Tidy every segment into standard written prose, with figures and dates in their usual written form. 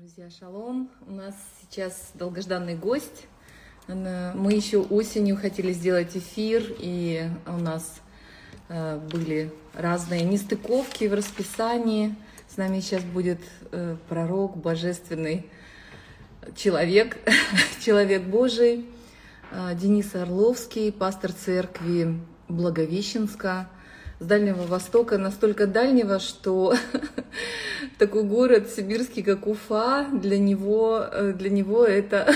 Друзья, шалом! У нас сейчас долгожданный гость. Мы еще осенью хотели сделать эфир, и у нас были разные нестыковки в расписании. С нами сейчас будет пророк, божественный человек, человек Божий, Денис Орловский, пастор церкви Благовещенска с Дальнего Востока, настолько дальнего, что такой город сибирский, как Уфа, для него это,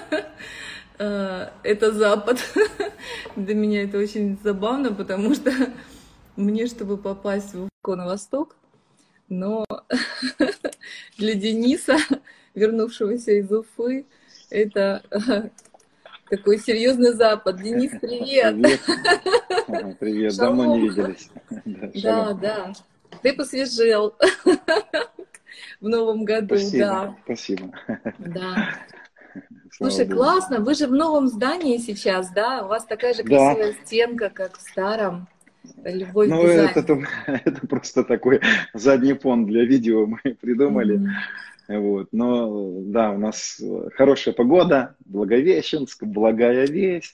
это Запад. Для меня это очень забавно, потому что мне, чтобы попасть в Уфу на восток, но для Дениса, вернувшегося из Уфы, это такой серьезный Запад. Денис, привет! Привет, привет. Давно не виделись. Да. Ты посвежел в новом году. Спасибо, да. спасибо. Да. Слава Слушай, Богу. классно. Вы же в новом здании сейчас, да? У вас такая же Да. красивая стенка, как в старом. Любовь Ну, к дизайну. это просто такой задний фон для видео мы придумали. Мгм. Вот. Но да, у нас хорошая погода, Благовещенск, благая весть.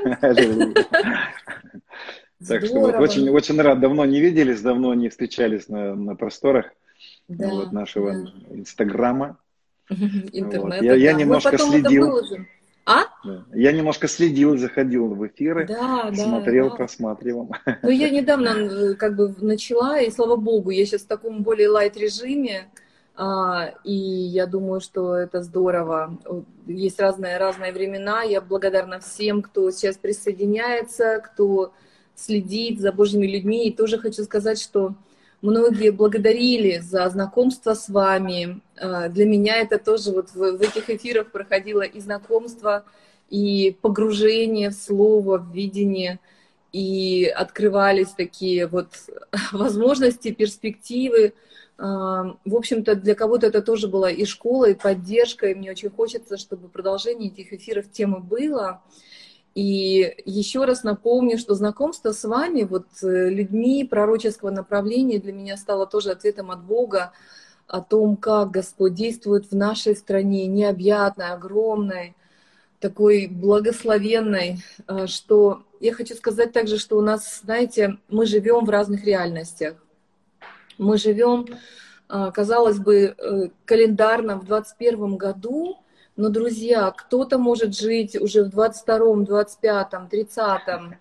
Так что вот Здорово. очень рад, давно не виделись, давно не встречались на просторах Да, нашего да. Инстаграма. Вот. Интернета, Я да. Мы немножко потом это следил. выложим. А? Да. Я немножко следил, заходил в эфиры, Да. смотрел, просматривал. Ну, я недавно как бы начала, и слава богу, я сейчас в таком более лайт режиме, и я думаю, что это здорово. Есть разные времена. Я благодарна всем, кто сейчас присоединяется, кто следит за Божьими людьми. И тоже хочу сказать, что многие благодарили за знакомство с вами. Для меня это тоже вот в этих эфирах проходило и знакомство, и погружение в слово, в видение. И открывались такие вот возможности, перспективы. В общем-то, для кого-то это тоже была и школа, и поддержка, и мне очень хочется, чтобы продолжение этих эфиров темы было. И еще раз напомню, что знакомство с вами, вот людьми пророческого направления, для меня стало тоже ответом от Бога о том, как Господь действует в нашей стране, необъятной, огромной, такой благословенной, что я хочу сказать также, что у нас, знаете, мы живем в разных реальностях. Мы живем, казалось бы, календарно в 21 году, но, друзья, кто-то может жить уже в 22-м, 25-м, 30-м,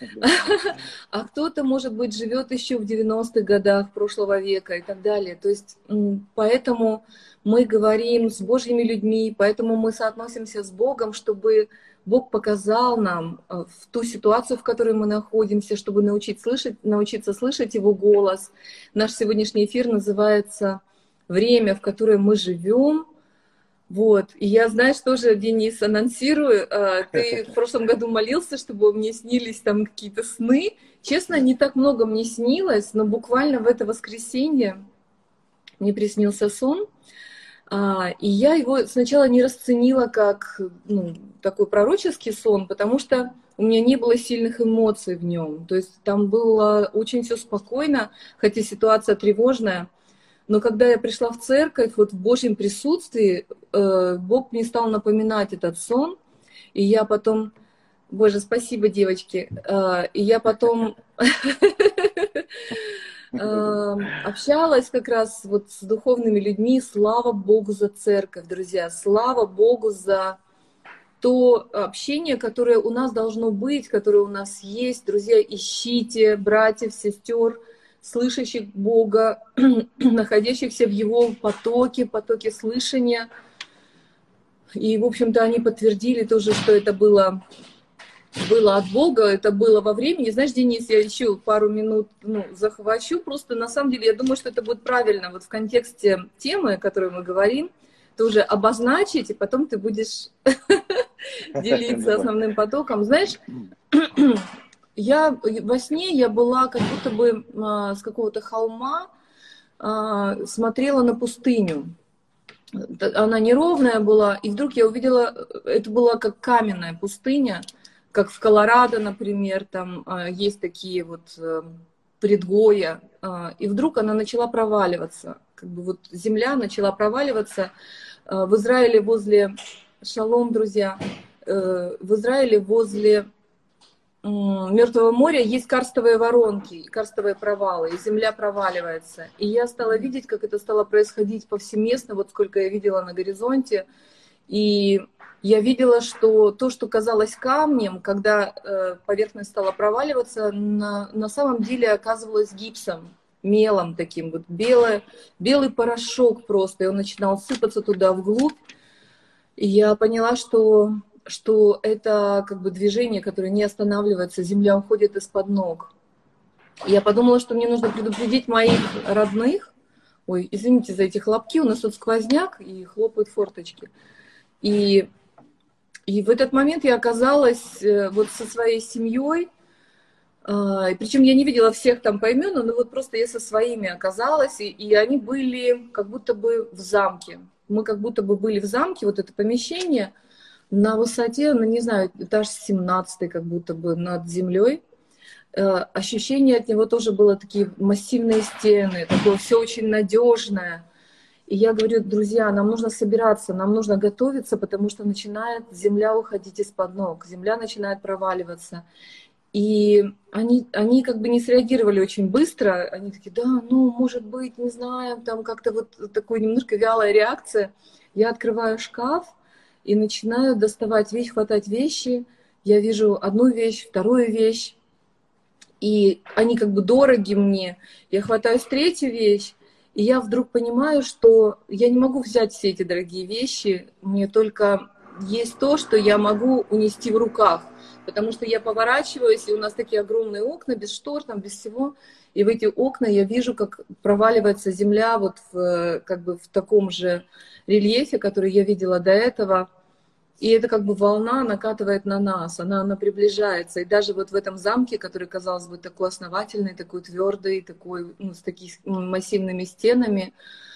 а кто-то, может быть, живет еще в 90-х годах прошлого века и так далее. То есть поэтому мы говорим с Божьими людьми, поэтому мы соотносимся с Богом, чтобы Бог показал нам в ту ситуацию, в которой мы находимся, чтобы научиться слышать Его голос. Наш сегодняшний эфир называется «Время, в которое мы живем». Вот. И я, знаешь, тоже, Денис, анонсирую, ты в прошлом году молился, чтобы мне снились там какие-то сны. Честно, не так много мне снилось, но буквально в это воскресенье мне приснился сон, и я его сначала не расценила как такой пророческий сон, потому что у меня не было сильных эмоций в нем. То есть там было очень все спокойно, хотя ситуация тревожная. Но когда я пришла в церковь, вот в Божьем присутствии, Бог мне стал напоминать этот сон, и я потом, Боже, спасибо, девочки, и я потом общалась как раз вот с духовными людьми. Слава Богу за церковь, друзья, слава Богу за то общение, которое у нас должно быть, которое у нас есть. Друзья, ищите братьев, сестер, слышащих Бога, находящихся в Его потоке слышания. И, в общем-то, они подтвердили тоже, что это было от Бога, это было во времени. Знаешь, Денис, я еще пару минут захвачу. Просто, на самом деле, я думаю, что это будет правильно вот в контексте темы, о которой мы говорим, тоже обозначить, и потом ты будешь делиться основным потоком. Знаешь, во сне я была как будто бы с какого-то холма, смотрела на пустыню. Она неровная была, и вдруг я увидела, это была как каменная пустыня, как в Колорадо, например, там есть такие вот предгорья, и вдруг она начала проваливаться, как бы вот земля начала проваливаться, В Израиле возле, шалом, друзья, в Израиле возле Мертвого моря есть карстовые воронки, карстовые провалы, и земля проваливается. И я стала видеть, как это стало происходить повсеместно, вот сколько я видела на горизонте. И я видела, что то, что казалось камнем, когда поверхность стала проваливаться, на самом деле оказывалось гипсом, мелом таким, вот белый порошок просто, и он начинал сыпаться туда вглубь. И я поняла, что это как бы движение, которое не останавливается, земля уходит из-под ног. И я подумала, что мне нужно предупредить моих родных. Ой, извините за эти хлопки, у нас тут сквозняк и хлопают форточки. И в этот момент я оказалась вот со своей семьей, причем я не видела всех там поименно, но вот просто я со своими оказалась, и они были как будто бы в замке. Мы как будто бы были в замке, вот это помещение, на высоте, ну не знаю, этаж 17 как будто бы над землей. Ощущение от него тоже было такие массивные стены, такое все очень надежное. И я говорю, друзья, нам нужно собираться, нам нужно готовиться, потому что начинает земля уходить из-под ног, земля начинает проваливаться. И они как бы не среагировали очень быстро, они такие, да, ну, может быть, не знаю, там как-то вот такой немножко вялая реакция. Я открываю шкаф и начинаю доставать вещи, хватать вещи. Я вижу одну вещь, вторую вещь, и они как бы дороги мне. Я хватаюсь третью вещь, и я вдруг понимаю, что я не могу взять все эти дорогие вещи, мне только есть то, что я могу унести в руках. Потому что я поворачиваюсь, и у нас такие огромные окна, без штор, там, без всего. И в эти окна я вижу, как проваливается земля вот как бы в таком же рельефе, который я видела до этого. И это как бы волна накатывает на нас, она приближается. И даже вот в этом замке, который, казалось бы, такой основательный, такой твердый, такой, ну, с такими массивными стенами,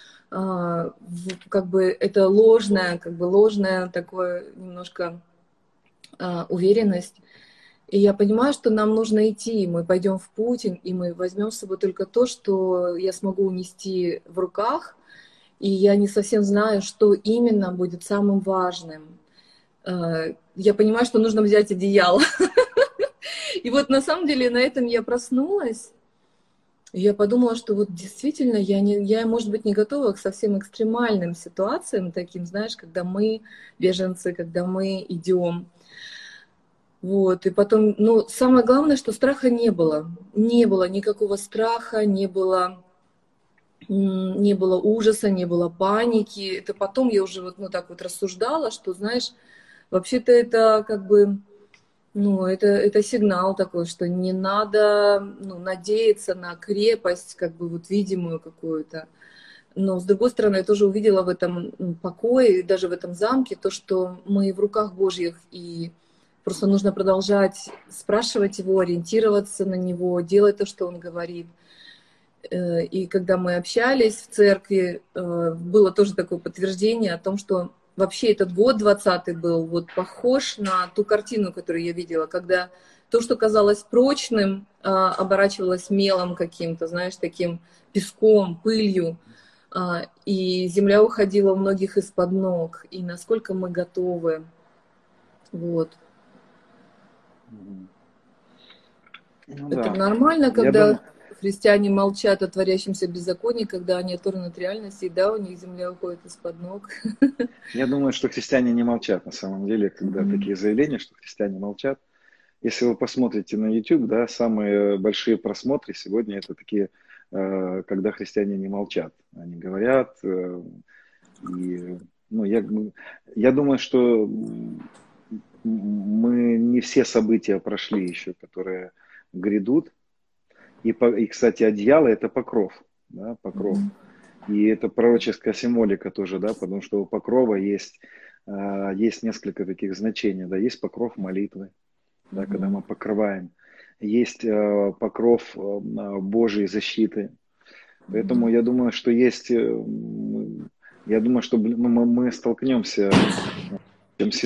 как бы это ложная такое немножко уверенность. И я понимаю, что нам нужно идти, мы пойдем в путь, и мы возьмем с собой только то, что я смогу унести в руках, и я не совсем знаю, что именно будет самым важным. Я понимаю, что нужно взять одеяло. И вот на самом деле на этом я проснулась, и я подумала, что вот действительно я, может быть, не готова к совсем экстремальным ситуациям, таким, знаешь, когда мы беженцы, когда мы идем. Вот, и потом, ну, самое главное, что страха не было. Не было никакого страха, не было ужаса, не было паники. Это потом я уже вот, ну, так вот рассуждала, что, знаешь, вообще-то это как бы, ну, это сигнал такой, что не надо, ну, надеяться на крепость, как бы вот видимую какую-то. Но, с другой стороны, я тоже увидела в этом покое, даже в этом замке, то, что мы в руках Божьих, и просто нужно продолжать спрашивать Его, ориентироваться на Него, делать то, что Он говорит. И когда мы общались в церкви, было тоже такое подтверждение о том, что вообще этот год 20-й был вот похож на ту картину, которую я видела, когда то, что казалось прочным, оборачивалось мелом каким-то, знаешь, таким песком, пылью, и земля уходила у многих из-под ног, и насколько мы готовы. Вот. Ну, Это да. нормально, Я думаю, когда христиане молчат о творящемся беззаконии, когда они оторваны от реальности, и да, у них земля уходит из-под ног. я думаю, что христиане не молчат на самом деле, когда Мгм. такие заявления, что христиане молчат. Если вы посмотрите на YouTube, да, самые большие просмотры сегодня это такие, когда христиане не молчат. Они говорят, и ну, я думаю, что мы не все события прошли еще, которые грядут. И, кстати, одеяло – это покров, да, покров. Мгм. И это пророческая символика тоже, да, потому что у покрова есть несколько таких значений, да, есть покров молитвы, да, когда Мгм. мы покрываем, есть покров Божьей защиты. Поэтому Мгм. я думаю, что я думаю, что мы столкнемся с чем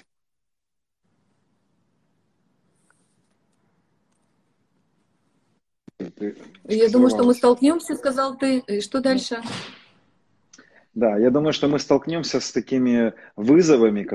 ты Я думаю, что мы сорвалась. столкнемся, сказал ты. И что дальше? Да, я думаю, что мы столкнемся с такими вызовами,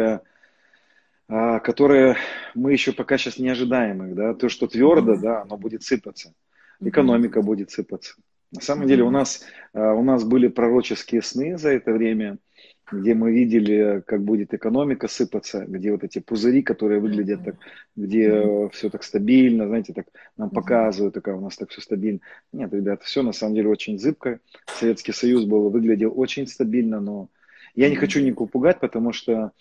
которые мы еще пока сейчас не ожидаем их, да, то, что твердо, Мгм. да, оно будет сыпаться, Мгм. экономика будет сыпаться. На самом деле Мгм. у нас были пророческие сны за это время, где мы видели, как будет экономика сыпаться, где вот эти пузыри, которые выглядят так, Мгм. где все так стабильно, знаете, так нам Мгм. показывают, такая у нас так все стабильно. Нет, ребята, все на самом деле очень зыбко. Советский Союз выглядел очень стабильно, но я не хочу Мгм. никого пугать, потому что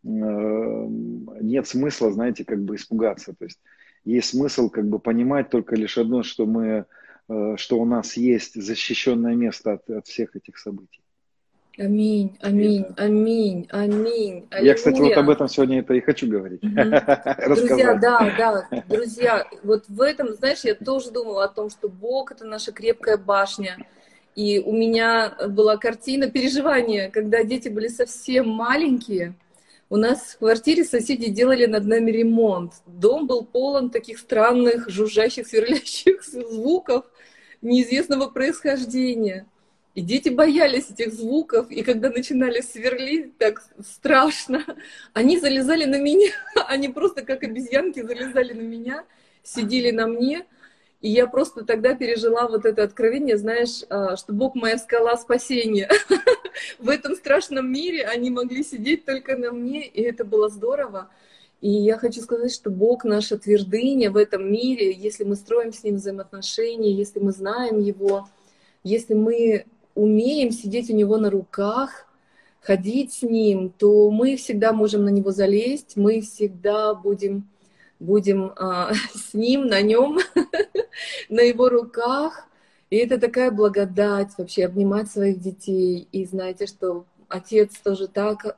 нет смысла, знаете, как бы испугаться. То есть есть смысл как бы понимать только лишь одно, что у нас есть защищенное место от всех этих событий. Аминь, И аминь, это... аминь, аминь, Я, кстати, вот об аллилуйя. этом сегодня это и хочу говорить, Мгм. Друзья, рассказать. да, да, друзья, вот в этом, знаешь, я тоже думала о том, что Бог — это наша крепкая башня. И у меня была картина переживания, когда дети были совсем маленькие. У нас в квартире соседи делали над нами ремонт. Дом был полон таких странных жужжащих, сверлящих звуков неизвестного происхождения. И дети боялись этих звуков, и когда начинали сверлить, так страшно, они залезали на меня, они просто как обезьянки залезали на меня, сидели на мне, и я просто тогда пережила вот это откровение, знаешь, что Бог моя скала спасения. В этом страшном мире они могли сидеть только на мне, и это было здорово. И я хочу сказать, что Бог наша твердыня в этом мире, если мы строим с Ним взаимоотношения, если мы знаем Его, если мы умеем сидеть у Него на руках, ходить с Ним, то мы всегда можем на Него залезть, мы всегда будем с Ним, на Нем, на Его руках. И это такая благодать вообще обнимать своих детей. И знаете, что Отец тоже так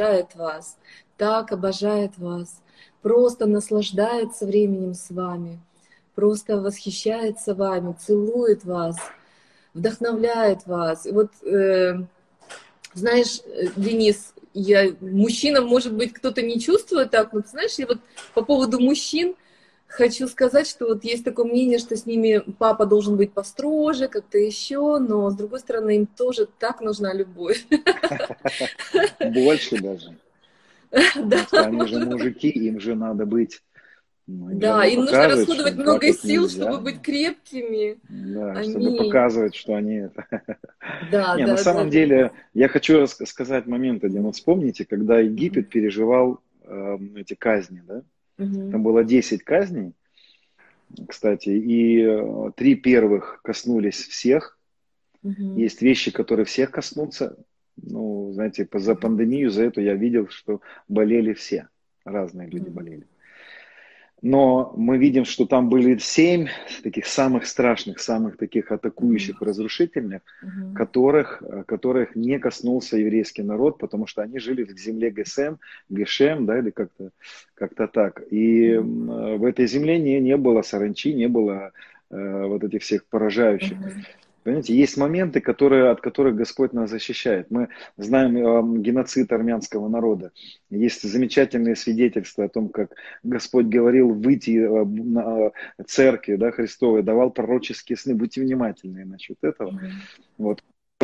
обожает вас, просто наслаждается временем с вами, просто восхищается вами, целует вас, вдохновляет вас. И вот, знаешь, Денис, мужчинам, может быть, кто-то не чувствует так, но ты знаешь, я вот по поводу мужчин хочу сказать, что вот есть такое мнение, что с ними папа должен быть построже, как-то еще, но с другой стороны, им тоже так нужна любовь. Больше даже. Да, Потому что они же мужики, им же надо быть, ну, им же да, надо им нужно показывать, расходовать что так много вот сил, нельзя. чтобы быть крепкими. Да, чтобы Аминь. показывать, что они это. Да, Не, на да, да, самом да. деле, я хочу сказать момент один. Вот вспомните, когда Мгм. Египет переживал эти казни, да? Мгм. Там было 10 казней, кстати, и 3 первых коснулись всех. Мгм. Есть вещи, которые всех коснутся. Ну, знаете, за пандемию, за это я видел, что болели все. Разные люди Мгм. болели. Но мы видим, что там были 7 таких самых страшных, самых таких Мгм. атакующих, разрушительных, Мгм. которых не коснулся еврейский народ, потому что они жили в земле Гешем, да, или как-то так. И Мгм. в этой земле не было саранчи, не было вот этих всех поражающих. Мгм. Понимаете, есть моменты, от которых Господь нас защищает. Мы знаем геноцид армянского народа. Есть замечательные свидетельства о том, как Господь говорил выйти на церкви, да, Христовой, давал пророческие сны. Будьте внимательны насчет этого. Мгм. Вот.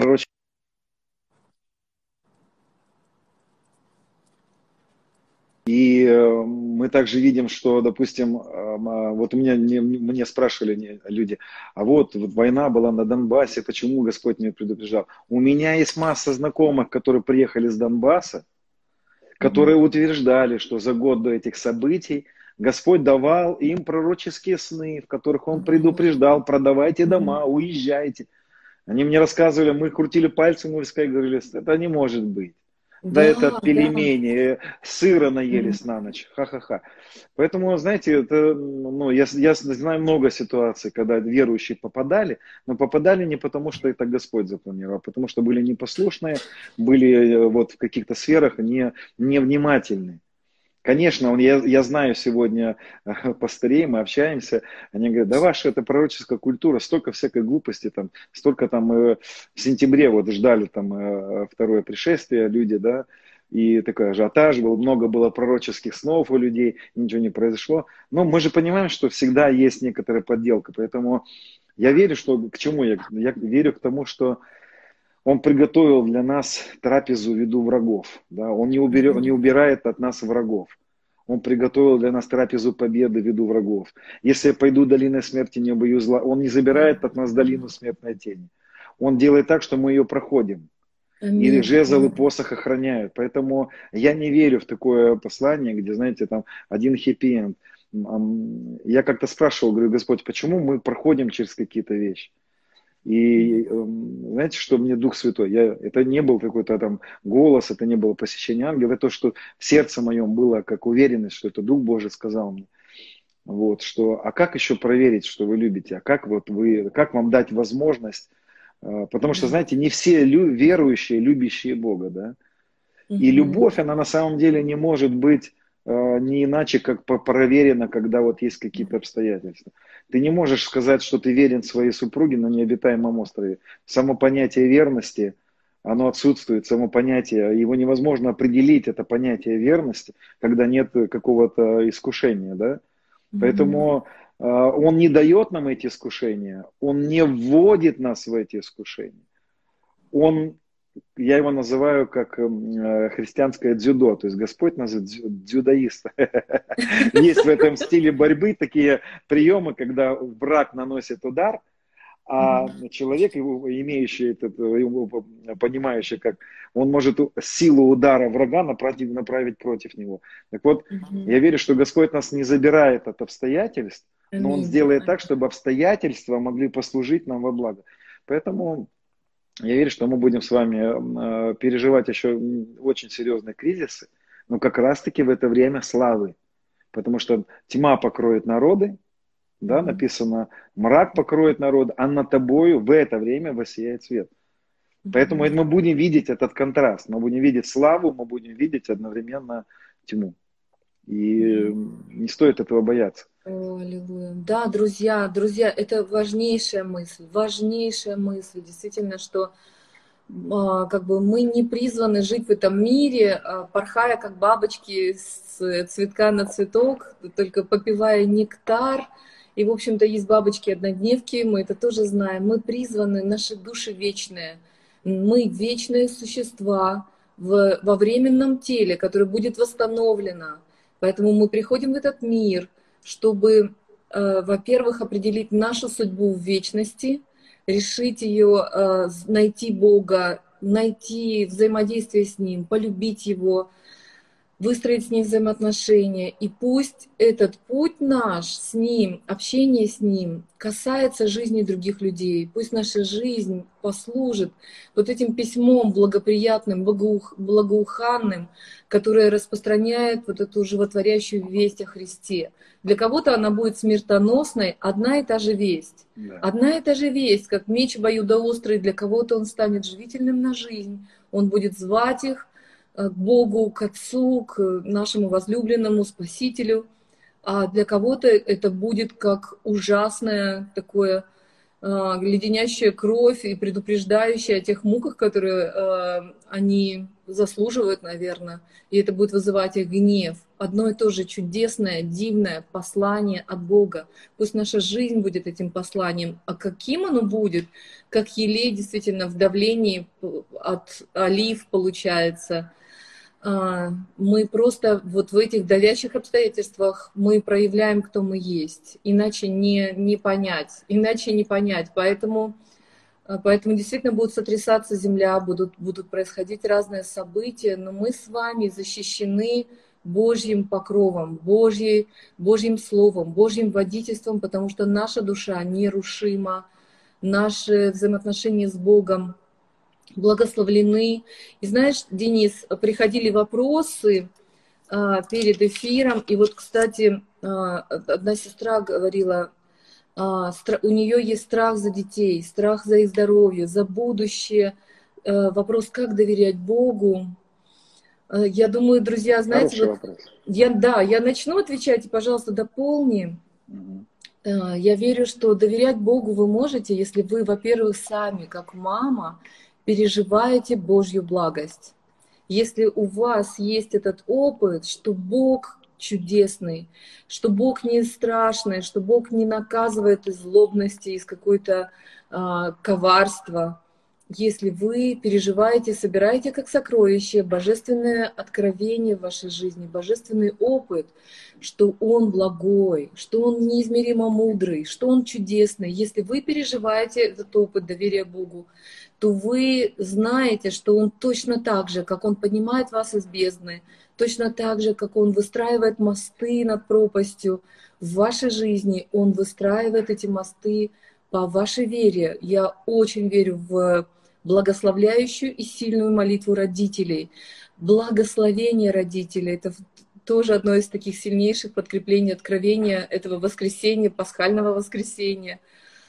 И мы также видим, что, допустим, вот мне спрашивали люди, а вот война была на Донбассе, почему Господь меня предупреждал? У меня есть масса знакомых, которые приехали с Донбасса, Мгм. которые утверждали, что за год до этих событий Господь давал им пророческие сны, в которых Он Мгм. предупреждал: продавайте Мгм. дома, уезжайте. Они мне рассказывали, мы крутили пальцем у виска и говорили: это не может быть. Да это Да, да. пельмени, сыра Мгм. наелись на ночь, ха-ха-ха. Поэтому, знаете, ну, я знаю много ситуаций, когда верующие попадали, но попадали не потому, что это Господь запланировал, а потому что были непослушные, были вот в каких-то сферах невнимательны. Конечно, я знаю сегодня пастырей, мы общаемся, они говорят: да ваша это пророческая культура, столько всякой глупости, там, столько там в сентябре вот ждали там второе пришествие люди, да, и такой ажиотаж был, много было пророческих снов у людей, ничего не произошло. Но мы же понимаем, что всегда есть некоторая подделка, поэтому я верю, что к чему я верю к тому, что Он приготовил для нас трапезу в виду врагов. Да? Он не убирает от нас врагов. Он приготовил для нас трапезу победы в виду врагов. Если я пойду долиной смерти, не боюсь зла, Он не забирает от нас долину смертной тени. Он делает так, что мы ее проходим. Или Аминь. жезл и посох охраняют. Поэтому я не верю в такое послание, где, знаете, там один хэппи-энд. Я как-то спрашивал, говорю, Господь, почему мы проходим через какие-то вещи? И знаете, что мне Дух Святой? Это не был какой-то там голос, это не было посещение ангела, это то, что в сердце моем было как уверенность, что это Дух Божий сказал мне. Вот, что, а как еще проверить, что вы любите? А как вот вы, как вам дать возможность? Потому что, знаете, не все верующие, любящие Бога, да? И любовь, она на самом деле не может быть не иначе, как проверена, когда вот есть какие-то обстоятельства. Ты не можешь сказать, что ты верен своей супруге на необитаемом острове. Само понятие верности, оно отсутствует, само понятие, его невозможно определить, это понятие верности, когда нет какого-то искушения, да? Поэтому он не дает нам эти искушения, он не вводит нас в эти искушения. Я его называю как христианское дзюдо, то есть Господь нас дзюдоист. Есть в этом стиле борьбы такие приемы, когда враг наносит удар, а человек, имеющий понимающий, как он может силу удара врага направить против него. Так вот, я верю, что Господь нас не забирает от обстоятельств, но Он сделает так, чтобы обстоятельства могли послужить нам во благо. Поэтому я верю, что мы будем с вами переживать еще очень серьезные кризисы, но как раз-таки в это время славы. Потому что тьма покроет народы, да, написано, мрак покроет народ, а над тобою в это время воссияет свет. Поэтому мы будем видеть этот контраст, мы будем видеть славу, мы будем видеть одновременно тьму. И не стоит этого бояться. О, аллилуйя. Да, друзья, это важнейшая мысль, действительно, что как бы мы не призваны жить в этом мире, порхая как бабочки с цветка на цветок, только попивая нектар. И, в общем-то, есть бабочки-однодневки, мы это тоже знаем. Мы призваны, наши души вечные. Мы вечные существа во временном теле, которое будет восстановлено. Поэтому мы приходим в этот мир, чтобы, во-первых, определить нашу судьбу в вечности, решить ее, найти Бога, найти взаимодействие с Ним, полюбить Его, выстроить с Ним взаимоотношения. И пусть этот путь наш с Ним, общение с Ним касается жизни других людей. Пусть наша жизнь послужит вот этим письмом благоприятным, благоуханным, которое распространяет вот эту животворящую весть о Христе. Для кого-то она будет смертоносной, одна и та же весть. Да. Одна и та же весть, как меч обоюдоострый, для кого-то он станет живительным на жизнь. Он будет звать их к Богу, к Отцу, к нашему возлюбленному Спасителю. А для кого-то это будет как ужасное такое леденящая кровь и предупреждающая о тех муках, которые они заслуживают, наверное. И это будет вызывать их гнев. Одно и то же чудесное, дивное послание от Бога. Пусть наша жизнь будет этим посланием. А каким оно будет? Как елей действительно в давлении от олив получается. Мы просто вот в этих давящих обстоятельствах мы проявляем, кто мы есть. Иначе не понять. Поэтому действительно будет сотрясаться земля, будут происходить разные события, но мы с вами защищены Божьим покровом, Божьим словом, Божьим водительством, потому что наша душа нерушима, наши взаимоотношения с Богом благословлены. И знаешь, Денис, приходили вопросы перед эфиром, и вот, кстати, одна сестра говорила, у нее есть страх за детей, страх за их здоровье, за будущее. Вопрос, как доверять Богу. Я думаю, друзья, знаете, вот, я начну отвечать, и, пожалуйста, дополни. Я верю, что доверять Богу вы можете, если вы, во-первых, сами, как мама, переживаете Божью благость. Если у вас есть этот опыт, что Бог чудесный, что Бог не страшный, что Бог не наказывает из злобности, из какой-то коварства, если вы переживаете, собираете как сокровище божественное откровение в вашей жизни, божественный опыт, что Он благой, что Он неизмеримо мудрый, что Он чудесный. Если вы переживаете этот опыт доверия Богу, то вы знаете, что Он точно так же, как Он поднимает вас из бездны, точно так же, как Он выстраивает мосты над пропастью в вашей жизни, Он выстраивает эти мосты по вашей вере. Я очень верю в благословляющую и сильную молитву родителей. Благословение родителей — это тоже одно из таких сильнейших подкреплений откровения этого воскресения, пасхального воскресения,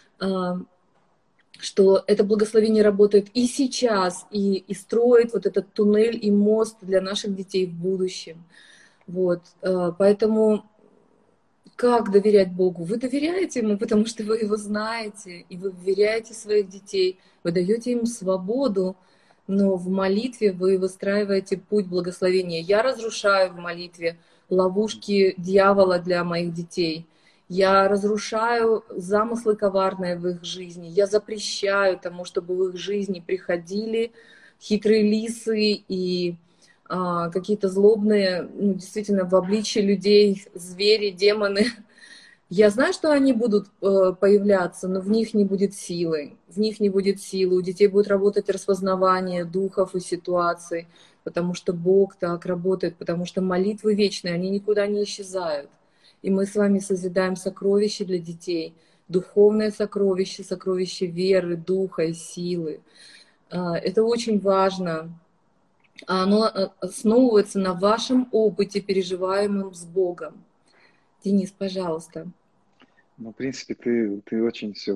что это благословение работает и сейчас, и строит вот этот туннель и мост для наших детей в будущем. Вот. Поэтому как доверять Богу? Вы доверяете Ему, потому что вы Его знаете, и вы вверяете своих детей, вы даете им свободу, но в молитве вы выстраиваете путь благословения. Я разрушаю в молитве ловушки дьявола для моих детей. Я разрушаю замыслы коварные в их жизни. Я запрещаю тому, чтобы в их жизни приходили хитрые лисы и какие-то злобные, ну, действительно, в обличье людей, звери, демоны. Я знаю, что они будут появляться, но в них не будет силы. В них не будет силы. У детей будет работать распознавание духов и ситуаций, потому что Бог так работает, потому что молитвы вечные, они никуда не исчезают. И мы с вами созидаем сокровища для детей, духовное сокровище, сокровище веры, духа и силы. Это очень важно. Оно основывается на вашем опыте, переживаемом с Богом. Денис, пожалуйста. Ну, в принципе, ты очень все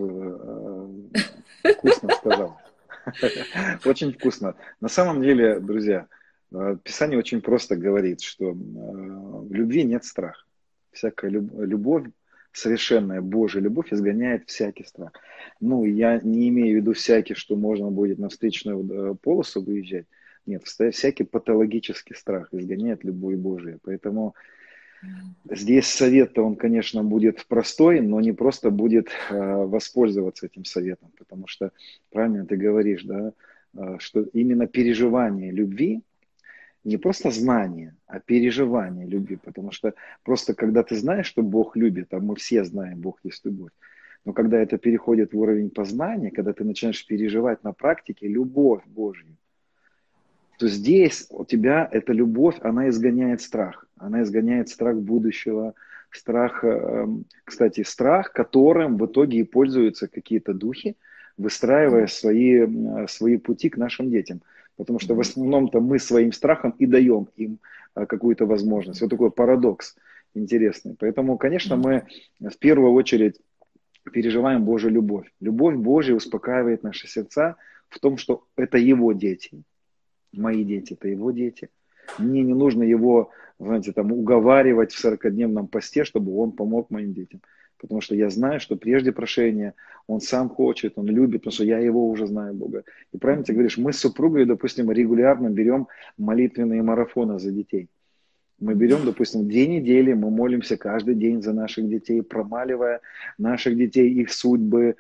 вкусно сказал. Очень вкусно. На самом деле, друзья, Писание очень просто говорит, что в любви нет страха. Всякая любовь, совершенная Божья любовь изгоняет всякий страх. Ну, я не имею в виду всякий, что можно будет на встречную полосу выезжать. Нет, всякий патологический страх изгоняет любовь Божия. Поэтому здесь совет-то он, конечно, будет простой, но не просто будет воспользоваться этим советом. Потому что, правильно ты говоришь, да, что именно переживание любви, не просто знание, а переживание любви. Потому что просто когда ты знаешь, что Бог любит, а мы все знаем, Бог есть любовь, но когда это переходит в уровень познания, когда ты начинаешь переживать на практике любовь Божью, то здесь у тебя эта любовь, она изгоняет страх. Она изгоняет страх будущего, страх, кстати, страх, которым в итоге и пользуются какие-то духи, выстраивая свои пути к нашим детям. Потому что в основном-то мы своим страхом и даем им какую-то возможность. Вот такой парадокс интересный. Поэтому, конечно, мы в первую очередь переживаем Божью любовь. Любовь Божья успокаивает наши сердца в том, что это Его дети. Мои дети, это Его дети. Мне не нужно Его, знаете, там, уговаривать в 40-дневном посте, чтобы Он помог моим детям. Потому что я знаю, что прежде прошения Он сам хочет, Он любит, потому что я Его уже знаю, Бога. И правильно ты говоришь, мы с супругой, допустим, регулярно берем молитвенные марафоны за детей. Мы берем, допустим, 2 недели, мы молимся каждый день за наших детей, промаливая наших детей, их судьбы.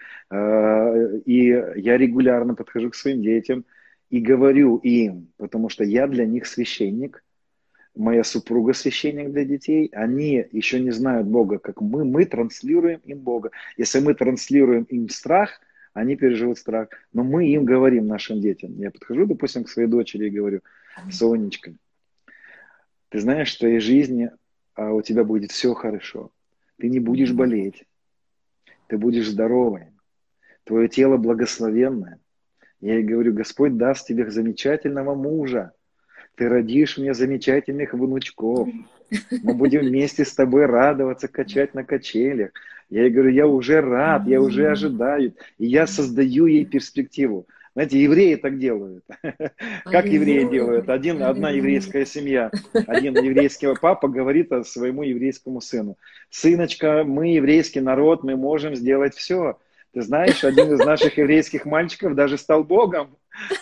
И я регулярно подхожу к своим детям и говорю им, потому что я для них священник, моя супруга священник для детей, они еще не знают Бога, как мы транслируем им Бога. Если мы транслируем им страх, они переживут страх, но мы им говорим, нашим детям. Я подхожу, допустим, к своей дочери и говорю: Сонечка, ты знаешь, что в твоей жизни у тебя будет все хорошо. Ты не будешь болеть, ты будешь здоровой, твое тело благословенное. Я ей говорю: Господь даст тебе замечательного мужа. Ты родишь мне замечательных внучков. Мы будем вместе с тобой радоваться, качать на качелях. Я ей говорю: я уже рад, я уже ожидаю. И я создаю ей перспективу. Знаете, евреи так делают. Как евреи делают? Одна еврейская семья, один еврейский папа говорит своему еврейскому сыну: сыночка, мы еврейский народ, мы можем сделать все. Ты знаешь, один из наших еврейских мальчиков даже стал Богом.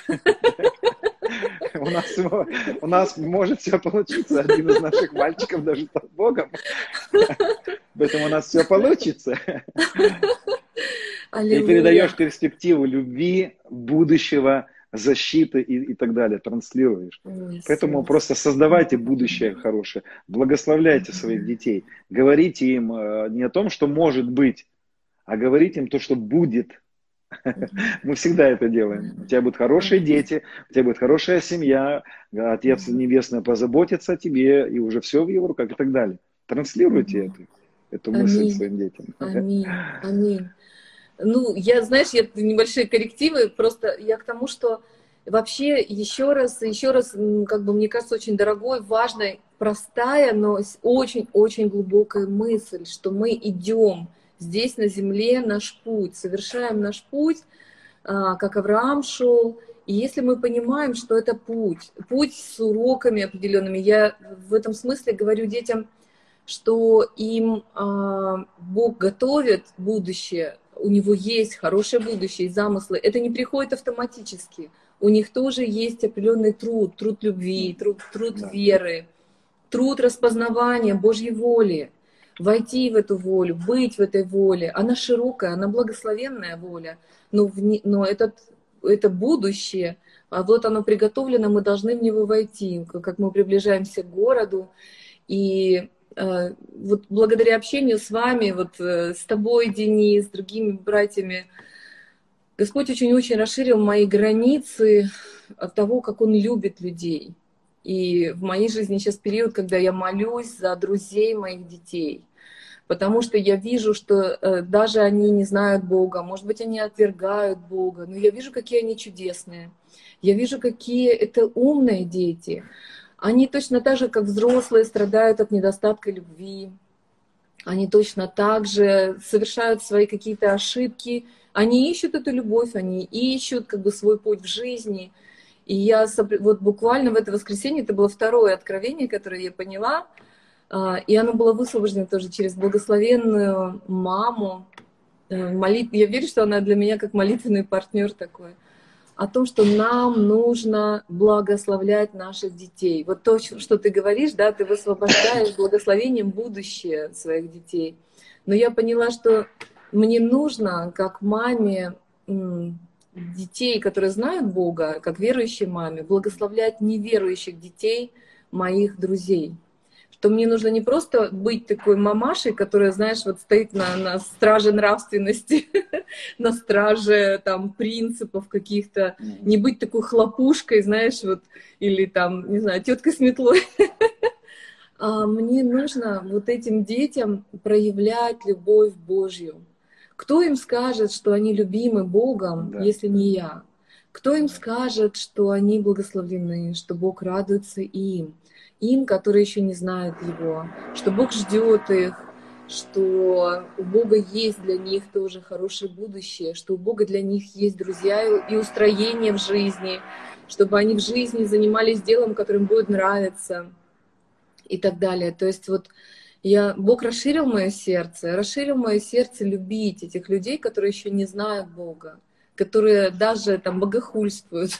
У нас может все получиться. Один из наших мальчиков даже стал Богом. Поэтому у нас все получится. И передаешь Аллилуйя. перспективу любви, будущего, защиты и так далее, транслируешь. Ой, Поэтому Иисус. просто создавайте будущее хорошее, благословляйте своих детей, говорите им не о том, что может быть, а говорите им то, что будет. Мы всегда это делаем. У тебя будут хорошие дети, у тебя будет хорошая семья, Отец Небесный позаботится о тебе, и уже все в его руках и так далее. Транслируйте эту мысль Аминь. своим детям. Аминь. Аминь. Ну, я, знаешь, я небольшие коррективы, просто я к тому, что вообще еще раз, как бы мне кажется, очень дорогой, важной, простая, но очень-очень глубокая мысль, что мы идем здесь на земле наш путь, совершаем наш путь, как Авраам шел. И если мы понимаем, что это путь с уроками определенными, я в этом смысле говорю детям, что им Бог готовит будущее, у него есть хорошее будущее и замыслы. Это не приходит автоматически. У них тоже есть определенный труд любви, труд Да. веры, труд распознавания Божьей воли, войти в эту волю, быть в этой воле. Она широкая, она благословенная воля, но это будущее, а вот оно приготовлено, мы должны в него войти, как мы приближаемся к городу. И вот благодаря общению с вами, вот с тобой, Денис, с другими братьями, Господь очень-очень расширил мои границы от того, как Он любит людей. И в моей жизни сейчас период, когда я молюсь за друзей моих детей, потому что я вижу, что даже они не знают Бога, может быть, они отвергают Бога, но я вижу, какие они чудесные. Я вижу, какие это умные дети. Они точно так же, как взрослые, страдают от недостатка любви. Они точно так же совершают свои какие-то ошибки. Они ищут эту любовь, они ищут как бы свой путь в жизни. И я вот буквально в это воскресенье, это было второе откровение, которое я поняла, и оно было высвобождено тоже через благословенную маму. Я верю, что она для меня как молитвенный партнер такой. О том, что нам нужно благословлять наших детей. Вот то, что ты говоришь, да, ты высвобождаешь благословением будущее своих детей. Но я поняла, что мне нужно, как маме детей, которые знают Бога, как верующей маме, благословлять неверующих детей моих друзей. Что мне нужно не просто быть такой мамашей, которая, знаешь, вот стоит на страже нравственности, на страже там принципов каких-то, не быть такой хлопушкой, знаешь, вот, или там, не знаю, теткой с метлой. А мне нужно вот этим детям проявлять любовь Божью. Кто им скажет, что они любимы Богом, Да. если не я? Кто им скажет, что они благословлены, что Бог радуется им, которые еще не знают Его, что Бог ждет их, что у Бога есть для них тоже хорошее будущее, что у Бога для них есть друзья и устроение в жизни, чтобы они в жизни занимались делом, которым будет нравиться и так далее. То есть вот Бог расширил мое сердце любить этих людей, которые еще не знают Бога, которые даже там богохульствуют.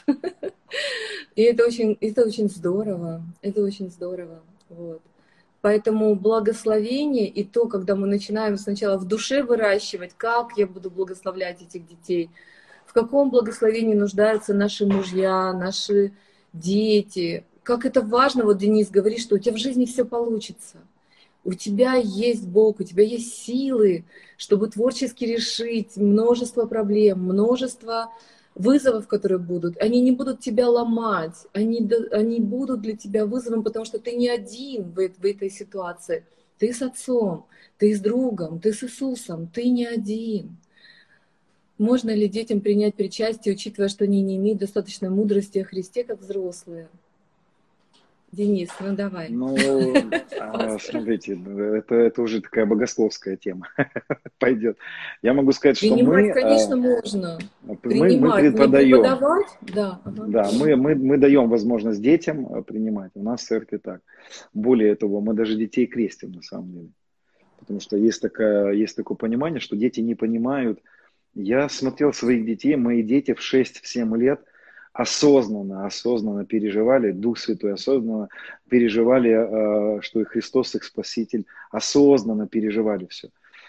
И это очень здорово, это очень здорово. Вот. Поэтому благословение и то, когда мы начинаем сначала в душе выращивать, как я буду благословлять этих детей, в каком благословении нуждаются наши мужья, наши дети. Как это важно, вот Денис говорит, что у тебя в жизни все получится. У тебя есть Бог, у тебя есть силы, чтобы творчески решить множество проблем, множество вызовов, которые будут. Они не будут тебя ломать, они будут для тебя вызовом, потому что ты не один в этой ситуации. Ты с Отцом, ты с другом, ты с Иисусом, ты не один. Можно ли детям принять причастие, учитывая, что они не имеют достаточной мудрости о Христе, как взрослые? Денис, ну давай. Ну, смотрите, это уже такая богословская тема пойдет. Я могу сказать, что Принимать, конечно, можно. мы Принимать, не преподаем, преподавать, да. Ага. да, мы даем возможность детям принимать. У нас в церкви так. Более того, мы даже детей крестим на самом деле. Потому что есть такое понимание, что дети не понимают. Я смотрел своих детей, мои дети в 6-7 лет осознанно переживали, Дух Святой осознанно переживали, что и Христос их Спаситель, осознанно переживали все.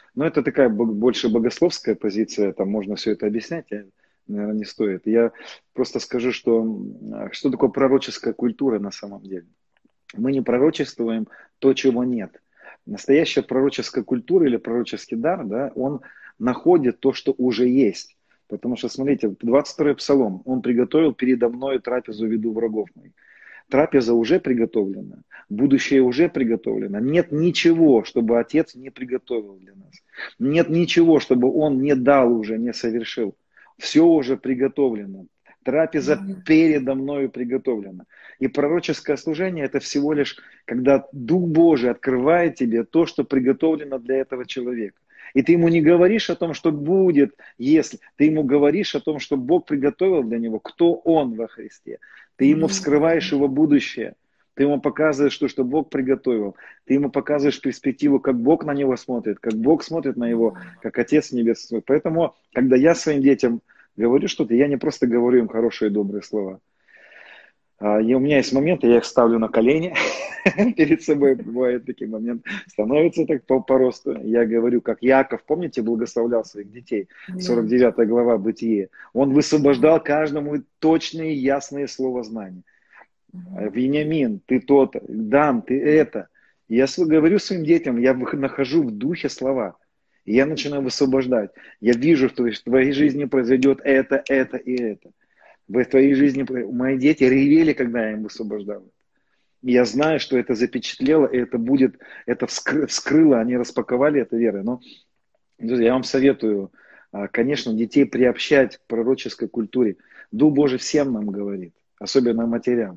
Но это такая больше богословская позиция, там можно все это объяснять, наверное, не стоит. Я просто скажу, что такое пророческая культура на самом деле. Мы не пророчествуем то, чего нет. Настоящая пророческая культура или пророческий дар, да, он находит то, что уже есть. Потому что, смотрите, 22-й Псалом, он приготовил передо мной трапезу в виду врагов моих. Трапеза уже приготовлена, будущее уже приготовлено. Нет ничего, чтобы Отец не приготовил для нас. Нет ничего, чтобы Он не дал уже, не совершил. Все уже приготовлено. Трапеза передо мною приготовлена. И пророческое служение это всего лишь, когда Дух Божий открывает тебе то, что приготовлено для этого человека. И ты ему не говоришь о том, что будет, если. Ты ему говоришь о том, что Бог приготовил для него, кто он во Христе. Ты ему вскрываешь его будущее. Ты ему показываешь то, что Бог приготовил. Ты ему показываешь перспективу, как Бог на него смотрит, как Бог смотрит на его, как Отец Небесный. Поэтому, когда я своим детям говорю что-то, я не просто говорю им хорошие добрые слова. И у меня есть моменты, я их ставлю на колени перед собой, бывает такие моменты, становится так по росту. Я говорю, как Яков, помните, благословлял своих детей, 49 глава Бытие. Он высвобождал каждому точные ясные слова знаний. Вениамин, ты то-то, Дан, ты это. Я говорю своим детям, я нахожу в духе слова. И я начинаю высвобождать. Я вижу, что в твоей жизни произойдет это и это. В твоей жизни мои дети ревели, когда я им высвобождал. И я знаю, что это запечатлело, и это будет, это вскрыло, они распаковали это верой. Но, друзья, я вам советую, конечно, детей приобщать к пророческой культуре. Дух Божий всем нам говорит, особенно матерям.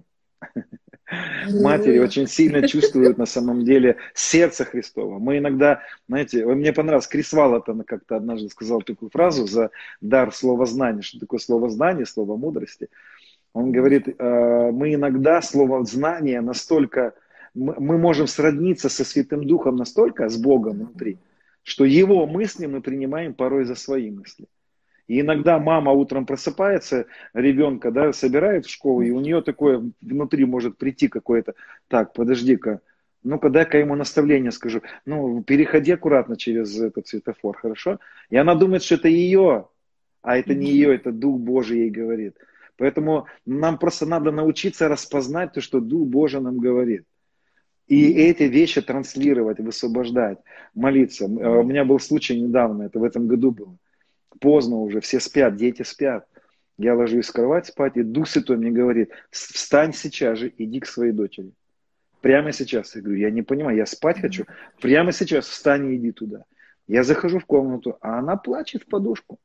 Матери очень сильно чувствуют на самом деле сердце Христова. Мы иногда, знаете, мне понравилось, Крис Валлотон как-то однажды сказал такую фразу за дар слова знания. Что такое слово знание, слово мудрости? Он говорит, мы иногда слово знание настолько, мы можем сродниться со Святым Духом настолько, с Богом внутри, что Его мысли мы принимаем порой за свои мысли. И иногда мама утром просыпается, ребенка, да, собирает в школу, и у нее такое внутри может прийти какое-то, так, подожди-ка, ну-ка дай-ка ему наставление скажу, ну, переходи аккуратно через этот светофор, хорошо? И она думает, что это ее, а это не ее, это Дух Божий ей говорит. Поэтому нам просто надо научиться распознать то, что Дух Божий нам говорит. И эти вещи транслировать, высвобождать, молиться. У меня был случай недавно, это в этом году было. Поздно уже, все спят, дети спят. Я ложусь в кровать спать, и Дух Святой мне говорит, встань сейчас же, иди к своей дочери. Прямо сейчас. Я говорю, я не понимаю, я спать хочу. Прямо сейчас встань и иди туда. Я захожу в комнату, а она плачет в подушку.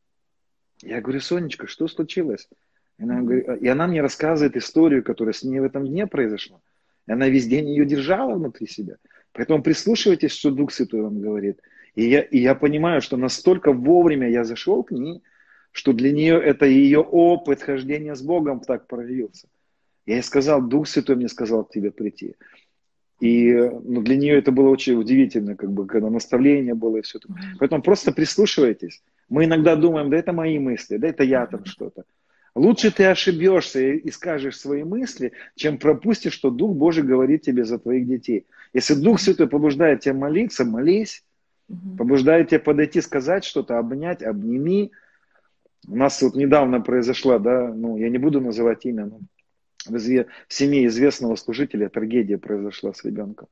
Я говорю, Сонечка, что случилось? И она мне рассказывает историю, которая с ней в этом дне произошла. И она весь день ее держала внутри себя. Поэтому прислушивайтесь, что Дух Святой вам говорит. И я понимаю, что настолько вовремя я зашел к ней, что для нее это ее опыт хождения с Богом так проявился. Я ей сказал, Дух Святой мне сказал к тебе прийти. И для нее это было очень удивительно, как бы, когда наставление было и все такое. Поэтому просто прислушивайтесь. Мы иногда думаем, да это мои мысли, да это я там что-то. Лучше ты ошибешься и скажешь свои мысли, чем пропустишь, что Дух Божий говорит тебе за твоих детей. Если Дух Святой побуждает тебя молиться, молись. Побуждает тебя подойти, сказать что-то, обнять, обними. У нас вот недавно произошла, да, ну, я не буду называть имя, но в семье известного служителя трагедия произошла с ребенком.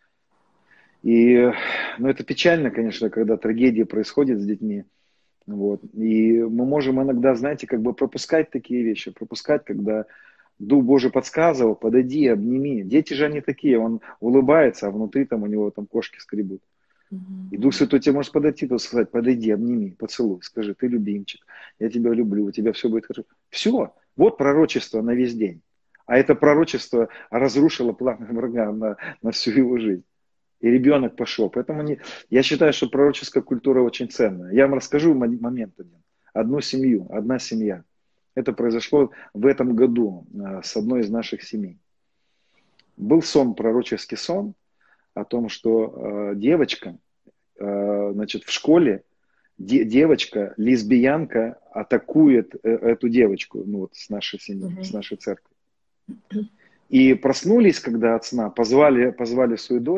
И, ну, это печально, конечно, когда трагедия происходит с детьми. Вот. И мы можем иногда, знаете, как бы пропускать такие вещи, пропускать, когда Дух Божий подсказывал, подойди, обними. Дети же они такие, он улыбается, а внутри там у него там кошки скребут. И Дух Святой тебе может подойти и сказать, подойди, обними, поцелуй, скажи, ты любимчик, я тебя люблю, у тебя все будет хорошо. Все, вот пророчество на весь день. А это пророчество разрушило планы врага на всю его жизнь. И ребенок пошел. Поэтому я считаю, что пророческая культура очень ценная. Я вам расскажу момент один. Одна семья. Это произошло в этом году с одной из наших семей. Был сон, пророческий сон, о том, что девочка, значит, в школе девочка, лесбиянка атакует эту девочку, ну вот с нашей семьи, с нашей церкви. И проснулись, когда от сна, позвали свою дочь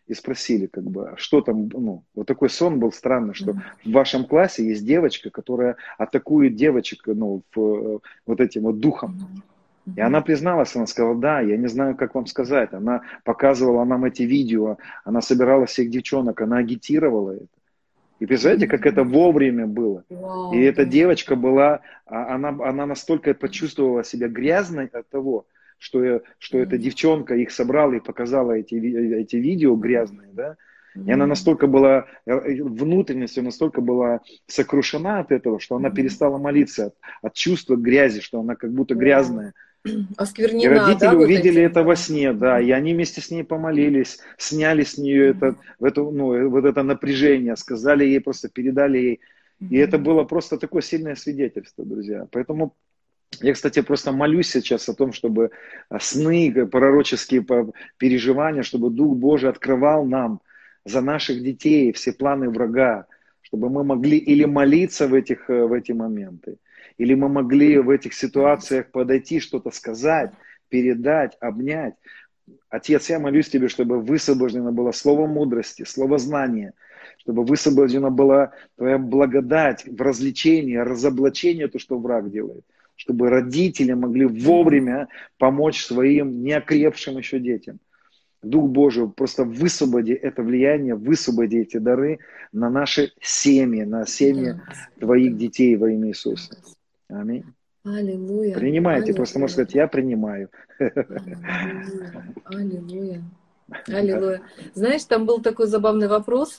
и спросили, как бы, что там, ну, вот такой сон был странный, что в вашем классе есть девочка, которая атакует девочек, ну, вот этим вот духом. И она призналась, она сказала, да, я не знаю, как вам сказать. Она показывала нам эти видео, она собирала всех девчонок, она агитировала это. И представляете, как это вовремя было. И Вау, эта да. девочка была, она настолько почувствовала себя грязной от того, что эта девчонка их собрала и показала эти видео грязные, да. И она настолько была, внутренностью настолько была сокрушена от этого, что она перестала молиться от чувства грязи, что она как будто Вау. грязная. И Осквернена, родители да, вот увидели этим, это во да. сне, да, и они вместе с ней помолились, сняли с нее ну, вот это напряжение, сказали ей, просто передали ей. И это было просто такое сильное свидетельство, друзья. Поэтому я, кстати, просто молюсь сейчас о том, чтобы сны, пророческие переживания, чтобы Дух Божий открывал нам за наших детей все планы врага, чтобы мы могли или молиться в эти моменты, или мы могли в этих ситуациях подойти, что-то сказать, передать, обнять. Отец, я молюсь Тебе, чтобы высвобождено было слово мудрости, слово знания, чтобы высвобождена была Твоя благодать в развлечении, разоблачении, то, что враг делает, чтобы родители могли вовремя помочь своим неокрепшим еще детям. Дух Божий, просто высвободи это влияние, высвободи эти дары на наши семьи, на семьи Да, Твоих да. детей во имя Иисуса. Аминь. Аллилуйя, Принимайте, просто можно аллилуйя, сказать, я принимаю. аллилуйя, аллилуйя, аллилуйя. Знаешь, там был такой забавный вопрос,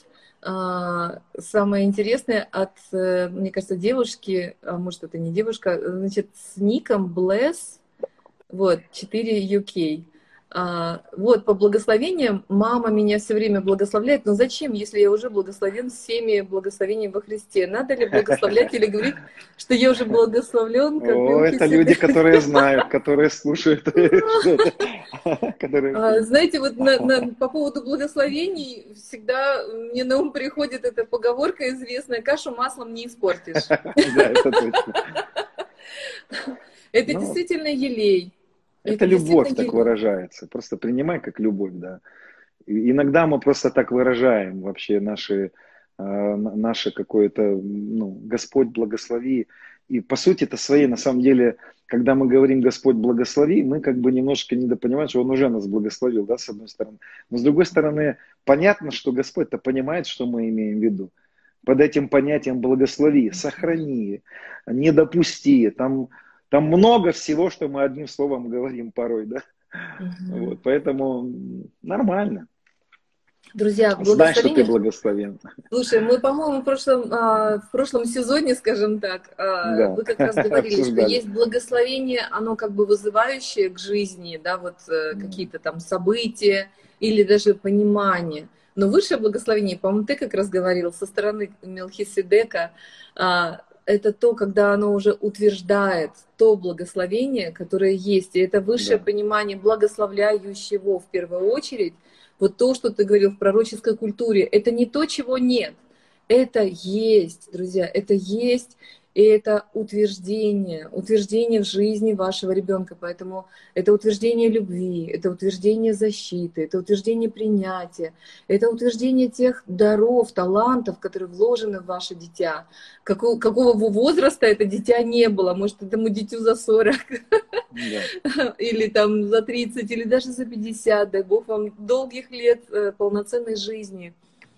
самое интересное от, мне кажется, девушки, а может это не девушка, значит, с ником Bless, вот, 4 UK. Вот, по благословениям мама меня все время благословляет, но зачем, если я уже благословен всеми благословениями во Христе? Надо ли благословлять или говорить, что я уже благословлен, как О, это люди, Мелхиседек? которые знают, которые слушают что-то, которые... Знаете, вот по поводу благословений всегда мне на ум приходит эта поговорка известная: кашу маслом не испортишь. Да, это точно. Это Ну, действительно елей. это Это действительно любовь так елей. выражается. Просто принимай как любовь, да. И иногда мы просто так выражаем вообще наше какое-то, ну, Господь благослови. И по сути это своей, на самом деле, когда мы говорим Господь благослови, мы как бы немножко недопонимаем, что Он уже нас благословил, да, с одной стороны. Но с другой стороны, понятно, что Господь-то понимает, что мы имеем в виду. Под этим понятием благослови, сохрани, не допусти. Там много всего, что мы одним словом говорим порой, да. Мгм. Вот, поэтому нормально. Друзья, Знай, что ты благословение. благословен. Слушай, мы, по-моему, в прошлом сезоне, скажем так, Да, вы как раз говорили, что обсуждали. есть благословение, оно как бы вызывающее к жизни, да, вот какие-то там события или даже понимание. Но высшее благословение, по-моему, ты как раз говорил, со стороны Мелхиседека, это то, когда оно уже утверждает то благословение, которое есть. И это высшее Да. понимание благословляющего в первую очередь. Вот то, что ты говорил в пророческой культуре, это не то, чего нет. Это есть, друзья, это есть, и это утверждение в жизни вашего ребенка. Поэтому это утверждение любви, это утверждение защиты, это утверждение принятия, это утверждение тех даров, талантов, которые вложены в ваше дитя. Какого бы возраста это дитя не было, может, этому дитю за 40, Да. или там за 30, или даже за 50, дай Бог вам долгих лет полноценной жизни.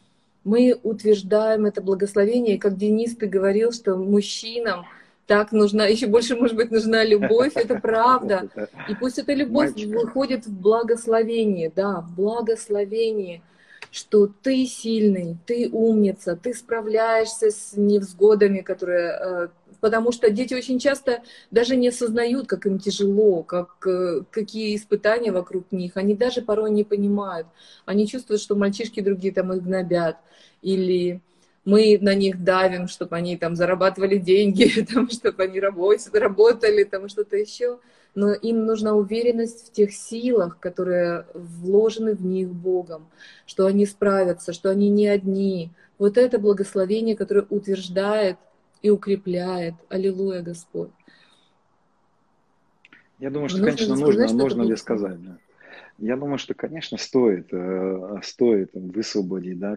Мы утверждаем это благословение, и как Денис, ты говорил, что мужчинам так нужна, еще больше, может быть, нужна любовь, это правда. И пусть эта любовь Мальчикам. выходит в благословение, да, в благословение, что ты сильный, ты умница, ты справляешься с невзгодами, которые... Потому что дети очень часто даже не осознают, как им тяжело, какие испытания вокруг них. Они даже порой не понимают. Они чувствуют, что мальчишки другие там их гнобят. Или мы на них давим, чтобы они там зарабатывали деньги, там, чтобы они работали, там что-то еще. Но им нужна уверенность в тех силах, которые вложены в них Богом, что они справятся, что они не одни. Вот это благословение, которое утверждает и укрепляет. Аллилуйя, Господь. Я думаю, что, Нужно конечно, ли сказать, нужно, что это нужно ли благословение? сказать, да. Я думаю, что, конечно, стоит высвободить, да,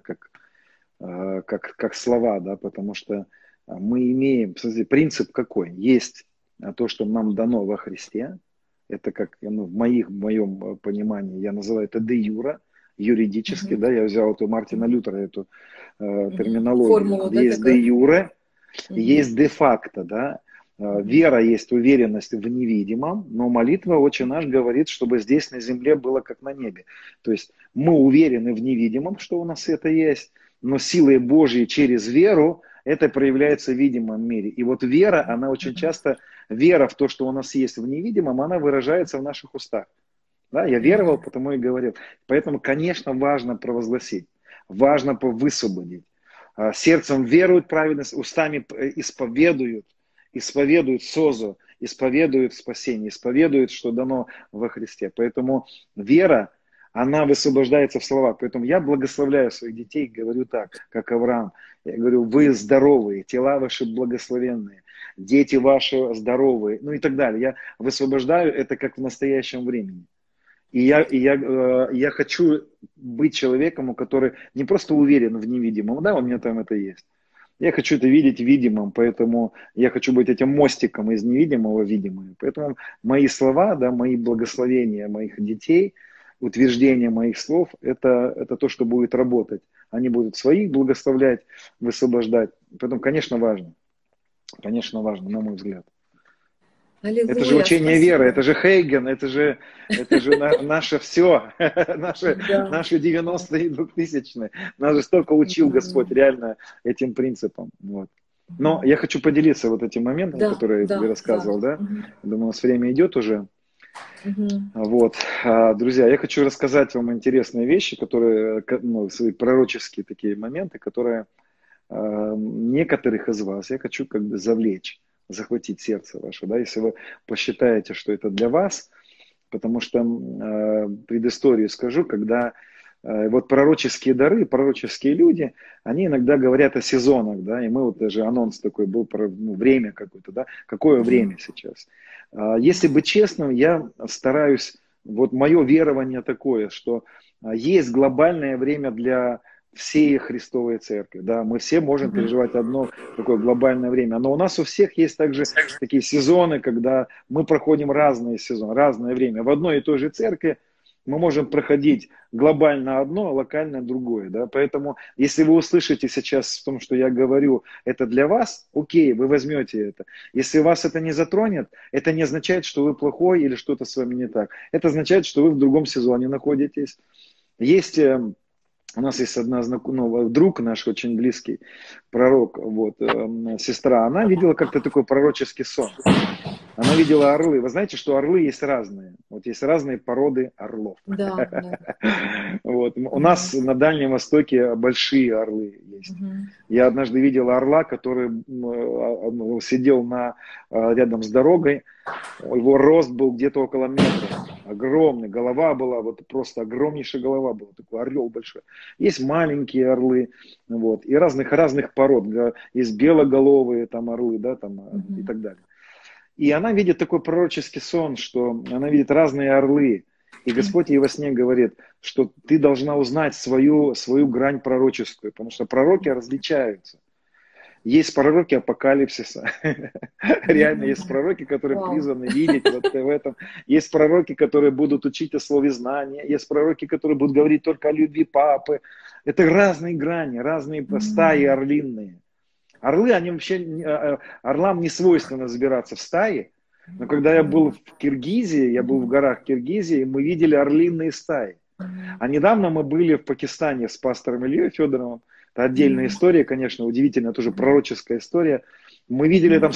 как слова, да, потому что мы имеем, смотрите, принцип какой? Есть то, что нам дано во Христе, это как, ну, в моем понимании, я называю это де юра, юридически, Мгм. да, я взял эту Мартина Мгм. Лютера, эту Мгм. терминологию. Формулу, да, Есть де такая? юре, Мгм. есть де-факто, да. Мгм. Вера есть уверенность в невидимом, но молитва «Отче наш» говорит, чтобы здесь на земле было как на небе. То есть мы уверены в невидимом, что у нас это есть, но силой Божьей через веру это проявляется в видимом мире. И вот вера, она очень часто, вера в то, что у нас есть в невидимом, она выражается в наших устах. Да, я веровал, Мгм. потому и говорил. Поэтому, конечно, важно провозгласить, важно высвободить. Сердцем веруют праведность, устами исповедуют созу, исповедуют спасение, исповедуют, что дано во Христе. Поэтому вера, она высвобождается в словах. Поэтому я благословляю своих детей, говорю так, как Авраам. Я говорю, вы здоровые, тела ваши благословенные, дети ваши здоровые, ну и так далее. Я высвобождаю это как в настоящем времени. И я хочу быть человеком, у который не просто уверен в невидимом, да, у меня там это есть. Я хочу это видеть видимым, поэтому я хочу быть этим мостиком из невидимого в видимое. Поэтому мои слова, да, мои благословения моих детей, утверждение моих слов, это то, что будет работать. Они будут своих благословлять, высвобождать. Поэтому, конечно, важно, на мой взгляд. Это же Аллилуйя, учение веры, спасибо. это же Хейген, это же наше все, Да. наши 90-е и 2000-е. Нас же столько учил Господь Мгм. реально этим принципам. Вот. Но Мгм. я хочу поделиться вот этим моментом, Да, который я тебе да, да. рассказывал, да. Мгм. Я думаю, у нас время идет уже. Мгм. Вот. Друзья, я хочу рассказать вам интересные вещи, которые, ну, свои пророческие такие моменты, которые некоторых из вас я хочу как бы завлечь, захватить сердце ваше, да, если вы посчитаете, что это для вас, потому что предысторию скажу, когда вот пророческие дары, пророческие люди, они иногда говорят о сезонах, да, и мы вот даже анонс такой был про время какое-то, да, какое время Мгм. сейчас. Если быть честным, я стараюсь, вот мое верование такое, что есть глобальное время для всей Христовой Церкви, да, мы все можем Мгм. переживать одно такое глобальное время, но у нас у всех есть также такие сезоны, когда мы проходим разные сезоны, разное время. В одной и той же церкви мы можем проходить глобально одно, а локально другое. Да? Поэтому, если вы услышите сейчас в том, что я говорю, это для вас, окей, вы возьмете это. Если вас это не затронет, это не означает, что вы плохой или что-то с вами не так. Это означает, что вы в другом сезоне находитесь. Есть у нас есть одна знакомая, друг наш очень близкий, пророк, вот, сестра, она видела как-то такой пророческий сон. Она видела орлы. Вы знаете, что орлы есть разные. Вот есть разные породы орлов. Да, да. Вот. У Мгм. нас на Дальнем Востоке большие орлы есть. Мгм. Я однажды видел орла, который сидел рядом с дорогой. Его рост был где-то около метра. Огромный. Голова была, вот просто огромнейшая голова была. Такой орел большой. Есть маленькие орлы. Вот, и разных пород. Есть белоголовые там орлы, да, там, и Мгм. так далее. И она видит такой пророческий сон, что она видит разные орлы. И Господь ей во сне говорит, что ты должна узнать свою грань пророческую, потому что пророки различаются. Есть пророки апокалипсиса. Реально есть Мгм. пророки, которые Вау. призваны видеть вот в этом. Есть пророки, которые будут учить о слове знания. Есть пророки, которые будут говорить только о любви папы. Это разные грани, разные стаи М. орлиные. Орлы, они вообще, орлам не свойственно забираться в стаи. Но когда я был в Киргизии, я был в Мгм. горах Киргизии, мы видели орлиные стаи. Мгм. А недавно мы были в Пакистане с пастором Ильей Федоровым. Это отдельная Мгм. история, конечно, удивительная, тоже Мгм. пророческая история. Мы видели Мгм. там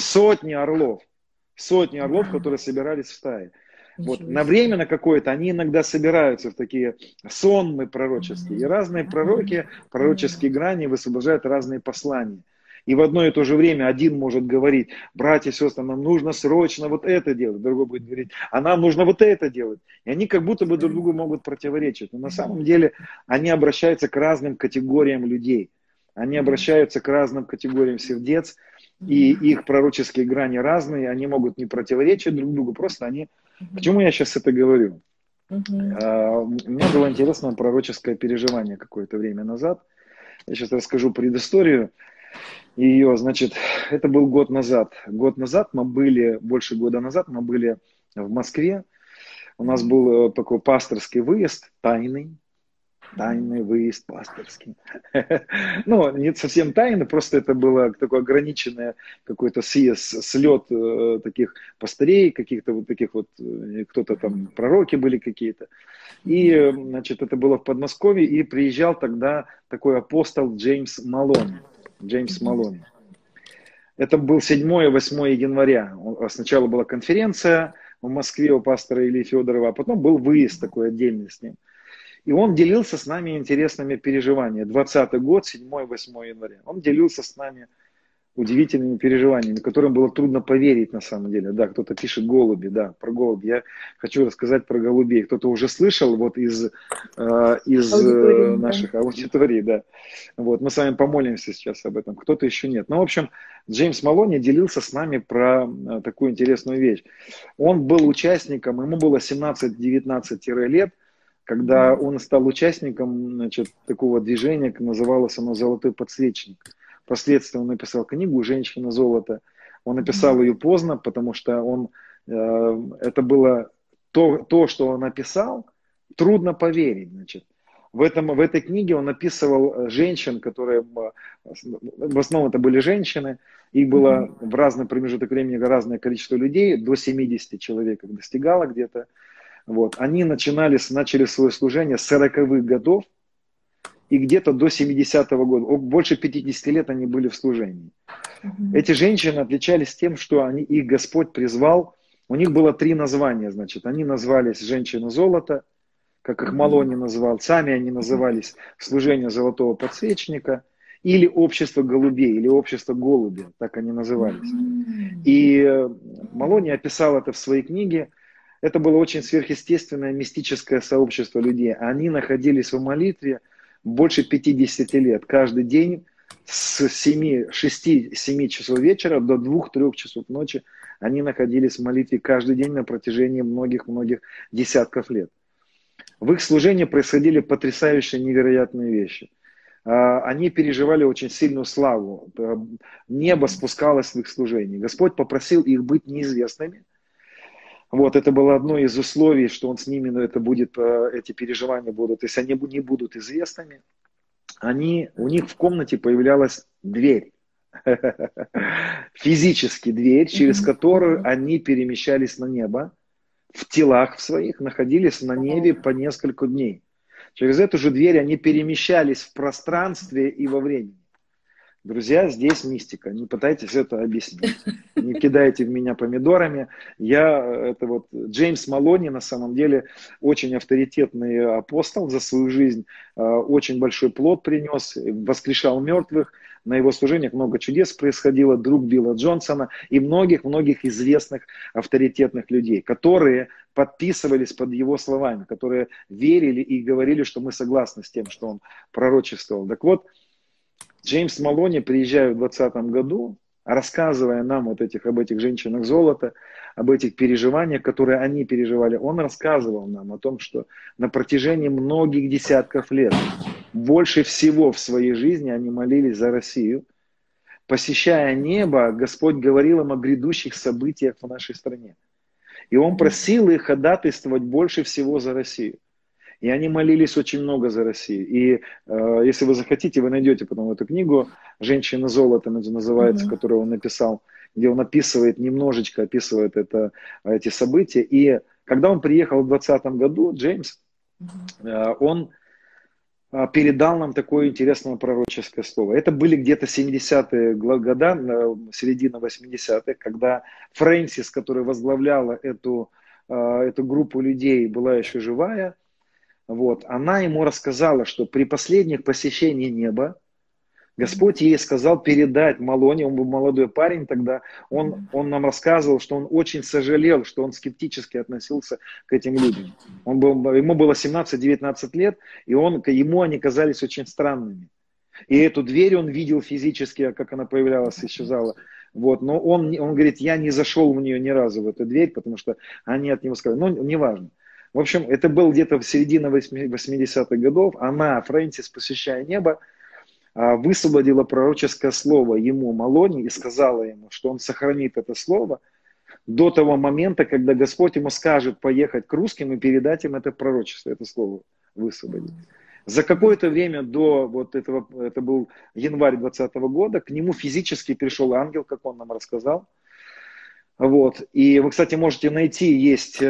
сотни орлов, которые собирались в стаи. Вот Ничего на себе. время на какое-то они иногда собираются в такие сонмы пророческие. И Мгм. разные Мгм. пророки, пророческие Мгм. грани высвобождают разные послания. И в одно и то же время один может говорить: братья и сестры, нам нужно срочно вот это делать. Другой будет говорить: а нам нужно вот это делать. И они как будто бы друг другу могут противоречить. Но на самом деле они обращаются к разным категориям людей. Они Мгм. обращаются к разным категориям сердец. И Мгм. их пророческие грани разные. Они могут не противоречить друг другу. Просто они... К Мгм. чему я сейчас это говорю? Мгм. У меня было интересное пророческое переживание какое-то время назад. Я сейчас расскажу предысторию ее. Значит, это был год назад. Год назад мы были, больше года назад мы были в Москве. У нас Мгм. был такой пасторский выезд, тайный. Мгм. Тайный выезд пасторский. Ну, не совсем тайный, просто это было такое ограниченное какой-то съезд, слет таких пастырей, каких-то вот таких вот, кто-то там, пророки были какие-то. И, Мгм. значит, это было в Подмосковье, и приезжал тогда такой апостол Джеймс Малони. Джеймс Мгм. Малони. Это был 7-8 января. Сначала была конференция в Москве у пастора Ильи Федорова, а потом был выезд такой отдельный с ним. И он делился с нами интересными переживаниями. 20-й год, 7-8 января. Он делился с нами удивительными переживаниями, которым было трудно поверить на самом деле. Да, кто-то пишет голуби, да, про голуби. Я хочу рассказать про голубей. Кто-то уже слышал вот из Аудитория, да. наших аудиторий, да. Вот, мы с вами помолимся сейчас об этом. Кто-то еще нет. Ну, в общем, Джеймс Малони делился с нами про такую интересную вещь. Он был участником, ему было 17-19 лет, когда Мгм. он стал участником, значит, такого движения, называлось оно «Золотой подсвечник». Впоследствии он написал книгу «Женщина золото». Он написал Мгм. ее поздно, потому что это было то, что он написал, трудно поверить. Значит. В этой книге он описывал женщин, которые, в основном это были женщины, их Мгм. было в разный промежуток времени разное количество людей, до 70 человек их достигало где-то. Вот. Они начали свое служение с 40-х годов, и где-то до 70-го года, больше 50 лет они были в служении. Мгм. Эти женщины отличались тем, что их Господь призвал, у них было 3 названия, значит, они назвались «Женщина золота», как их Мгм. Малони назвал, сами они назывались «Служение золотого подсвечника», или «Общество голубей», или «Общество голубя», так они назывались. Мгм. И Малони описал это в своей книге. Это было очень сверхъестественное мистическое сообщество людей. Они находились в молитве больше 50 лет. Каждый день с 6-7 часов вечера до 2-3 часов ночи они находились в молитве каждый день на протяжении многих-многих десятков лет. В их служении происходили потрясающие, невероятные вещи. Они переживали очень сильную славу. Небо спускалось в их служении. Господь попросил их быть неизвестными. Вот, это было одно из условий, что он с ними, но это будет, эти переживания будут, если они не будут известными, у них в комнате появлялась дверь, физически дверь, через Мгм. которую Мгм. они перемещались на небо, в телах своих, находились на Вау. небе по несколько дней. Через эту же дверь они перемещались в пространстве и во времени. Друзья, здесь мистика. Не пытайтесь это объяснить. Не кидайте в меня помидорами. Это вот Джеймс Малони на самом деле очень авторитетный апостол за свою жизнь. Очень большой плод принес, воскрешал мертвых. На его служениях много чудес происходило. Друг Билла Джонсона и многих-многих известных авторитетных людей, которые подписывались под его словами, которые верили и говорили, что мы согласны с тем, что он пророчествовал. Так вот, Джеймс Малони, приезжая в 2020 году, рассказывая нам об этих женщинах золота, об этих переживаниях, которые они переживали, он рассказывал нам о том, что на протяжении многих десятков лет, больше всего в своей жизни они молились за Россию. Посещая небо, Господь говорил им о грядущих событиях в нашей стране. И он просил их ходатайствовать больше всего за Россию. И они молились очень много за Россию. И если вы захотите, вы найдете потом эту книгу «Женщина золото» называется, Мгм. которую он написал, где он описывает, немножечко описывает эти события. И когда он приехал в 2020 году, Джеймс, Мгм. он передал нам такое интересное пророческое слово. Это были где-то 70-е года, середина 80-х, когда Фрэнсис, которая возглавляла эту группу людей, была еще живая. Вот, она ему рассказала, что при последних посещении неба Мгм. Господь ей сказал передать Малоне, он был молодой парень тогда, Мгм. он нам рассказывал, что он очень сожалел, что он скептически относился к этим людям. Ему было 17-19 лет, и ему они казались очень странными. И эту дверь он видел физически, как она появлялась, исчезала. Вот, но он говорит, я не зашел в нее ни разу, в эту дверь, потому что они от него сказали, ну, неважно. В общем, это был где-то в середине 80-х годов. Она, Фрэнсис, посещая небо, высвободила пророческое слово ему, Малони, и сказала ему, что он сохранит это слово до того момента, когда Господь ему скажет поехать к русским и передать им это пророчество, это слово высвободить. За какое-то время до вот этого, это был январь 2020 года, к нему физически пришел ангел, как он нам рассказал. Вот. И вы, кстати, можете найти, есть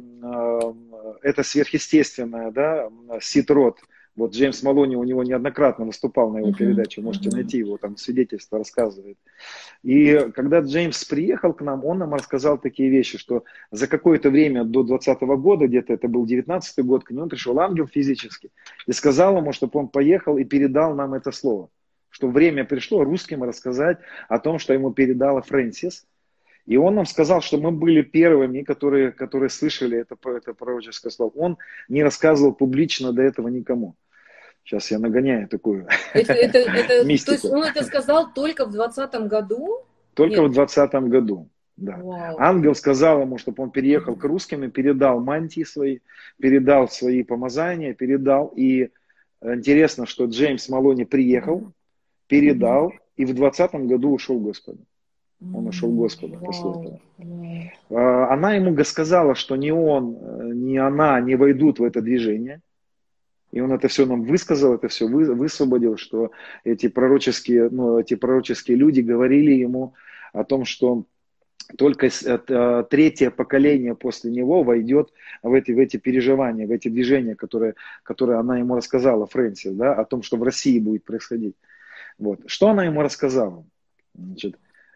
это сверхъестественное, да, Сид-Род. Вот Джеймс Малони, у него неоднократно выступал на его передаче, можете найти его, там свидетельство рассказывает. И когда Джеймс приехал к нам, он нам рассказал такие вещи, что за какое-то время до 2020 года, где-то это был 19-й год, к нему пришел ангел физически и сказал ему, чтобы он поехал и передал нам это слово. Что время пришло русским рассказать о том, что ему передала Фрэнсис. И он нам сказал, что мы были первыми, которые слышали это пророческое слово. Он не рассказывал публично до этого никому. Сейчас я нагоняю такую мистику. То есть он это сказал только в 2020 году? Только в 2020 году, да. Вау. Ангел сказал ему, чтобы он переехал к русским и передал мантии свои, передал свои помазания, передал. И интересно, что Джеймс Малони приехал, передал, и в 2020 году ушел к Господу. Он ушел к Господу после этого. Она ему сказала, что ни он, ни она не войдут в это движение. И он это все нам высказал, это все высвободил, что эти пророческие люди говорили ему о том, что только третье поколение после него войдет в эти переживания, в эти движения, которые она ему рассказала, Фрэнсис, да, о том, что в России будет происходить. Вот. Что она ему рассказала? Значит,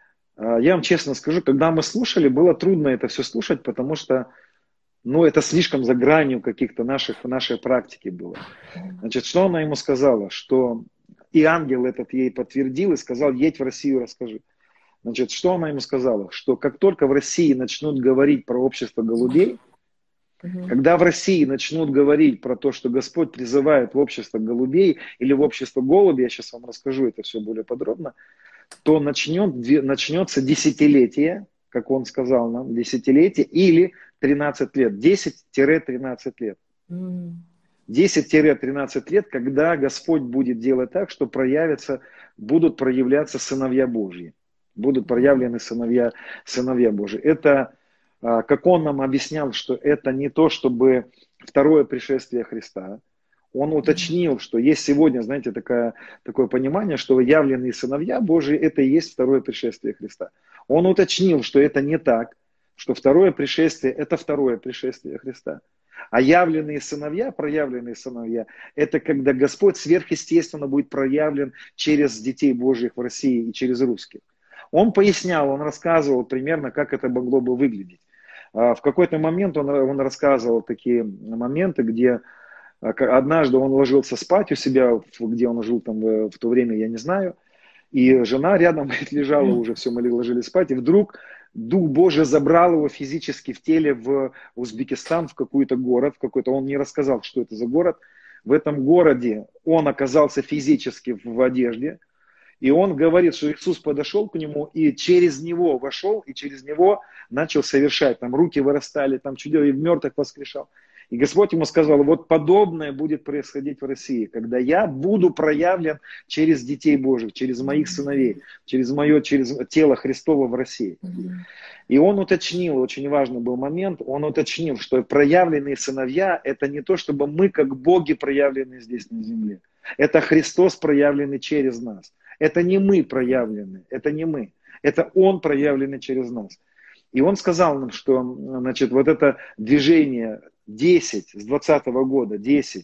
я вам честно скажу, когда мы слушали, было трудно это все слушать, потому что это слишком за гранью каких-то нашей практики было. Значит, что она ему сказала? Что и ангел этот ей подтвердил и сказал, едь в Россию, расскажи. Значит, что она ему сказала? Что как только в России начнут говорить про общество голубей, когда в России начнут говорить про то, что Господь призывает в общество голубей или в общество голубей, я сейчас вам расскажу это все более подробно, то начнется десятилетие, как он сказал нам, десятилетие или 13 лет, 10-13 лет. 10-13 лет, когда Господь будет делать так, что будут проявляться сыновья Божьи. Будут проявлены сыновья Божьи. Это, как он нам объяснял, что это не то, чтобы второе пришествие Христа. Он уточнил, что есть сегодня, знаете, такое понимание, что явленные сыновья Божьи – это и есть второе пришествие Христа. Он уточнил, что это не так, что второе пришествие – это второе пришествие Христа. А явленные сыновья, проявленные сыновья – это когда Господь сверхъестественно будет проявлен через детей Божьих в России и через русских. Он пояснял, он рассказывал примерно, как это могло бы выглядеть. В какой-то момент он рассказывал такие моменты, где однажды он ложился спать у себя, где он жил там в то время, я не знаю, и жена рядом лежала уже, все, мы ложились спать, и вдруг Дух Божий забрал его физически в теле в Узбекистан, в какой-то город, он не рассказал, что это за город. В этом городе он оказался физически в одежде, и он говорит, что Иисус подошел к нему и через него вошел, и через него начал совершать, там руки вырастали, там чудо, и в мертвых воскрешал. И Господь ему сказал, вот подобное будет происходить в России, когда я буду проявлен через детей Божьих, через моих сыновей, через тело Христово в России. И он уточнил, очень важный был момент, он уточнил, что проявленные сыновья, это не то, чтобы мы как боги проявлены здесь на земле. Это Христос проявленный через нас. Это не мы проявлены, это не мы. Это Он проявленный через нас. И он сказал нам, что значит, вот это движение 10 с 20 года, 10-13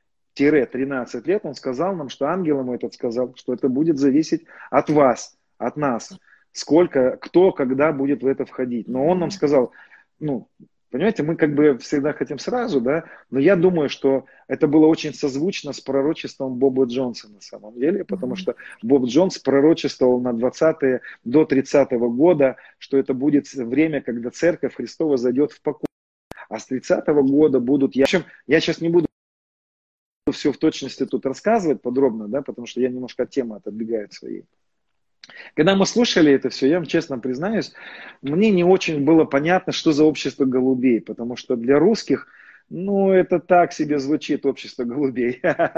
лет, он сказал нам, что ангел ему этот сказал, что это будет зависеть от вас, от нас. Сколько, кто, когда будет в это входить. Но он нам сказал, понимаете, мы как бы всегда хотим сразу, да, но я думаю, что это было очень созвучно с пророчеством Боба Джонса на самом деле, потому что Боб Джонс пророчествовал на 20-е до 30-го года, что это будет время, когда Церковь Христова зайдет в покой. А с 30-го года будут... Я сейчас не буду все в точности тут рассказывать подробно, да, потому что я немножко от темы отодвигаю от своей. Когда мы слушали это все, я вам честно признаюсь, мне не очень было понятно, что за общество голубей, потому что для русских Ну, это так себе звучит, общество голубей.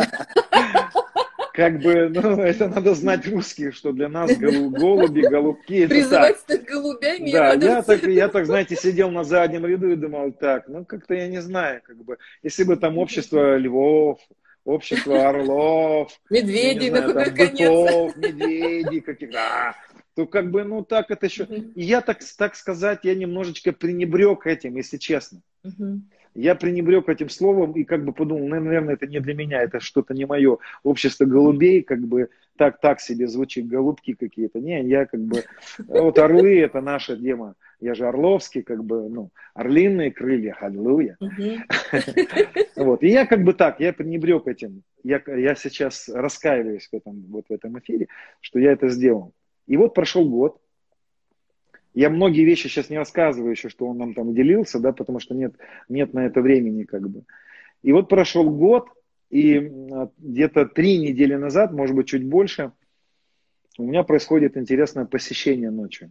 Как бы, ну, это надо знать русских, что для нас голуби, голубки, это Призывать так. стать голубями и Да, радоваться. я так, знаете, сидел на заднем ряду и думал, так, ну, как-то я не знаю, как бы, если бы там общество львов, общество орлов, я не Медведей на знаю, худой там конец. быков, медведей каких-то, то как бы, ну, так это еще... И я, так сказать, я немножечко пренебрег этим, если честно. Я пренебрег этим словом и как бы подумал, ну, наверное, это не для меня, это что-то не мое. Общество голубей, как бы так себе звучит, голубки какие-то. Не, я как бы, вот орлы это наша тема. Я же орловский, как бы, ну, орлиные крылья, аллилуйя. Вот. И я как бы так, я пренебрег этим. Я сейчас раскаиваюсь в этом эфире, что я это сделал. И вот прошел год. Я многие вещи сейчас не рассказываю еще, что он нам там делился, да, потому что нет на это времени как бы. И вот прошел год, и где-то 3 недели назад, может быть, чуть больше, у меня происходит интересное посещение ночью.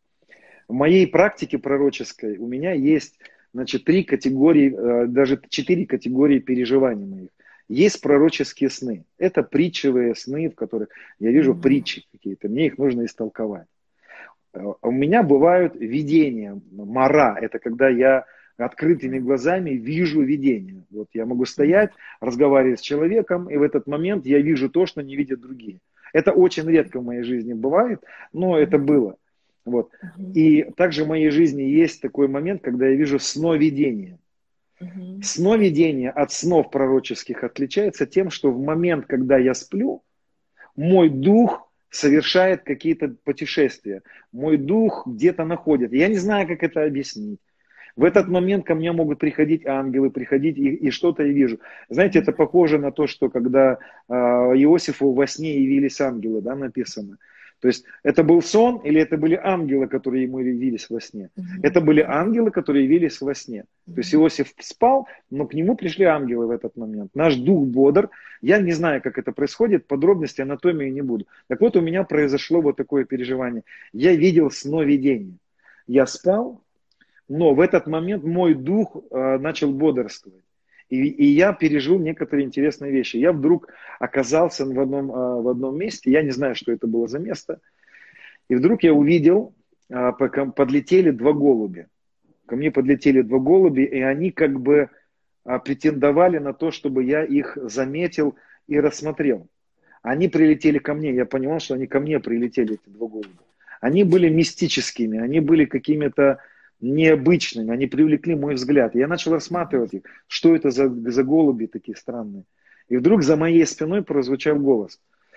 В моей практике пророческой у меня есть, значит, 3 категории, даже 4 категории переживаний моих. Есть пророческие сны. Это притчевые сны, в которых я вижу притчи какие-то. Мне их нужно истолковать. У меня бывают видения, мара, это когда я открытыми глазами вижу видение. Вот я могу стоять, разговаривать с человеком, и в этот момент я вижу то, что не видят другие. Это очень редко в моей жизни бывает, но это было. Вот. И также в моей жизни есть такой момент, когда я вижу сновидение. Сновидение от снов пророческих отличается тем, что в момент, когда я сплю, мой дух совершает какие-то путешествия. Мой дух где-то находит. Я не знаю, как это объяснить. В этот момент ко мне могут приходить ангелы, приходить и что-то я вижу. Знаете, это похоже на то, что когда Иосифу во сне явились ангелы, да, написано. То есть это был сон или это были ангелы, которые ему явились во сне? Это были ангелы, которые явились во сне. То есть Иосиф спал, но к нему пришли ангелы в этот момент. Наш дух бодр. Я не знаю, как это происходит, подробности анатомии не буду. Так вот, у меня произошло вот такое переживание. Я видел сновидение. Я спал, но в этот момент мой дух начал бодрствовать. И я пережил некоторые интересные вещи. Я вдруг оказался в одном месте, я не знаю, что это было за место, и вдруг я увидел, подлетели 2 голубя. Ко мне подлетели 2 голуби, и они как бы претендовали на то, чтобы я их заметил и рассмотрел. Они прилетели ко мне, я понимал, что они ко мне прилетели, эти 2 голубя. Они были мистическими, они были какими-то необычными, они привлекли мой взгляд. Я начал рассматривать их, что это за голуби такие странные. И вдруг за моей спиной прозвучал голос.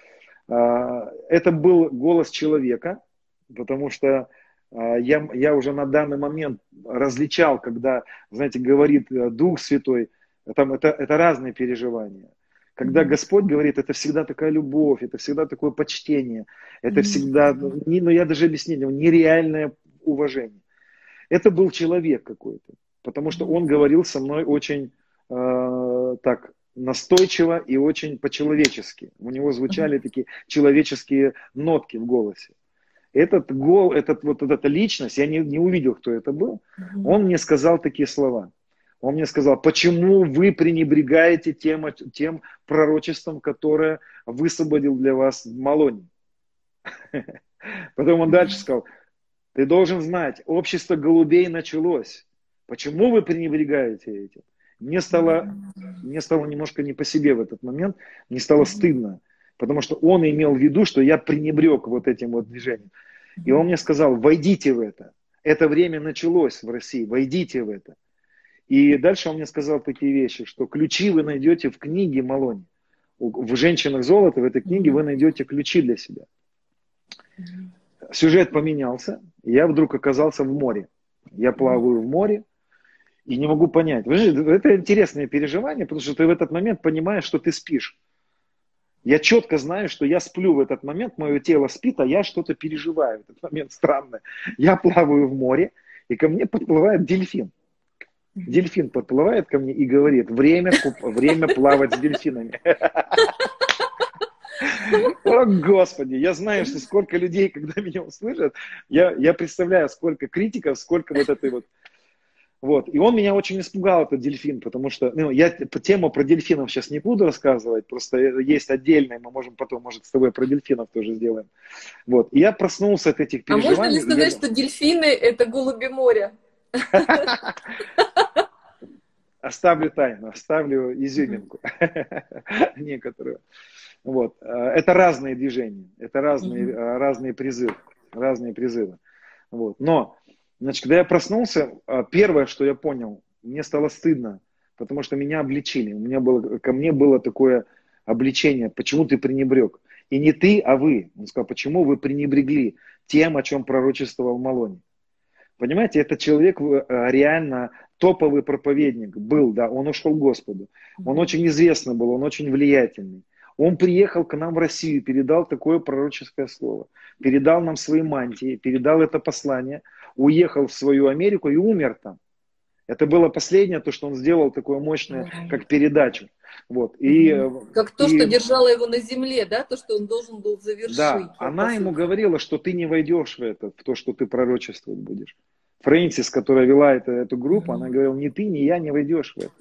Это был голос человека, потому что я уже на данный момент различал, когда, знаете, говорит Дух Святой, там это разные переживания. Когда Господь говорит, это всегда такая любовь, это всегда такое почтение, это всегда, я даже объяснить, нереальное уважение. Это был человек какой-то, потому что он говорил со мной очень так настойчиво и очень по-человечески. У него звучали такие человеческие нотки в голосе. Эта личность, я не увидел, кто это был, он мне сказал такие слова. Он мне сказал, почему вы пренебрегаете тем пророчеством, которое высвободил для вас Малони. Потом он дальше сказал, ты должен знать, общество голубей началось. Почему вы пренебрегаете этим? Мне стало немножко не по себе в этот момент, мне стало стыдно, потому что он имел в виду, что я пренебрег вот этим вот движением. И он мне сказал, войдите в это. Это время началось в России, войдите в это. И дальше он мне сказал такие вещи, что ключи вы найдете в книге Малони. В «Женщинах золота» в этой книге вы найдете ключи для себя. Сюжет поменялся, и я вдруг оказался в море. Я плаваю в море и не могу понять. Это интересное переживание, потому что ты в этот момент понимаешь, что ты спишь. Я четко знаю, что я сплю в этот момент, мое тело спит, а я что-то переживаю в этот момент странное. Я плаваю в море, и ко мне подплывает дельфин. Дельфин подплывает ко мне и говорит, время плавать с дельфинами. О, Господи, я знаю, что сколько людей, когда меня услышат, я представляю, сколько критиков, сколько вот этой вот Вот. И он меня очень испугал, этот дельфин, потому что, ну, я тему про дельфинов сейчас не буду рассказывать, просто есть отдельная, мы можем потом, может, с тобой про дельфинов тоже сделаем. Вот. И я проснулся от этих А можно ли переживаний, и я... сказать, что дельфины — это голуби моря? Оставлю тайну, оставлю Мгм. изюминку некоторую. Вот. Это разные движения, это Мгм. разные призывы, разные призывы. Вот. Но, значит, когда я проснулся, первое, что я понял, мне стало стыдно, потому что меня обличили. Ко мне было такое обличение, почему ты пренебрег. И не ты, а вы. Он сказал, почему вы пренебрегли тем, о чем пророчествовал Малони. Понимаете, этот человек реально топовый проповедник был, да, он ушел к Господу. Он Мгм. очень известный был, он очень влиятельный. Он приехал к нам в Россию, передал такое пророческое слово, передал нам свои мантии, передал это послание, уехал в свою Америку и умер там. Это было последнее, то, что он сделал, такое мощное, Вау. как передачу. Вот. Мгм. Как то, что И держало его на земле, да, то, что он должен был да, завершить, по она ему сути. говорила, что ты не войдешь в это, в то, что ты пророчествовать будешь. Фрэнсис, которая вела эту группу, она Мгм. говорила, ни ты, ни я не войдешь в это.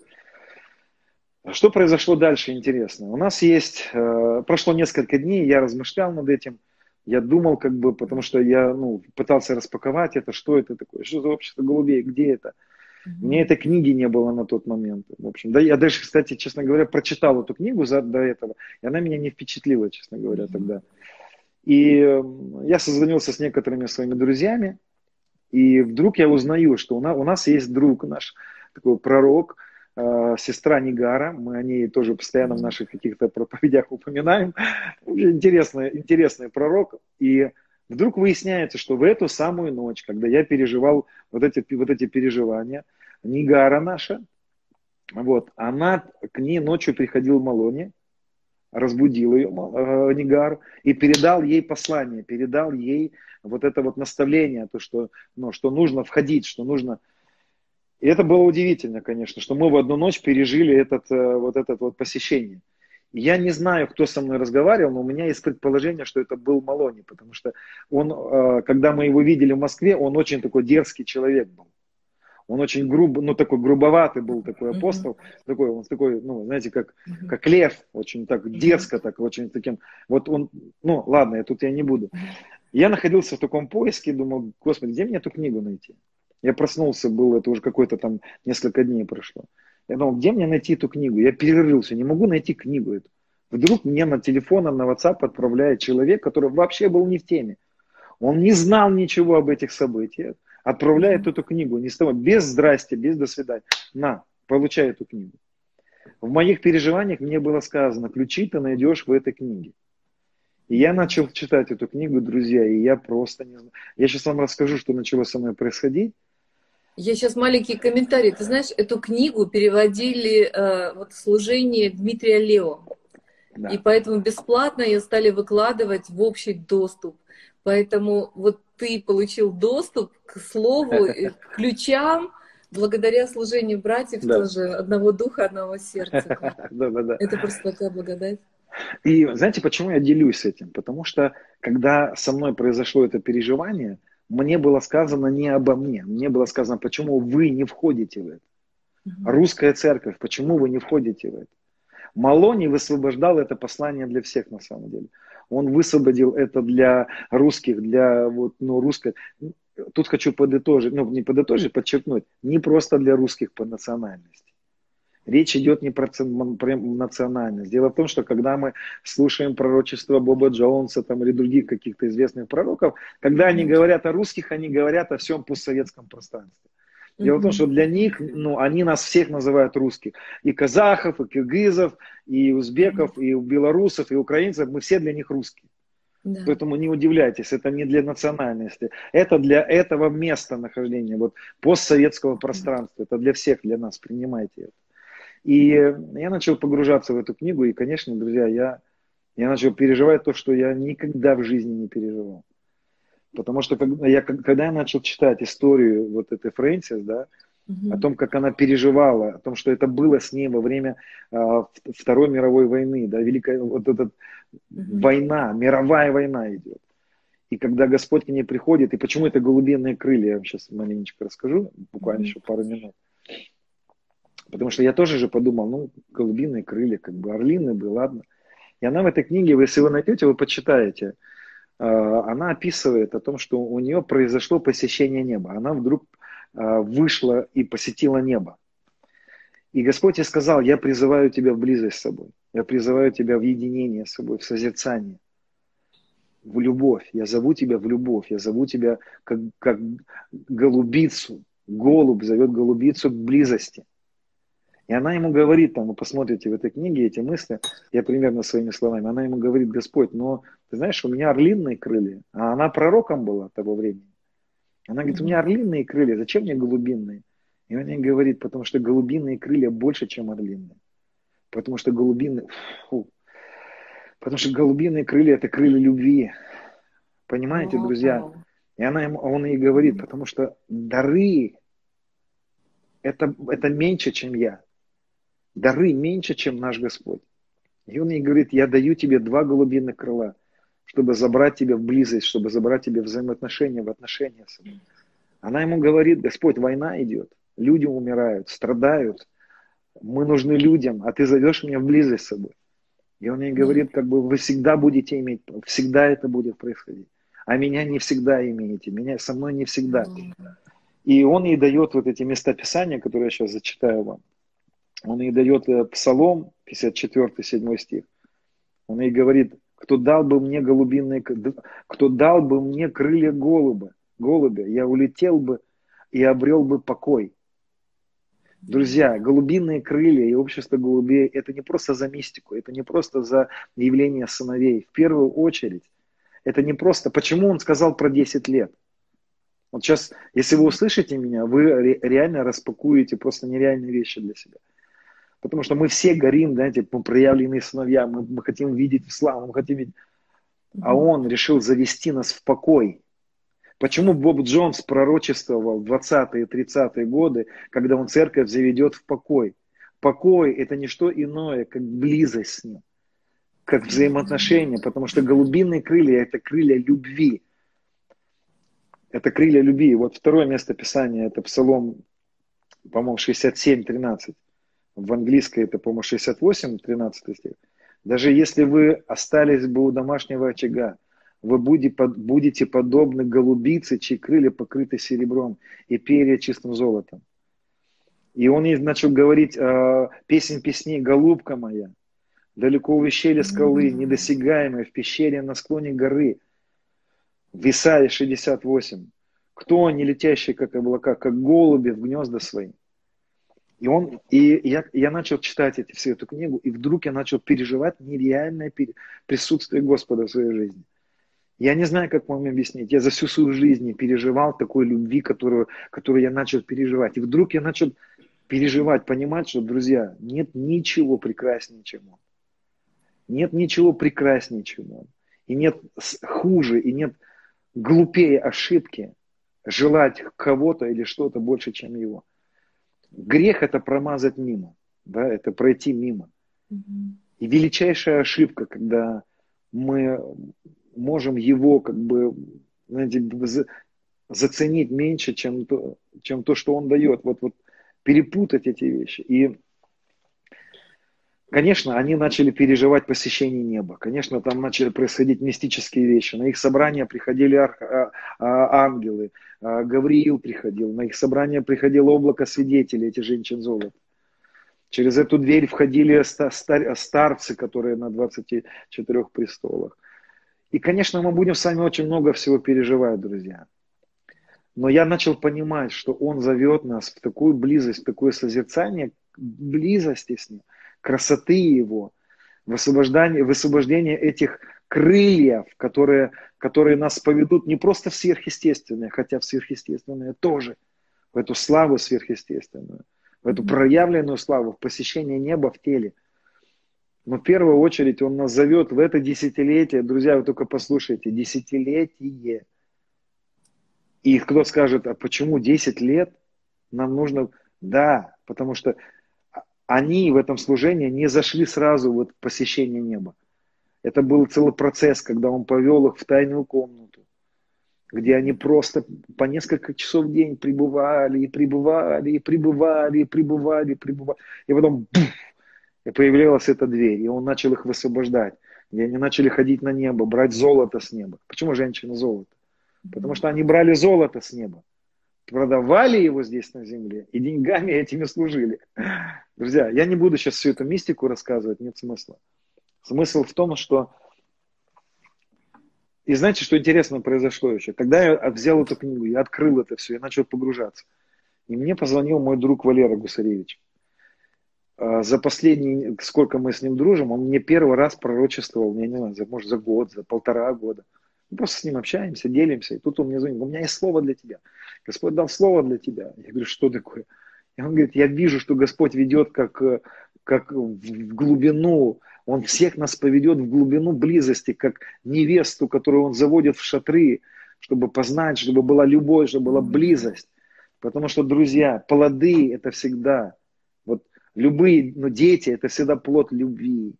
А что произошло дальше, интересно. У нас есть, прошло несколько дней, я размышлял над этим, я думал, как бы, потому что я пытался распаковать это, что это такое, что за общество голубей, где это. Мне Мгм. этой книги не было на тот момент. В общем, да, я даже, кстати, честно говоря, прочитал эту книгу до этого, и она меня не впечатлила, честно говоря, Мгм. тогда. И я созвонился с некоторыми своими друзьями, и вдруг я узнаю, что у нас есть друг наш, такой пророк, сестра Нигара, мы о ней тоже постоянно в Мгм. наших каких-то проповедях упоминаем. Интересный пророк. И вдруг выясняется, что в эту самую ночь, когда я переживал вот эти переживания, Нигара наша, вот, она к ней ночью приходил Малони, разбудил ее, Нигар, и передал ей послание, передал ей вот это вот наставление, то, что, что нужно входить, что нужно... И это было удивительно, конечно, что мы в одну ночь пережили вот это посещение. Я не знаю, кто со мной разговаривал, но у меня есть предположение, что это был Малони, потому что он, когда мы его видели в Москве, он очень такой дерзкий человек был. Он очень такой грубоватый был такой Мгм. апостол, он такой, знаете, Мгм. как лев, очень так Мгм. дерзко, так очень таким, вот он, ладно, я не буду. Мгм. Я находился в таком поиске, думал, господи, где мне эту книгу найти? Я проснулся, это уже какое-то там несколько дней прошло. Я думал, где мне найти эту книгу? Я перерылся, не могу найти книгу эту. Вдруг мне на телефон, на WhatsApp отправляет человек, который вообще был не в теме. Он не знал ничего об этих событиях, отправляет Мгм. эту книгу, не с того, без здрасте, без до свидания. На, получай эту книгу. В моих переживаниях мне было сказано, ключи ты найдешь в этой книге. И я начал читать эту книгу, друзья, и я просто не знаю. Я сейчас вам расскажу, что начало со мной происходить. Я сейчас маленький комментарий. Ты знаешь, эту книгу переводили вот в служение Дмитрия Лео. И Да. поэтому бесплатно ее стали выкладывать в общий доступ. Поэтому вот ты получил доступ к слову, и к ключам, благодаря служению братьев Да. тоже одного духа, одного сердца. Да, да, да. Это просто такая благодать. И знаете, почему я делюсь этим? Потому что, когда со мной произошло это переживание, мне было сказано не обо мне. Мне было сказано, почему вы не входите в это. Мгм. Русская церковь, почему вы не входите в это? Малони высвобождал это послание для всех на самом деле. Он высвободил это для русских, для русской. Тут хочу подытожить, не подытожить, подчеркнуть, не просто для русских по национальности. Речь идет не про национальность. Дело в том, что когда мы слушаем пророчество Боба Джонса там, или других каких-то известных пророков, когда они Мгм. говорят о русских, они говорят о всем постсоветском пространстве. Дело в том, Мгм. что для них, они нас всех называют русских. И казахов, и киргизов, и Мгм. узбеков, и белорусов, и украинцев. Мы все для них русские. Да. Поэтому не удивляйтесь, это не для национальности. Это для этого места нахождения, постсоветского пространства. Это для всех, для нас. Принимайте это. И я начал погружаться в эту книгу. И, конечно, друзья, я начал переживать то, что я никогда в жизни не переживал. Потому что когда я начал читать историю вот этой Фрэнсис, да, о Мгм. том, как она переживала, о том, что это было с ней во время Второй мировой войны, да, великая вот эта Мгм. война, мировая война идет. И когда Господь к ней приходит, и почему это голубиные крылья, я вам сейчас маленечко расскажу, буквально еще пару минут. Потому что я тоже же подумал, ну, голубиные крылья, как бы орлиные бы, ладно. И она в этой книге, если вы найдете, вы почитаете, она описывает о том, что у нее произошло посещение неба. Она вдруг вышла и посетила небо. И Господь ей сказал, я призываю тебя в близость с собой. Я призываю тебя в единение с собой, в созерцание, в любовь. Я зову тебя в любовь. Я зову тебя как голубицу. Голубь зовет голубицу к близости. И она ему говорит, там, вы посмотрите в этой книге эти мысли, я примерно своими словами, она ему говорит, Господь, но ты знаешь, у меня орлиные крылья, а она пророком была того времени. Она говорит, у меня орлиные крылья, зачем мне голубиные? И он ей говорит, потому что голубиные крылья больше, чем орлиные. Потому что голубиные крылья это крылья любви. Понимаете, друзья? И он ей говорит, потому что дары это меньше, чем я. Дары меньше, чем наш Господь. И он ей говорит, я даю тебе 2 голубиных крыла, чтобы забрать тебя в близость, чтобы забрать тебя в взаимоотношения, в отношения с ним. Она ему говорит, Господь, война идет, люди умирают, страдают, мы нужны людям, а ты зовешь меня в близость с собой. И он ей говорит, как бы вы всегда будете иметь, всегда это будет происходить. А меня не всегда имеете, меня со мной не всегда. И он ей дает вот эти места Писания, которые я сейчас зачитаю вам. Он ей дает Псалом, 54, 7 стих. Он ей говорит, кто дал бы мне крылья голубя, я улетел бы и обрел бы покой. Друзья, голубиные крылья и общество голубей, это не просто за мистику, это не просто за явление сыновей. В первую очередь, это не просто... Почему он сказал про 10 лет? Вот сейчас, если вы услышите меня, вы реально распакуете просто нереальные вещи для себя. Потому что мы все горим, знаете, проявленные сыновья, мы хотим видеть славу, мы хотим видеть... А он решил завести нас в покой. Почему Боб Джонс пророчествовал в 20-е и 30-е годы, когда он церковь заведет в покой? Покой – это не что иное, как близость с ним, как взаимоотношения, потому что голубиные крылья – это крылья любви. Это крылья любви. Вот второе место Писания – это Псалом, по-моему, 67:13. В английской это, по-моему, 68:13 стих. Даже если вы остались бы у домашнего очага, вы будете подобны голубице, чьи крылья покрыты серебром и перья чистым золотом. И он ей начал говорить песнь песней «Голубка моя, далеко у ущелья скалы, недосягаемой в пещере на склоне горы». В Исаии 68. Кто не летящий, как облака, как голуби в гнезда свои. И я начал читать всю эту книгу, и вдруг я начал переживать нереальное присутствие Господа в своей жизни. Я не знаю, как вам объяснить. Я за всю свою жизнь не переживал такой любви, которую я начал переживать. И вдруг я начал переживать, понимать, что, друзья, нет ничего прекраснее, чем он. Нет ничего прекраснее, чем он. И нет хуже, и нет глупее ошибки желать кого-то или что-то больше, чем его. Грех – это промазать мимо, да, это пройти мимо. И величайшая ошибка, когда мы можем его, как бы, знаете, заценить меньше, чем то, что он дает. Вот перепутать эти вещи. И, конечно, они начали переживать посещение неба. Конечно, там начали происходить мистические вещи. На их собрания приходили ангелы, Гавриил приходил, на их собрания приходило облако свидетелей, эти женщин золота. Через эту дверь входили старцы, которые на 24 престолах. И, конечно, мы будем с вами очень много всего переживать, друзья. Но я начал понимать, что Он зовет нас в такую близость, в такое созерцание близости с Ним, красоты Его, в освобождение этих крыльев, которые нас поведут не просто в сверхъестественное, хотя в сверхъестественное тоже, в эту славу сверхъестественную, в эту проявленную славу, в посещение неба в теле. Но в первую очередь Он нас зовет в это десятилетие, друзья, вы только послушайте, десятилетие. И кто скажет, а почему 10 лет нам нужно? Да, потому что они в этом служении не зашли сразу в посещение неба. Это был целый процесс, когда Он повел их в тайную комнату. где они просто по несколько часов в день пребывали, и пребывали, и пребывали, и пребывали, и пребывали. И потом и появлялась эта дверь, и он начал их высвобождать. И они начали ходить на небо, брать золото с неба. Почему женщина золото? Потому что они брали золото с неба, продавали его здесь на земле и деньгами этими служили. Друзья, я не буду сейчас всю эту мистику рассказывать, нет смысла. Смысл в том, что... И знаете, что интересно произошло еще? Когда я взял эту книгу, я открыл это все, я начал погружаться. И мне позвонил мой друг Валера Гусаревич. За последние, сколько мы с ним дружим, он мне первый раз пророчествовал, я не знаю, может за год, за 1,5 года. Мы просто с ним общаемся, делимся. И тут он мне звонит, у меня есть слово для тебя. Господь дал слово для тебя. Я говорю, что такое? И он говорит, я вижу, что Господь ведет как в глубину, Он всех нас поведет в глубину близости, как невесту, которую Он заводит в шатры, чтобы познать, чтобы была любовь, чтобы была близость. Потому что, друзья, плоды это всегда, вот любые, дети это всегда плод любви.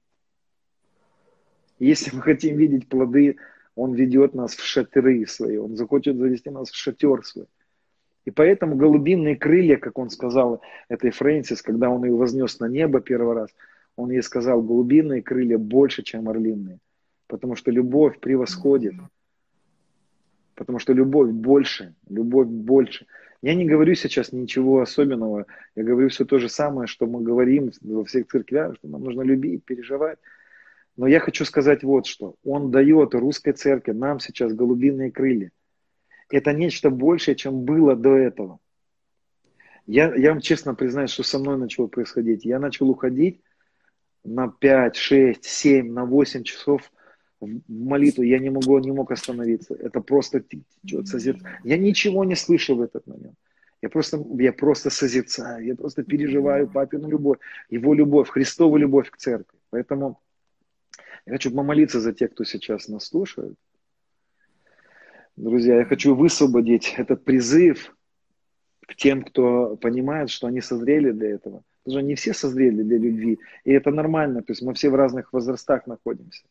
И если мы хотим видеть плоды, Он ведет нас в шатры свои, Он захочет завести нас в шатер свой. И поэтому голубиные крылья, как он сказал этой Фрэнсис, когда он ее вознес на небо первый раз, он ей сказал, голубиные крылья больше, чем орлиные. Потому что любовь превосходит. Потому что любовь больше, любовь больше. Я не говорю сейчас ничего особенного, я говорю все то же самое, что мы говорим во всех церквях, что нам нужно любить, переживать. Но я хочу сказать вот что. Он дает русской церкви нам сейчас голубиные крылья. Это нечто большее, чем было до этого. Я вам честно признаюсь, что со мной начало происходить. Я начал уходить на 5, 6, 7, на 8 часов в молитву. Я не мог остановиться. Это просто течет созерцание. Я ничего не слышу в этот момент. Я просто созерцаю, я просто переживаю папину любовь, его любовь, Христову любовь к церкви. Поэтому я хочу помолиться за тех, кто сейчас нас слушает. Друзья, я хочу высвободить этот призыв к тем, кто понимает, что они созрели для этого. Потому что не все созрели для любви, и это нормально, то есть мы все в разных возрастах находимся.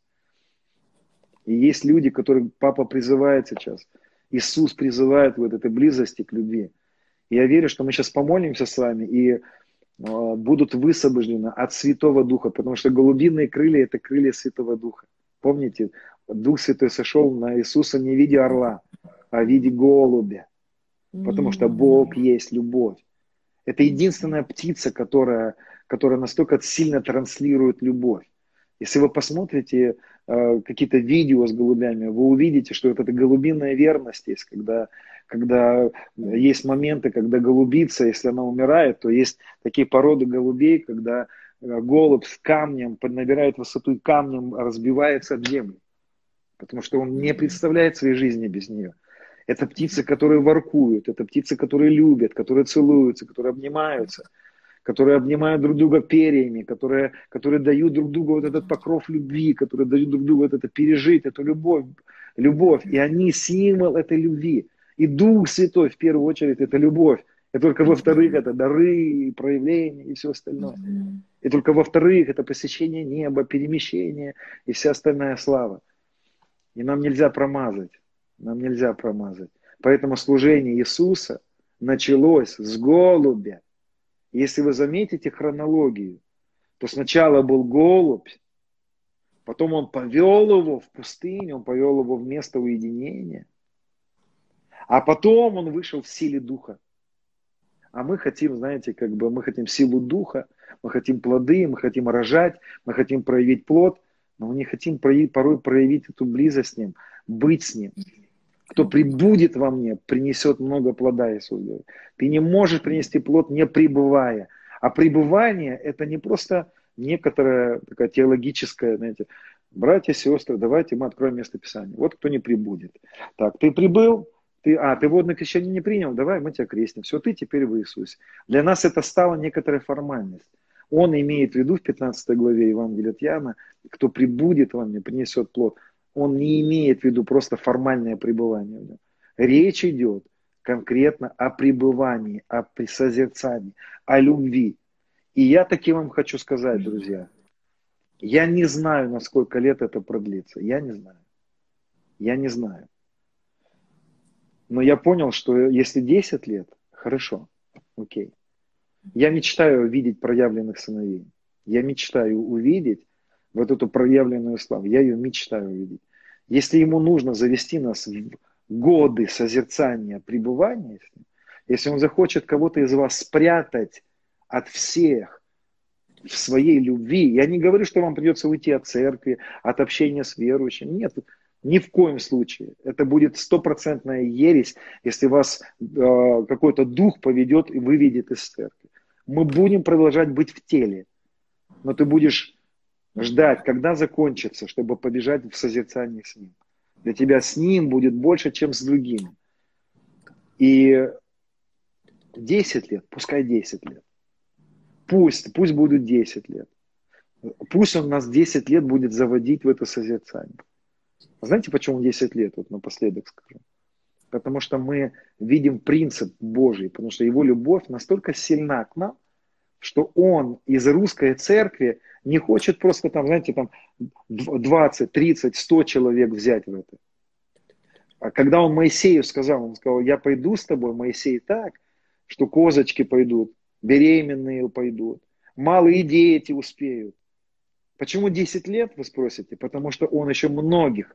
И есть люди, которых папа призывает сейчас, Иисус призывает в этой близости к любви. И я верю, что мы сейчас помолимся с вами, и будут высвобождены от Святого Духа, потому что голубиные крылья – это крылья Святого Духа. Помните, Дух Святой сошел на Иисуса не в виде орла, а в виде голубя. Потому что Бог есть любовь. Это единственная птица, которая настолько сильно транслирует любовь. Если вы посмотрите какие-то видео с голубями, вы увидите, что это голубиная верность есть, когда есть моменты, когда голубица, если она умирает, то есть такие породы голубей, когда голубь с камнем набирает высоту и камнем разбивается об землю. Потому что он не представляет своей жизни без нее. Это птицы, которые воркуют, это птицы, которые любят, которые целуются, которые обнимаются, которые обнимают друг друга перьями, которые дают друг другу вот этот покров любви, которые дают друг другу вот это пережить, эту любовь. И они символ этой любви. И Дух Святой, в первую очередь, это любовь. И только во-вторых, это дары, проявления и все остальное. И только во-вторых, это посещение неба, перемещение и вся остальная слава. И нам нельзя промазать. Нам нельзя промазать. Поэтому служение Иисуса началось с голубя. Если вы заметите хронологию, то сначала был голубь, потом он повел его в пустыню, он повел его в место уединения, а потом он вышел в силе Духа. А мы хотим, знаете, мы хотим силу Духа, мы хотим плоды, мы хотим рожать, мы хотим проявить плод, но мы не хотим порой проявить эту близость с Ним, быть с Ним. Кто прибудет во мне, принесет много плода, Иисус говорит. Ты не можешь принести плод, не пребывая. А пребывание – это не просто некоторая такая теологическая, знаете, братья, сестры, давайте мы откроем место Писания. Вот кто не прибудет. Так, ты прибыл, ты водное крещение не принял, давай мы тебя крестим. Все, ты теперь в Иисусе. Для нас это стало некоторая формальность. Он имеет в виду в 15 главе Евангелия от Иоанна, кто прибудет во мне, принесет плод. Он не имеет в виду просто формальное пребывание в нем. Речь идет конкретно о пребывании, о созерцании, о любви. И я таки вам хочу сказать, друзья, я не знаю, на сколько лет это продлится. Я не знаю. Я не знаю. Но я понял, что если 10 лет, хорошо, окей. Я мечтаю видеть проявленных сыновей. Я мечтаю увидеть вот эту проявленную славу. Я ее мечтаю увидеть. Если ему нужно завести нас в годы созерцания, пребывания с ним, если он захочет кого-то из вас спрятать от всех в своей любви, я не говорю, что вам придется уйти от церкви, от общения с верующими. Нет, ни в коем случае. Это будет стопроцентная ересь, если вас какой-то дух поведет и выведет из церкви. Мы будем продолжать быть в теле, но ты будешь ждать, когда закончится, чтобы побежать в созерцании с ним. Для тебя с ним будет больше, чем с другими. И 10 лет, пускай 10 лет. Пусть будут 10 лет. Пусть он нас 10 лет будет заводить в это созерцание. Знаете, почему 10 лет? Вот напоследок скажу. Потому что мы видим принцип Божий, потому что его любовь настолько сильна к нам, что он из русской церкви не хочет просто там, знаете, там 20, 30, 100 человек взять в это. А когда он Моисею сказал, он сказал, я пойду с тобой, Моисей, так, что козочки пойдут, беременные пойдут, малые дети успеют. Почему 10 лет, вы спросите? Потому что он еще многих,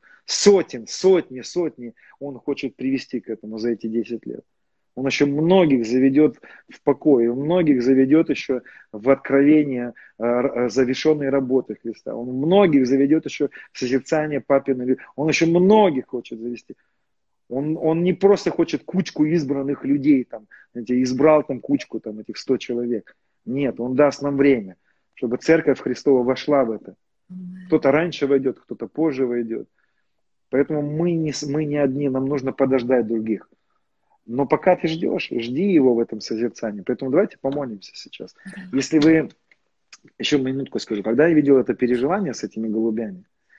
сотни, он хочет привести к этому за эти 10 лет. Он еще многих заведет в покой, он многих заведет еще в откровение завершенной работы Христа. Он многих заведет еще в созерцание папиной любви. Он еще многих хочет завести. Он не просто хочет кучку избранных людей, там, знаете, избрал там кучку, там, этих 100 человек. Нет, он даст нам время, чтобы Церковь Христова вошла в это. Кто-то раньше войдет, кто-то позже войдет. Поэтому мы не одни, нам нужно подождать других. Но пока ты ждешь, жди его в этом созерцании. Поэтому давайте помолимся сейчас. Если вы, еще минутку скажу, когда я видел это переживание с этими голубями,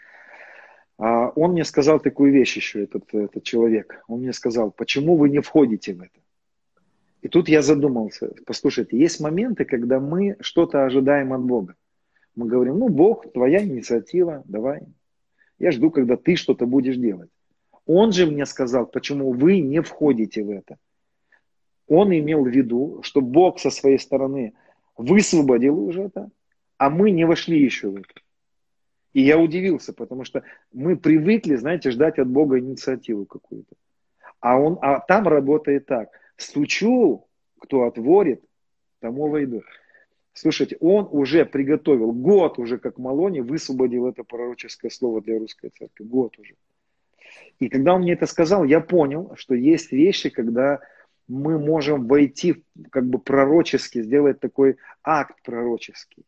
он мне сказал такую вещь еще, этот человек. Он мне сказал, почему вы не входите в это? И тут я задумался. Послушайте, есть моменты, когда мы что-то ожидаем от Бога. Мы говорим, ну, Бог, твоя инициатива, давай. Я жду, когда ты что-то будешь делать. Он же мне сказал, почему вы не входите в это. Он имел в виду, что Бог со своей стороны высвободил уже это, а мы не вошли еще в это. И я удивился, потому что мы привыкли, знаете, ждать от Бога инициативу какую-то. А там работает так. Стучу, кто отворит, тому войду. Слушайте, он уже приготовил, год уже как Малони высвободил это пророческое слово для русской церкви. Год уже. И когда он мне это сказал, я понял, что есть вещи, когда мы можем войти как бы пророчески, сделать такой акт пророческий.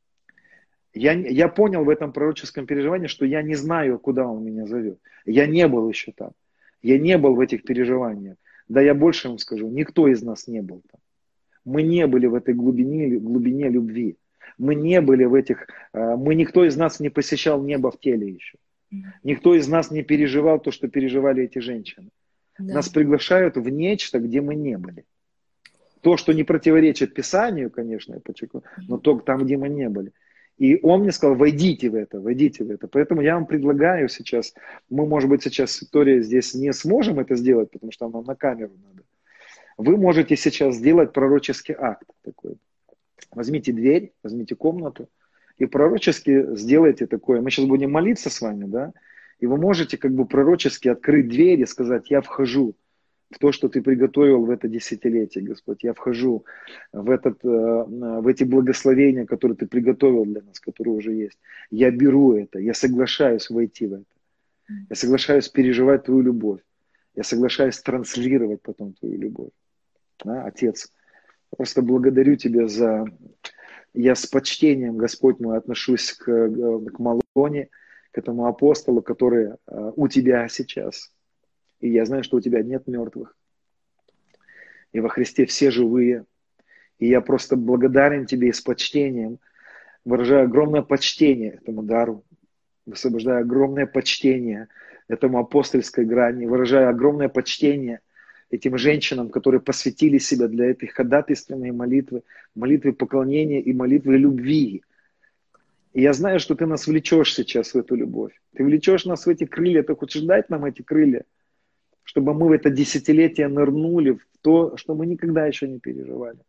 Я понял в этом пророческом переживании, что я не знаю, куда он меня зовет. Я не был еще там. Я не был в этих переживаниях. Да я больше вам скажу, никто из нас не был там. Мы не были в этой глубине любви. Мы не были в этих... никто из нас не посещал небо в теле еще. Никто из нас не переживал то, что переживали эти женщины. Да. Нас приглашают в нечто, где мы не были. То, что не противоречит Писанию, конечно, я подчеркну, но то, там, где мы не были. И он мне сказал, войдите в это, войдите в это. Поэтому я вам предлагаю сейчас, мы, может быть, сейчас с Викторией здесь не сможем это сделать, потому что нам на камеру надо. Вы можете сейчас сделать пророческий акт такой. Возьмите дверь, возьмите комнату и пророчески сделайте такое. Мы сейчас будем молиться с вами, да? И вы можете как бы пророчески открыть дверь и сказать, я вхожу в то, что ты приготовил в это десятилетие, Господь. Я вхожу в эти благословения, которые ты приготовил для нас, которые уже есть. Я беру это, я соглашаюсь войти в это. Я соглашаюсь переживать твою любовь. Я соглашаюсь транслировать потом твою любовь. Да, Отец, просто благодарю Тебя за... Я с почтением, Господь мой, отношусь к Малоне, к этому апостолу, который у Тебя сейчас. И я знаю, что у Тебя нет мертвых. И во Христе все живые. И я просто благодарен Тебе и с почтением выражаю огромное почтение этому дару. Высвобождаю огромное почтение этому апостольской грани. Выражаю огромное почтение этим женщинам, которые посвятили себя для этой ходатайственной молитвы, молитвы поклонения и молитвы любви. И я знаю, что Ты нас влечешь сейчас в эту любовь. Ты влечешь нас в эти крылья. Ты хочешь дать нам эти крылья, чтобы мы в это десятилетие нырнули в то, что мы никогда еще не переживали.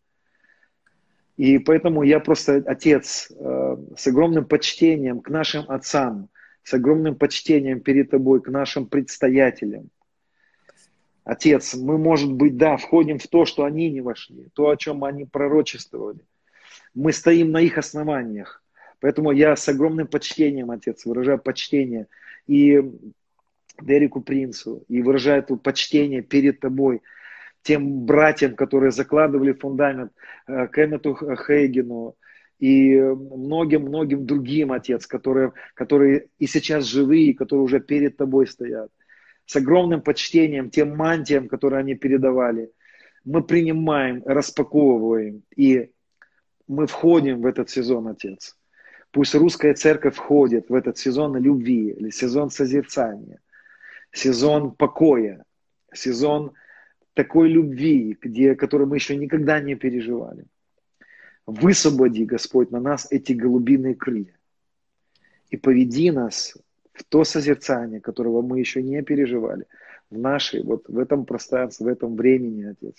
И поэтому я просто, Отец, с огромным почтением к нашим отцам, с огромным почтением перед Тобой, к нашим предстоятелям. Отец, мы, может быть, да, входим в то, что они не вошли, то, о чем они пророчествовали. Мы стоим на их основаниях. Поэтому я с огромным почтением, Отец, выражаю почтение и Дереку Принцу, и выражаю это почтение перед Тобой, тем братьям, которые закладывали фундамент, Кеннету Хейгену и многим-многим другим, Отец, которые и сейчас живые, которые уже перед Тобой стоят. С огромным почтением тем мантиям, которые они передавали. Мы принимаем, распаковываем, и мы входим в этот сезон, Отец. Пусть русская церковь входит в этот сезон любви, или сезон созерцания, сезон покоя, сезон такой любви, которую мы еще никогда не переживали. Высвободи, Господь, на нас эти голубиные крылья и поведи нас в то созерцание, которого мы еще не переживали, в этом пространстве, в этом времени, Отец.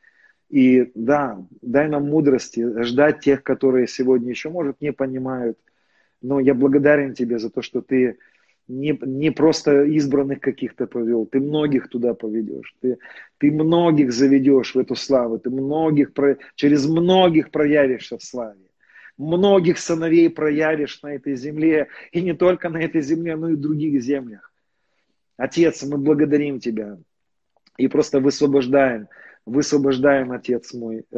И да, дай нам мудрости ждать тех, которые сегодня еще, может, не понимают, но я благодарен Тебе за то, что Ты не просто избранных каких-то повел, Ты многих туда поведешь, ты многих заведешь в эту славу, Ты через многих проявишься в славе. Многих сыновей проявишь на этой земле, и не только на этой земле, но и в других землях. Отец, мы благодарим Тебя и просто высвобождаем, Отец мой,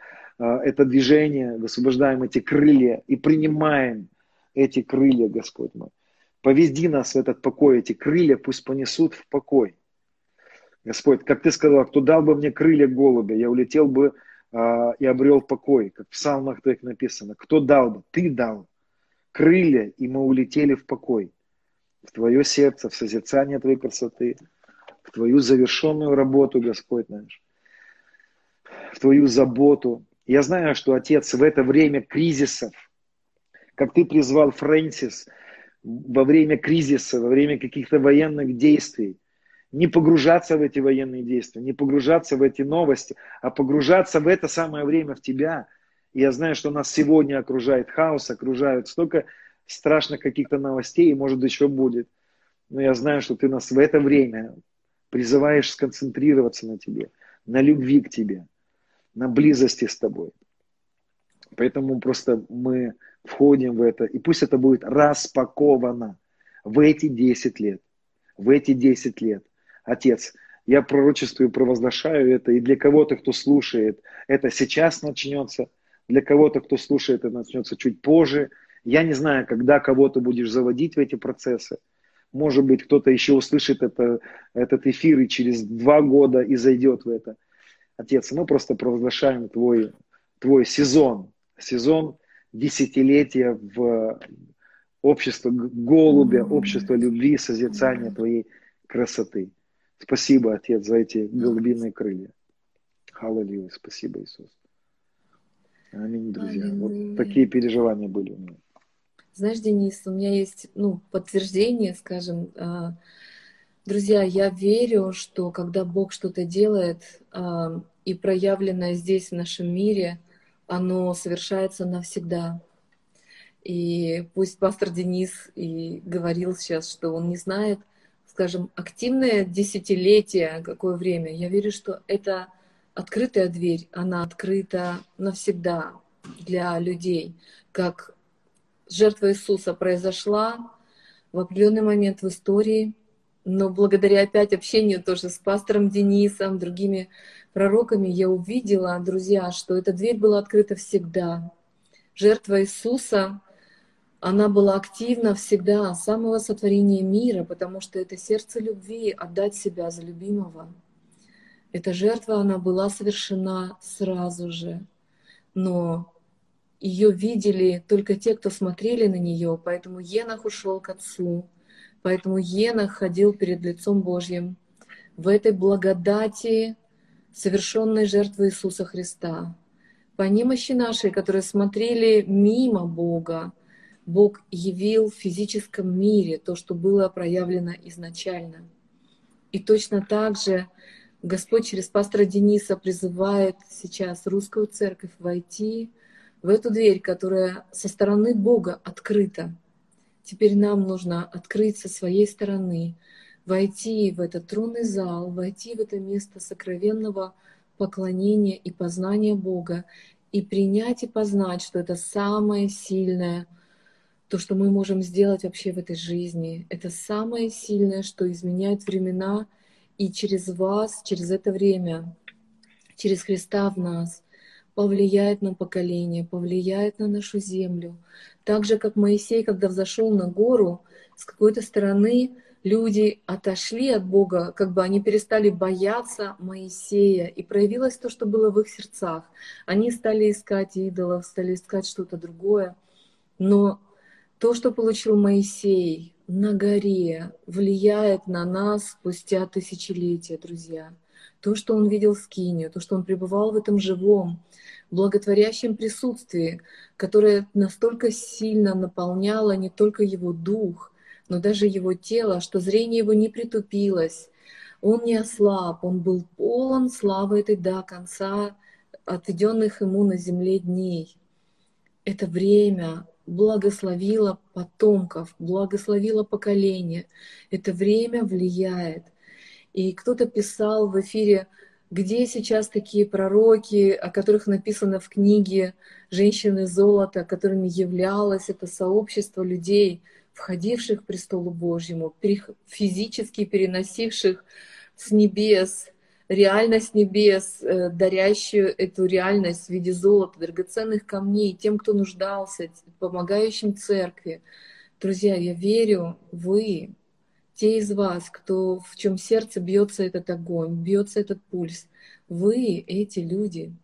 это движение, высвобождаем эти крылья и принимаем эти крылья, Господь мой. Поведи нас в этот покой, эти крылья пусть понесут в покой. Господь, как Ты сказал, кто дал бы мне крылья голубя, я улетел бы и обрел покой, как в псалмах Твоих написано. Кто дал бы? Ты дал крылья, и мы улетели в покой, в Твое сердце, в созерцание Твоей красоты, в Твою завершенную работу, Господь наш, в Твою заботу. Я знаю, что, Отец, в это время кризисов, как Ты призвал Фрэнсис во время кризиса, во время каких-то военных действий, не погружаться в эти военные действия, не погружаться в эти новости, а погружаться в это самое время в Тебя. И я знаю, что нас сегодня окружает хаос, окружают столько страшных каких-то новостей, и может еще будет. Но я знаю, что Ты нас в это время призываешь сконцентрироваться на Тебе, на любви к Тебе, на близости с Тобой. Поэтому просто мы входим в это, и пусть это будет распаковано в эти 10 лет. В эти 10 лет. Отец, я пророчествую, провозглашаю это, и для кого-то, кто слушает, это сейчас начнется, для кого-то, кто слушает, это начнется чуть позже. Я не знаю, когда кого-то будешь заводить в эти процессы. Может быть, кто-то еще услышит этот эфир и через 2 года и зайдет в это. Отец, мы просто провозглашаем твой сезон десятилетия в общество голубя, общество любви, созерцания Твоей красоты. Спасибо, Отец, за эти голубиные крылья. Аллилуйя. Спасибо, Иисус. Аминь, друзья. Аллилуйя. Вот такие переживания были у меня. Знаешь, Денис, у меня есть подтверждение, скажем. Друзья, я верю, что когда Бог что-то делает, и проявленное здесь, в нашем мире, оно совершается навсегда. И пусть пастор Денис и говорил сейчас, что он не знает, скажем, активное десятилетие, какое время. Я верю, что это открытая дверь, она открыта навсегда для людей. Как жертва Иисуса произошла в определенный момент в истории, но благодаря опять общению тоже с пастором Денисом, другими пророками, я увидела, друзья, что эта дверь была открыта всегда. Жертва Иисуса, она была активна всегда, с самого сотворения мира, потому что это сердце любви, отдать себя за любимого. Эта жертва, она была совершена сразу же, но ее видели только те, кто смотрели на нее, поэтому Енох ушел к Отцу, поэтому Енох ходил перед лицом Божьим в этой благодати совершенной жертвы Иисуса Христа. По немощи нашей, которые смотрели мимо Бога, Бог явил в физическом мире то, что было проявлено изначально. И точно так же Господь через пастора Дениса призывает сейчас русскую церковь войти в эту дверь, которая со стороны Бога открыта. Теперь нам нужно открыть со своей стороны, войти в этот тронный зал, войти в это место сокровенного поклонения и познания Бога, и принять и познать, что это самое сильное, то, что мы можем сделать вообще в этой жизни. Это самое сильное, что изменяет времена, и через вас, через это время, через Христа в нас, повлияет на поколение, повлияет на нашу землю. Так же, как Моисей, когда взошел на гору, с какой-то стороны люди отошли от Бога, как бы они перестали бояться Моисея, и проявилось то, что было в их сердцах. Они стали искать идолов, стали искать что-то другое. Но то, что получил Моисей на горе, влияет на нас спустя тысячелетия, друзья. То, что он видел скинию, то, что он пребывал в этом живом, благотворящем присутствии, которое настолько сильно наполняло не только его дух, но даже его тело, что зрение его не притупилось, он не ослаб, он был полон славы этой до конца отведенных ему на земле дней. Это время благословило потомков, благословило поколение. Это время влияет. И кто-то писал в эфире, где сейчас такие пророки, о которых написано в книге «Женщины золота», которыми являлось это сообщество людей, входивших к престолу Божьему, физически переносивших с небес реальность небес, дарящую эту реальность в виде золота, драгоценных камней, тем, кто нуждался, помогающим церкви. Друзья, я верю, вы, те из вас, кто, в чем сердце бьется этот огонь, бьется этот пульс, вы эти люди,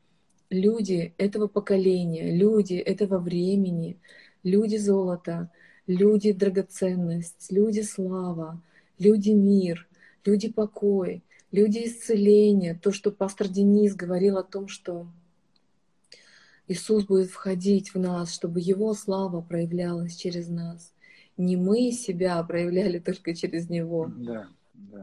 люди этого поколения, люди этого времени, люди золота, люди драгоценность, люди слава, люди мир, люди покой, люди исцеления. То, что пастор Денис говорил о том, что Иисус будет входить в нас, чтобы Его слава проявлялась через нас. Не мы себя проявляли только через Него, Да, да.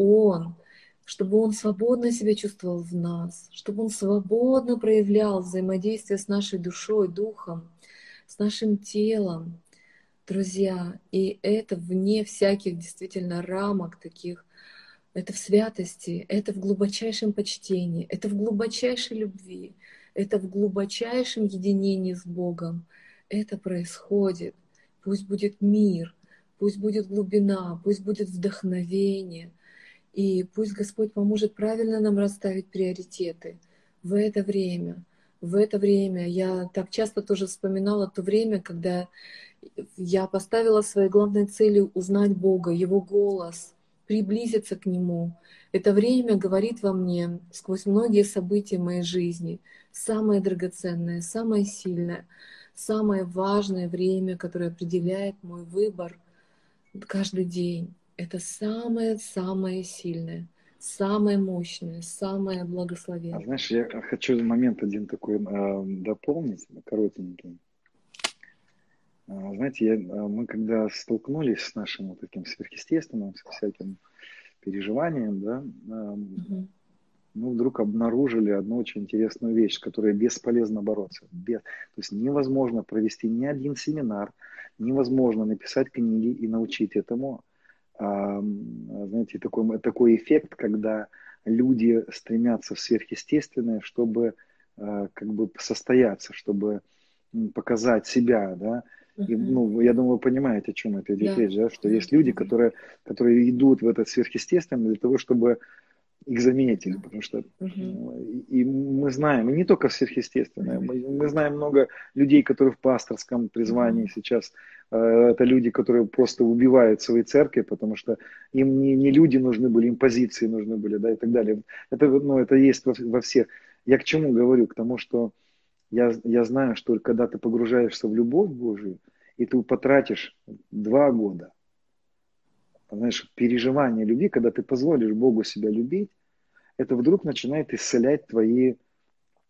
чтобы Он свободно себя чувствовал в нас, чтобы Он свободно проявлял взаимодействие с нашей душой, духом, с нашим телом, друзья. И это вне всяких действительно рамок таких. Это в святости, это в глубочайшем почтении, это в глубочайшей любви, это в глубочайшем единении с Богом. Это происходит. Пусть будет мир, пусть будет глубина, пусть будет вдохновение. И пусть Господь поможет правильно нам расставить приоритеты в это время. В это время я так часто тоже вспоминала то время, когда я поставила своей главной целью узнать Бога, Его голос, приблизиться к Нему. Это время говорит во мне сквозь многие события моей жизни. Самое драгоценное, самое сильное, самое важное время, которое определяет мой выбор каждый день. Это самое-самое сильное, самое мощное, самое благословенное. Знаешь, я хочу момент один такой дополнить, коротенький. Знаете, мы когда столкнулись с нашим вот таким сверхъестественным, со всяким переживанием, да, мы вдруг обнаружили одну очень интересную вещь, с которой бесполезно бороться. То есть невозможно провести ни один семинар, невозможно написать книги и научить этому. Знаете, такой эффект, когда люди стремятся в сверхъестественное, чтобы как бы состояться, чтобы показать себя, да. И, ну, я думаю, вы понимаете, о чем это идет речь, да? Что есть люди, которые идут в это сверхъестественное для того, чтобы их заметили, потому что и мы знаем, и не только сверхъестественное, мы знаем много людей, которые в пасторском призвании сейчас, это люди, которые просто убивают свои церкви, потому что им не люди нужны были, им позиции нужны были, да, и так далее. Это есть во всех. Я к чему говорю? К тому, что я знаю, что когда ты погружаешься в любовь Божию, и ты потратишь 2 года, знаешь, переживание любви, когда ты позволишь Богу себя любить, это вдруг начинает исцелять твои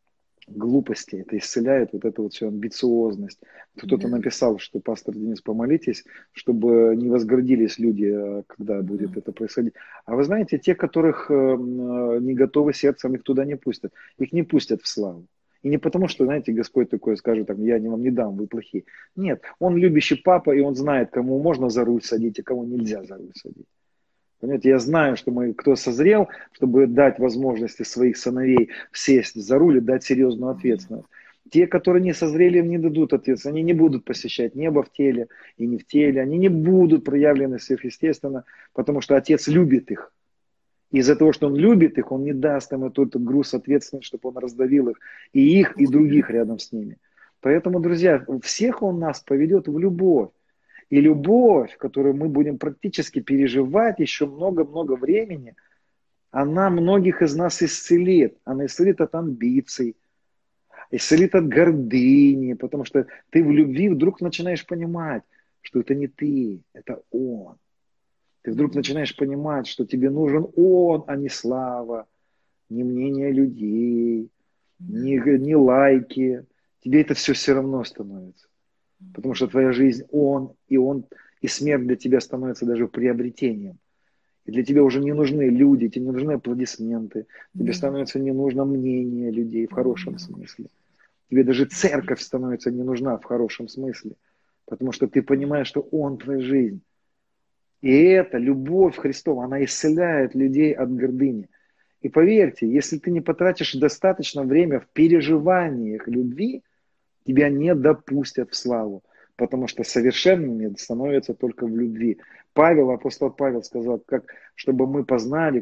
глупости, это исцеляет вот эту вот всю амбициозность. Кто-то Да. написал, что пастор Денис, помолитесь, чтобы не возгордились люди, когда будет это происходить. А вы знаете, те, которых не готовы сердцем, их туда не пустят. Их не пустят в славу. И не потому, что, знаете, Господь такой скажет, там, я вам не дам, вы плохие. Нет, Он любящий папа, и Он знает, кому можно за руль садить, а кому нельзя за руль садить. Понимаете, я знаю, что кто созрел, чтобы дать возможности своих сыновей сесть за руль и дать серьезную ответственность. Те, которые не созрели, им не дадут ответственность. Они не будут посещать небо в теле и не в теле. Они не будут проявлены сверхъестественно, потому что Отец любит их. И из-за того, что Он любит их, Он не даст им этот груз ответственности, чтобы Он раздавил их, и других рядом с ними. Поэтому, друзья, всех Он нас поведет в любовь. И любовь, которую мы будем практически переживать еще много-много времени, она многих из нас исцелит. Она исцелит от амбиций, исцелит от гордыни, потому что ты в любви вдруг начинаешь понимать, что это не ты, это Он. Ты вдруг начинаешь понимать, что тебе нужен Он, а не слава, не мнение людей, не лайки. Тебе это все равно становится. Потому что твоя жизнь Он, и смерть для тебя становится даже приобретением. И для тебя уже не нужны люди, тебе не нужны аплодисменты, тебе становится не нужно мнение людей в хорошем смысле. Тебе даже церковь становится не нужна в хорошем смысле, потому что ты понимаешь, что Он твоя жизнь. И эта любовь Христова, она исцеляет людей от гордыни. И поверьте, если ты не потратишь достаточно времени в переживаниях любви, тебя не допустят в славу, потому что совершенными становятся только в любви. Апостол Павел сказал, чтобы мы познали,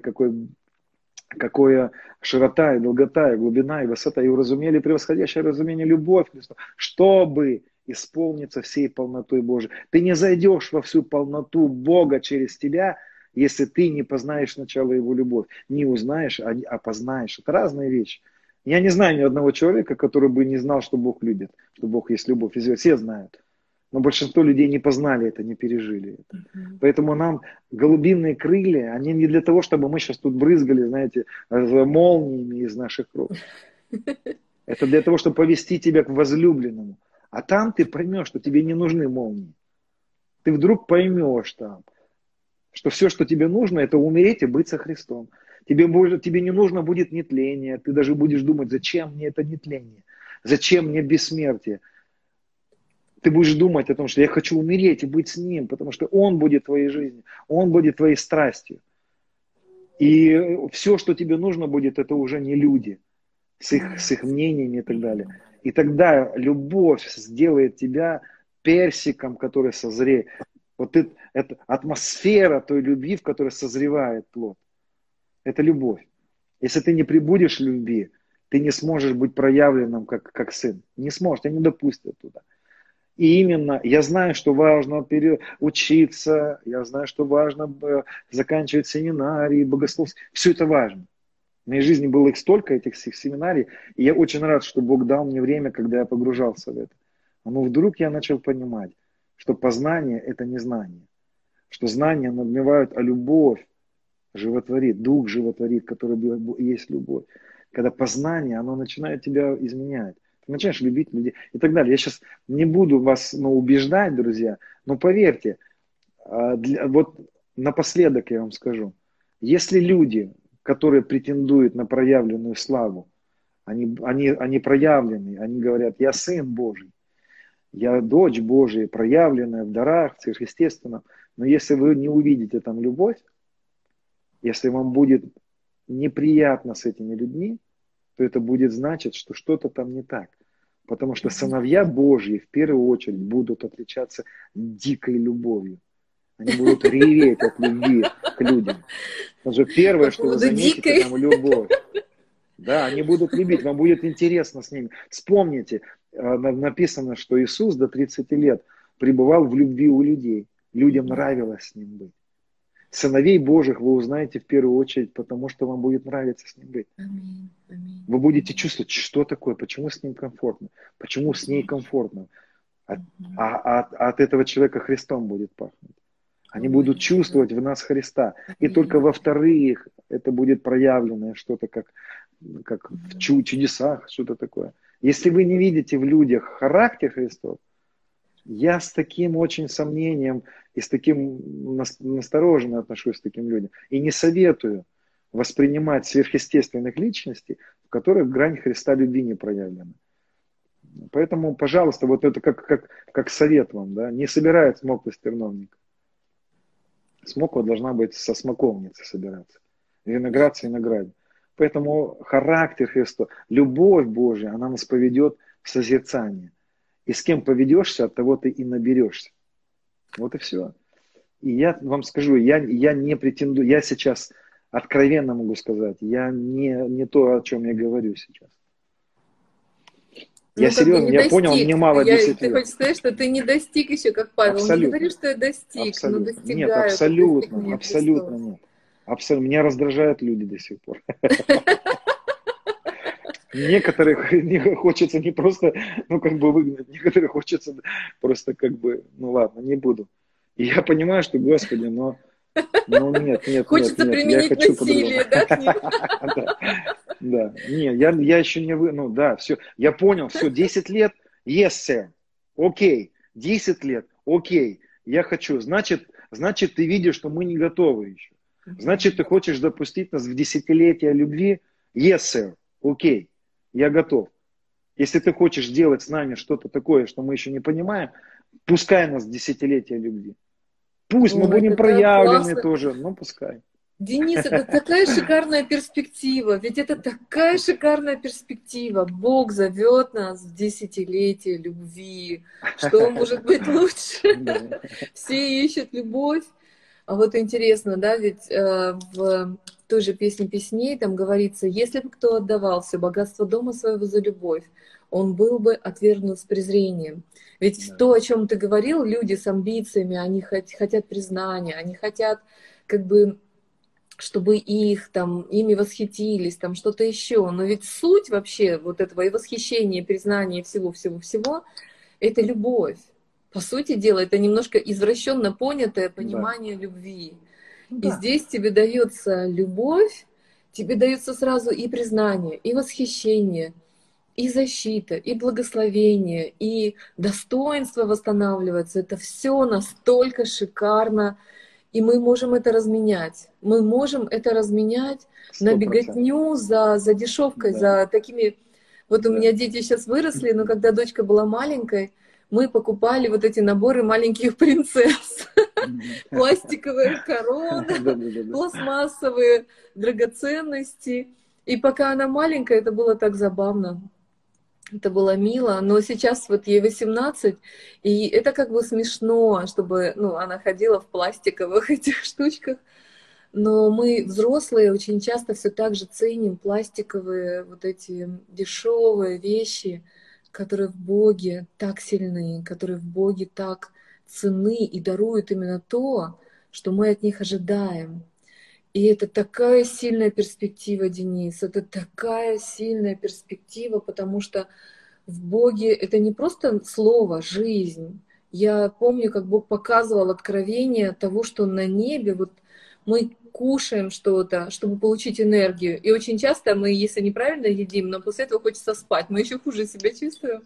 какое широта и долгота, и глубина, и высота, и уразумели превосходящее разумение любовь Христова, чтобы исполниться всей полнотой Божией. Ты не зайдешь во всю полноту Бога через тебя, если ты не познаешь сначала Его любовь. Не узнаешь, а познаешь. Это разные вещи. Я не знаю ни одного человека, который бы не знал, что Бог любит, что Бог есть любовь. Все знают. Но большинство людей не познали это, не пережили это. Поэтому нам голубиные крылья, они не для того, чтобы мы сейчас тут брызгали, знаете, молниями из наших рук. Это для того, чтобы повести тебя к возлюбленному. А там ты поймешь, что тебе не нужны молнии. Ты вдруг поймешь там, что все, что тебе нужно, это умереть и быть со Христом. Тебе не нужно будет нетление. Ты даже будешь думать, зачем мне это нетление? Зачем мне бессмертие? Ты будешь думать о том, что я хочу умереть и быть с Ним, потому что Он будет твоей жизнью, Он будет твоей страстью. И все, что тебе нужно будет, это уже не люди с их мнениями и так далее. И тогда любовь сделает тебя персиком, который созреет. Вот это атмосфера той любви, в которой созревает плод. Это любовь. Если ты не прибудешь в любви, ты не сможешь быть проявленным как сын. Не сможешь, тебя не допустят туда. И именно я знаю, что важно учиться, я знаю, что важно заканчивать семинарии, богословство. Все это важно. В моей жизни было их столько, этих всех семинарий, и я очень рад, что Бог дал мне время, когда я погружался в это. Но вдруг я начал понимать, что познание – это не знание, что знания надмевают, а любовь животворит, дух животворит, который есть любовь. Когда познание, оно начинает тебя изменять. Ты начинаешь любить людей и так далее. Я сейчас не буду вас убеждать, друзья, но поверьте, вот напоследок я вам скажу, если люди, которые претендуют на проявленную славу, они проявлены, они говорят, я сын Божий, я дочь Божия, проявленная в дарах, в сверхъестественном, но если вы не увидите там любовь, если вам будет неприятно с этими людьми, то это будет значить, что что-то там не так. Потому что сыновья Божьи в первую очередь будут отличаться дикой любовью. Они будут реветь от любви к людям. Потому что первое, что вы заметите, там любовь. Да, они будут любить, вам будет интересно с ними. Вспомните, написано, что Иисус до 30 лет пребывал в любви у людей. Людям нравилось с ним быть. Сыновей Божьих вы узнаете в первую очередь, потому что вам будет нравиться с ним быть. Аминь. Аминь. Вы будете чувствовать, что такое, почему с ним комфортно, почему с ней комфортно. От этого человека Христом будет пахнуть. Они будут чувствовать в нас Христа. И только во-вторых, это будет проявленное что-то как как в чудесах, что-то такое. Если вы не видите в людях характер Христов, я с таким очень сомнением и с таким настороженно отношусь к таким людям. И не советую воспринимать сверхъестественных личностей, в которых грань Христа любви не проявлена. Поэтому, пожалуйста, вот это как совет вам, да, не собирает смоквы с терновника. Смоква должна быть со смоковницы собираться. Виноград с виноградом. Поэтому характер Христа, любовь Божья, она нас поведет в созерцание. И с кем поведешься, от того ты и наберешься. Вот и все. И я вам скажу, я не претендую, я сейчас откровенно могу сказать, я не то, о чем я говорю сейчас. Я Ну, как бы серьезно, не я понял, достиг. мне мало 10 Ты лет. хочешь сказать, что ты не достиг еще, как Павел. Не Абсолютно. говори, что я достиг, но Абсолютно. Нет, достигаю это абсолютно, достижение абсолютно Христос. нет. Абсолютно. Меня раздражают люди до сих пор. Некоторых хочется не просто, выгнать, некоторых хочется просто ну ладно, не буду. И я понимаю, что, Господи, нет, Хочется я применить хочу по-другому. насилие, да, к ним? Да, не, я еще не все, я понял, все, 10 лет, yes, sir, окей, 10 лет, окей, я хочу, значит, ты видишь, что мы не готовы еще. Значит, ты хочешь допустить нас в десятилетие любви, yes, sir, окей, я готов. Если ты хочешь делать с нами что-то такое, что мы еще не понимаем, пускай нас в десятилетие любви. Пусть мы будем Это так проявлены классно. тоже, но пускай. Денис, это такая шикарная перспектива, ведь это такая шикарная перспектива. Бог зовет нас в десятилетие любви. Что может быть лучше? Все ищут любовь. А вот интересно, да, ведь в той же песне песней там говорится, если бы кто отдавал все богатство дома своего за любовь, он был бы отвергнут с презрением. Ведь то, о чем ты говорил, люди с амбициями, они хотят признания, они хотят как бы чтобы ими восхитились, там что-то еще. Но ведь суть вообще вот этого и восхищения, и признания, и всего-всего-всего, это любовь. По сути дела, это немножко извращенно понятое понимание любви. И здесь тебе дается любовь, тебе дается сразу и признание, и восхищение, и защита, и благословение, и достоинство восстанавливается. Это все настолько шикарно. И мы можем это разменять. Мы можем это разменять 100%. На беготню за дешевкой, за такими... Вот у меня дети сейчас выросли, но когда дочка была маленькой, мы покупали вот эти наборы маленьких принцесс. Пластиковая корона, пластмассовые драгоценности. И пока она маленькая, это было так забавно. Это было мило, но сейчас вот ей 18, и это как бы смешно, чтобы, она ходила в пластиковых этих штучках, но мы, взрослые, очень часто все так же ценим пластиковые вот эти дешевые вещи, которые в Боге так сильны, которые в Боге так ценны и даруют именно то, что мы от них ожидаем. И это такая сильная перспектива, Денис, это такая сильная перспектива, потому что в Боге это не просто слово, жизнь. Я помню, как Бог показывал откровение того, что на небе вот мы кушаем что-то, чтобы получить энергию. И очень часто мы, если неправильно едим, но после этого хочется спать, мы еще хуже себя чувствуем,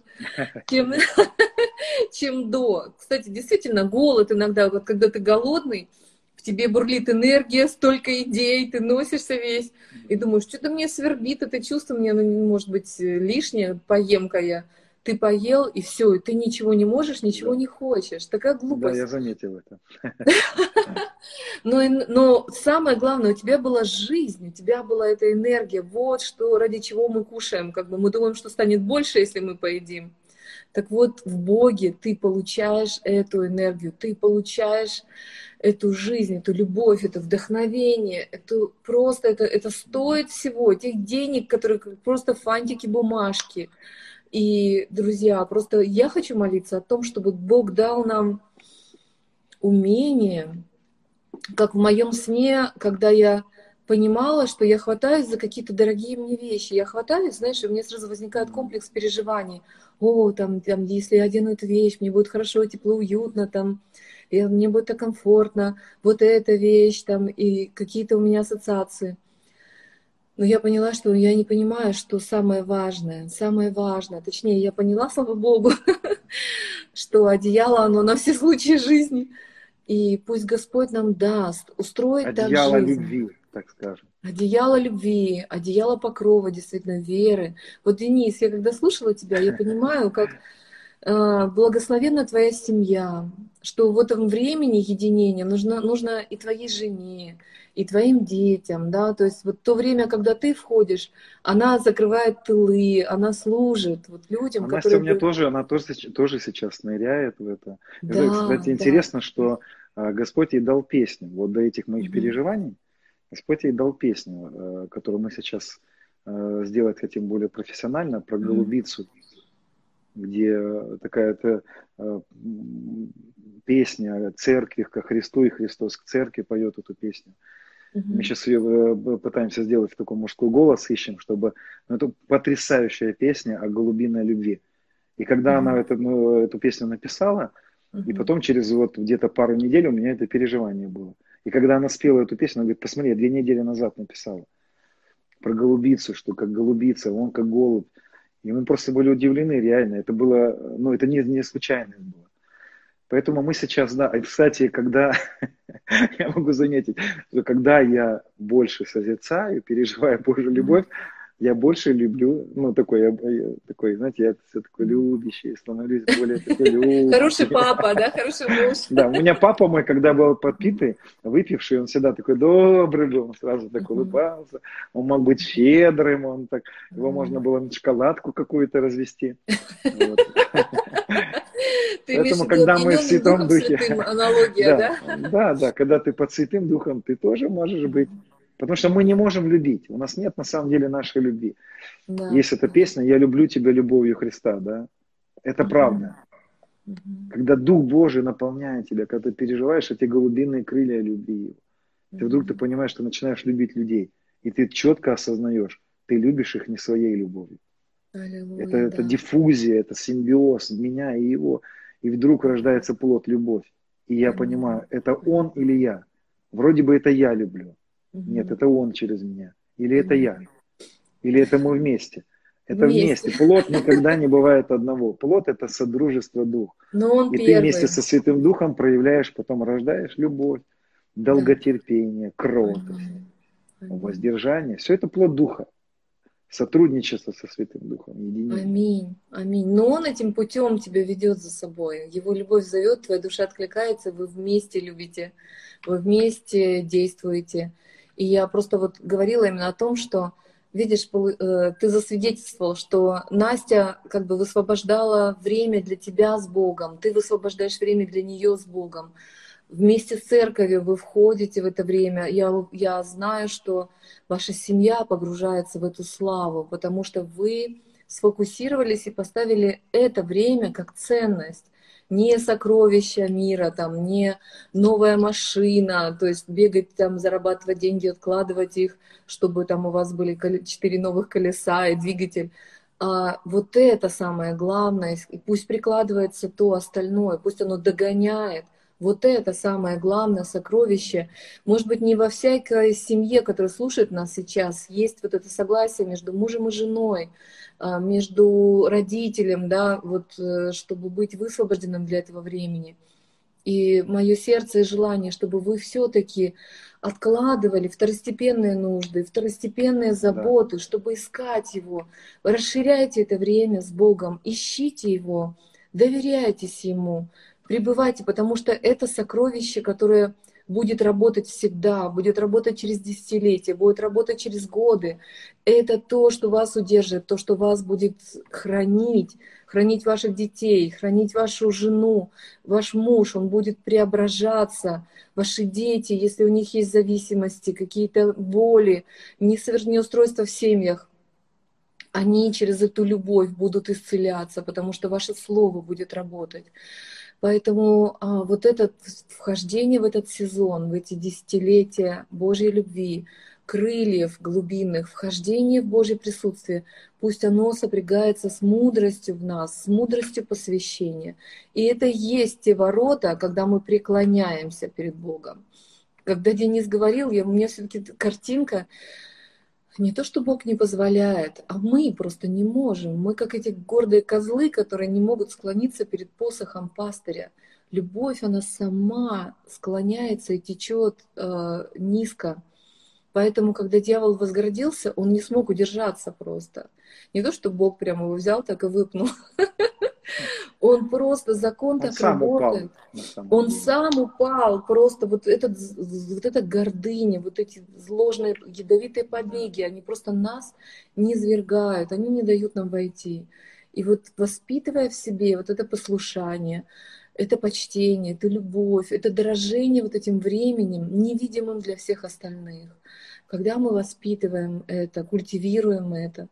чем до. Кстати, действительно, голод иногда, вот когда ты голодный, в тебе бурлит энергия, столько идей, ты носишься весь, и думаешь, что-то мне свербит, это чувство мне, может быть, лишнее, поем-ка я. Ты поел, и все, и ты ничего не можешь, ничего не хочешь. Такая глупость. Да, я заметил это. Но самое главное, у тебя была жизнь, у тебя была эта энергия. Вот что, ради чего мы кушаем. Как бы мы думаем, что станет больше, если мы поедим. Так вот, в Боге ты получаешь эту энергию, ты получаешь эту жизнь, эту любовь, это вдохновение, это стоит всего, тех денег, которые просто фантики, бумажки. И, друзья, просто я хочу молиться о том, чтобы Бог дал нам умение, как в моем сне, когда я понимала, что я хватаюсь за какие-то дорогие мне вещи. Я хватаюсь, знаешь, и у меня сразу возникает комплекс переживаний. Там, если я одену эту вещь, мне будет хорошо, тепло, уютно, мне будет так комфортно. Вот эта вещь, и какие-то у меня ассоциации. Но я поняла, что я не понимаю, что самое важное, точнее, я поняла, слава Богу, что одеяло, оно на все случаи жизни. И пусть Господь нам даст устроить так Одеяло жизнь. любви, так скажем. Одеяло любви, одеяло покрова, действительно, веры. Вот, Денис, я когда слушала тебя, я понимаю, как благословенна твоя семья, что в этом времени единения нужно и твоей жене, и твоим детям, да, то есть вот то время, когда ты входишь, она закрывает тылы, она служит вот людям, А Настя у которые меня бы... тоже, она тоже сейчас ныряет в это. Это, Да, кстати, да. интересно, что Господь ей дал песню. Вот до этих моих Мгм. переживаний Господь ей дал песню, которую мы сейчас сделать хотим более профессионально, про Мгм. голубицу, где такая-то песня церкви ко Христу, и Христос к церкви поет эту песню. Мы Мгм. сейчас ее пытаемся сделать в такой мужской голос, ищем, чтобы... Ну, это потрясающая песня о голубиной любви. И когда она Мгм. эту песню написала, и Мгм. потом через вот где-то пару недель у меня это переживание было. И когда она спела эту песню, она говорит, посмотри, я 2 недели назад написала про голубицу, что как голубица, он как голубь. И мы просто были удивлены, реально. Это было, ну, это не случайность было. Поэтому мы сейчас, да, и, кстати, когда, я могу заметить, что когда я больше созерцаю, переживаю Божью Мгм. любовь, я больше люблю, ну, такой, я такой, знаете, я все такой любящий, становлюсь более такой Хороший любящий. папа, да, хороший муж. Да, у меня папа мой, когда был подпитый, выпивший, он всегда такой добрый был, он сразу так Мгм. улыбался, он мог быть щедрым, он так, его можно Мгм. было на шоколадку какую-то развести. Вот. Ты имеешь в Поэтому, виду когда мы в опьяненным Святом Духом Духе, Святым, аналогия, да, да? да, да, когда ты под Святым Духом, ты тоже можешь быть. Мгм. Потому что мы не можем любить. У нас нет на самом деле нашей любви. Да, Есть эта да. песня «Я люблю тебя любовью Христа», да? Это Мгм. правда. Мгм. Когда Дух Божий наполняет тебя, когда ты переживаешь эти голубиные крылья любви Его, ты Мгм. понимаешь, что начинаешь любить людей. И ты четко осознаешь, ты любишь их не своей любовью. Это, Аллилуйя, это да. диффузия, это симбиоз меня и его. И вдруг Мгм. рождается плод любовь. И я Аминь. понимаю, это он Аминь. или я. Вроде бы это я люблю. Нет, Мгм. это он через меня. Или это я. Аминь. Или это мы вместе. Это Вместе. вместе. Плод никогда не бывает одного. Плод это содружество дух. Но он И ты вместе первый. со Святым Духом проявляешь, потом рождаешь любовь, Да. долготерпение, кротость, Аминь. Аминь. воздержание. Все это плод Духа. Сотрудничество со Святым Духом, единение. Аминь. Аминь. Но он этим путем тебя ведет за собой. Его любовь зовет, твоя душа откликается, вы вместе любите, вы вместе действуете. И я просто вот говорила именно о том, что, видишь, ты засвидетельствовал, что Настя как бы высвобождала время для тебя с Богом, ты высвобождаешь время для нее с Богом. Вместе с церковью вы входите в это время. Я знаю, что ваша семья погружается в эту славу, потому что вы сфокусировались и поставили это время как ценность. Не сокровища мира, там, не новая машина, то есть бегать там, зарабатывать деньги, откладывать их, чтобы там у вас были 4 новых колеса и двигатель. А вот это самое главное, и пусть прикладывается то остальное, пусть оно догоняет. Вот это самое главное сокровище. Может быть, не во всякой семье, которая слушает нас сейчас, есть вот это согласие между мужем и женой, между родителем, да, вот, чтобы быть высвобожденным для этого времени. И мое сердце и желание, чтобы вы все-таки откладывали второстепенные нужды, второстепенные Да. заботы, чтобы искать Его. Расширяйте это время с Богом, ищите Его, доверяйтесь Ему, пребывайте, потому что это сокровище, которое будет работать всегда, будет работать через десятилетия, будет работать через годы. Это то, что вас удержит, то, что вас будет хранить, хранить ваших детей, хранить вашу жену, ваш муж, он будет преображаться, ваши дети, если у них есть зависимости, какие-то боли, неустройства в семьях, они через эту любовь будут исцеляться, потому что ваше слово будет работать. Поэтому вот это вхождение в этот сезон, в эти десятилетия Божьей любви, крыльев глубинных, вхождение в Божье присутствие, пусть оно сопрягается с мудростью в нас, с мудростью посвящения. И это и есть те ворота, когда мы преклоняемся перед Богом. Когда Денис говорил, у меня все-таки картинка, Не то, что Бог не позволяет, а мы просто не можем. Мы как эти гордые козлы, которые не могут склониться перед посохом пастыря. Любовь, она сама склоняется и течет низко. Поэтому, когда дьявол возгордился, он не смог удержаться просто. Не то, что Бог прямо его взял, так и выпнул. Он просто, закон Он так сам упал, работает. на самом Он деле. сам упал, просто вот эта гордыня, вот эти ложные ядовитые Да. побеги, они просто нас низвергают, они не дают нам войти. И вот воспитывая в себе вот это послушание, это почтение, это любовь, это дорожение вот этим временем, невидимым для всех остальных. Когда мы воспитываем это, культивируем это,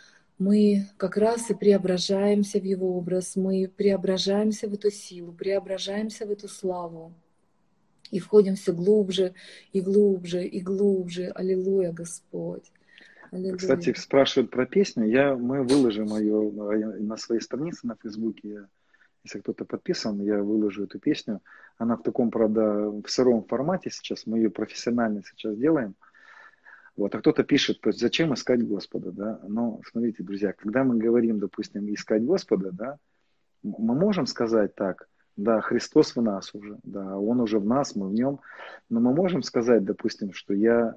мы как раз и преображаемся в Его образ, мы преображаемся в эту силу, преображаемся в эту славу. И входим все глубже и глубже и глубже. Аллилуйя, Господь. Кстати, Аллилуйя. спрашивают про песню. Мы выложим ее на своей странице на Фейсбуке. Если кто-то подписан, я выложу эту песню. Она в таком, правда, в сыром формате сейчас. Мы ее профессионально сейчас делаем. Вот. А кто-то пишет, то есть зачем искать Господа, да? Но смотрите, друзья, когда мы говорим, допустим, искать Господа, да, мы можем сказать так, да, Христос в нас уже, да, Он уже в нас, мы в Нем, но мы можем сказать, допустим, что я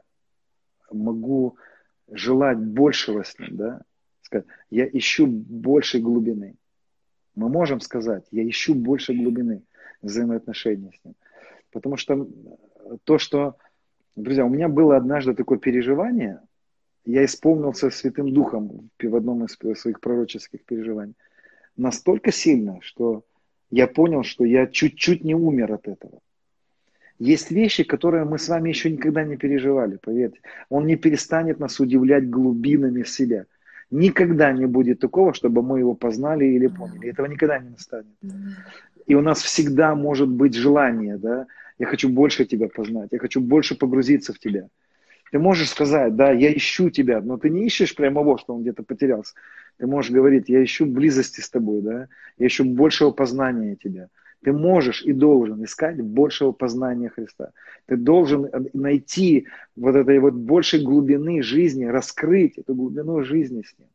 могу желать большего с Ним, да, сказать, я ищу большей глубины. Мы можем сказать, я ищу больше глубины взаимоотношений с Ним. Потому что то, что, друзья, у меня было однажды такое переживание, я исполнился Святым Духом в одном из своих пророческих переживаний. Настолько сильно, что я понял, что я чуть-чуть не умер от этого. Есть вещи, которые мы с вами еще никогда не переживали, поверьте. Он не перестанет нас удивлять глубинами себя. Никогда не будет такого, чтобы мы его познали или поняли. Этого никогда не настанет. И у нас всегда может быть желание, да, я хочу больше тебя познать, я хочу больше погрузиться в тебя. Ты можешь сказать, да, я ищу тебя, но ты не ищешь прямо вот, что он где-то потерялся. Ты можешь говорить, я ищу близости с тобой, да, я ищу большего познания тебя. Ты можешь и должен искать большего познания Христа. Ты должен найти вот этой вот большей глубины жизни, раскрыть эту глубину жизни с Ним.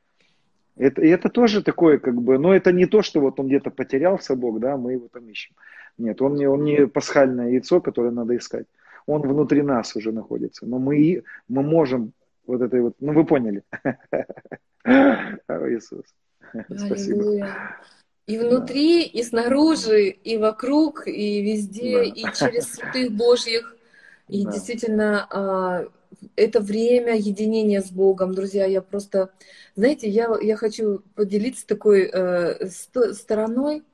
Это тоже такое, как бы, но это не то, что вот он где-то потерялся, Бог, да, мы его там ищем. Нет, он не пасхальное яйцо, которое надо искать. Он внутри нас уже находится. Но мы можем вот этой вот, ну вы поняли. О, Иисус. Спасибо. Аллилуйя. И Да, внутри, и снаружи, и вокруг, и везде, да, и через святых Божьих. И да. действительно, это время единения с Богом, друзья. Я просто, знаете, я хочу поделиться такой стороной.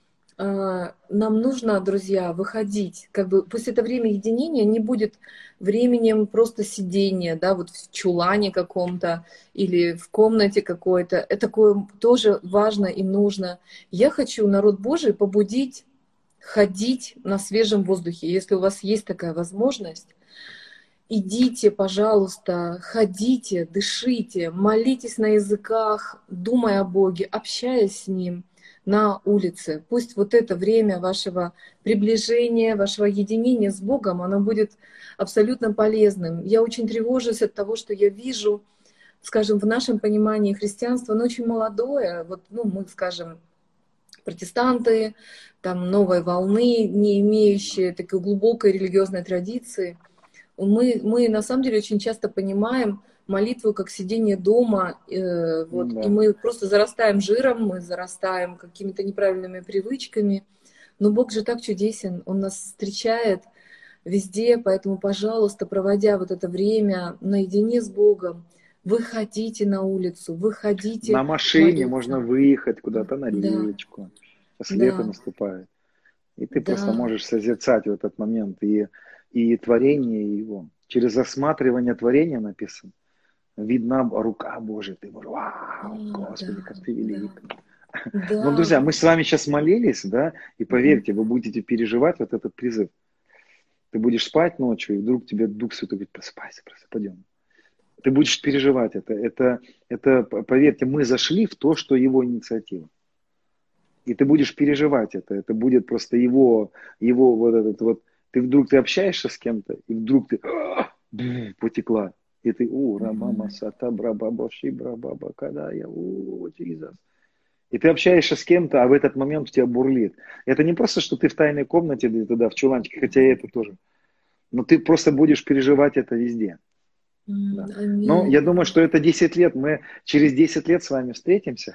Нам нужно, друзья, выходить. Как бы пусть это время единения не будет временем просто сидения, да, вот в чулане каком-то или в комнате какой-то. Это такое тоже важно и нужно. Я хочу народ Божий побудить ходить на свежем воздухе. Если у вас есть такая возможность, идите, пожалуйста, ходите, дышите, молитесь на языках, думая о Боге, общаясь с Ним на улице. Пусть вот это время вашего приближения, вашего единения с Богом, оно будет абсолютно полезным. Я очень тревожусь от того, что я вижу, скажем, в нашем понимании христианства, оно очень молодое. Вот, ну, мы, скажем, протестанты, там, новой волны, не имеющие такой глубокой религиозной традиции. Мы на самом деле очень часто понимаем молитву как сидение дома, вот, и Да. мы просто зарастаем жиром, мы зарастаем какими-то неправильными привычками. Но Бог же так чудесен, Он нас встречает везде, поэтому, пожалуйста, проводя вот это время наедине с Богом, выходите на улицу, выходите На машине можно молиться. выехать куда-то на Да, речку. Сейчас лето да, наступает. И ты просто да. можешь созерцать в этот момент и творение его. Через рассматривание творения написано. Видна рука Божия. Ты говоришь, вау, Да, Господи, как ты да, велик. Но, да, друзья, мы с вами сейчас молились, да, и мгм, поверьте, вы будете переживать вот этот призыв. Ты будешь спать ночью, и вдруг тебе Дух Святой говорит, просыпайся, пойдем. Ты будешь переживать это. Поверьте, мы зашли в то, что его инициатива. И ты будешь переживать это. Это будет просто его вот этот вот. Ты общаешься с кем-то, и вдруг ты потекла. И ты, рамама, Мгм. сата, брабаба, шибрабаба, когда я, Иисус. И ты общаешься с кем-то, а в этот момент у тебя бурлит. Это не просто, что ты в тайной комнате где-то да, в чуланчике, хотя и это тоже. Но ты просто будешь переживать это везде. Да. Но Аминь. я думаю, что это 10 лет. Мы через 10 лет с вами встретимся.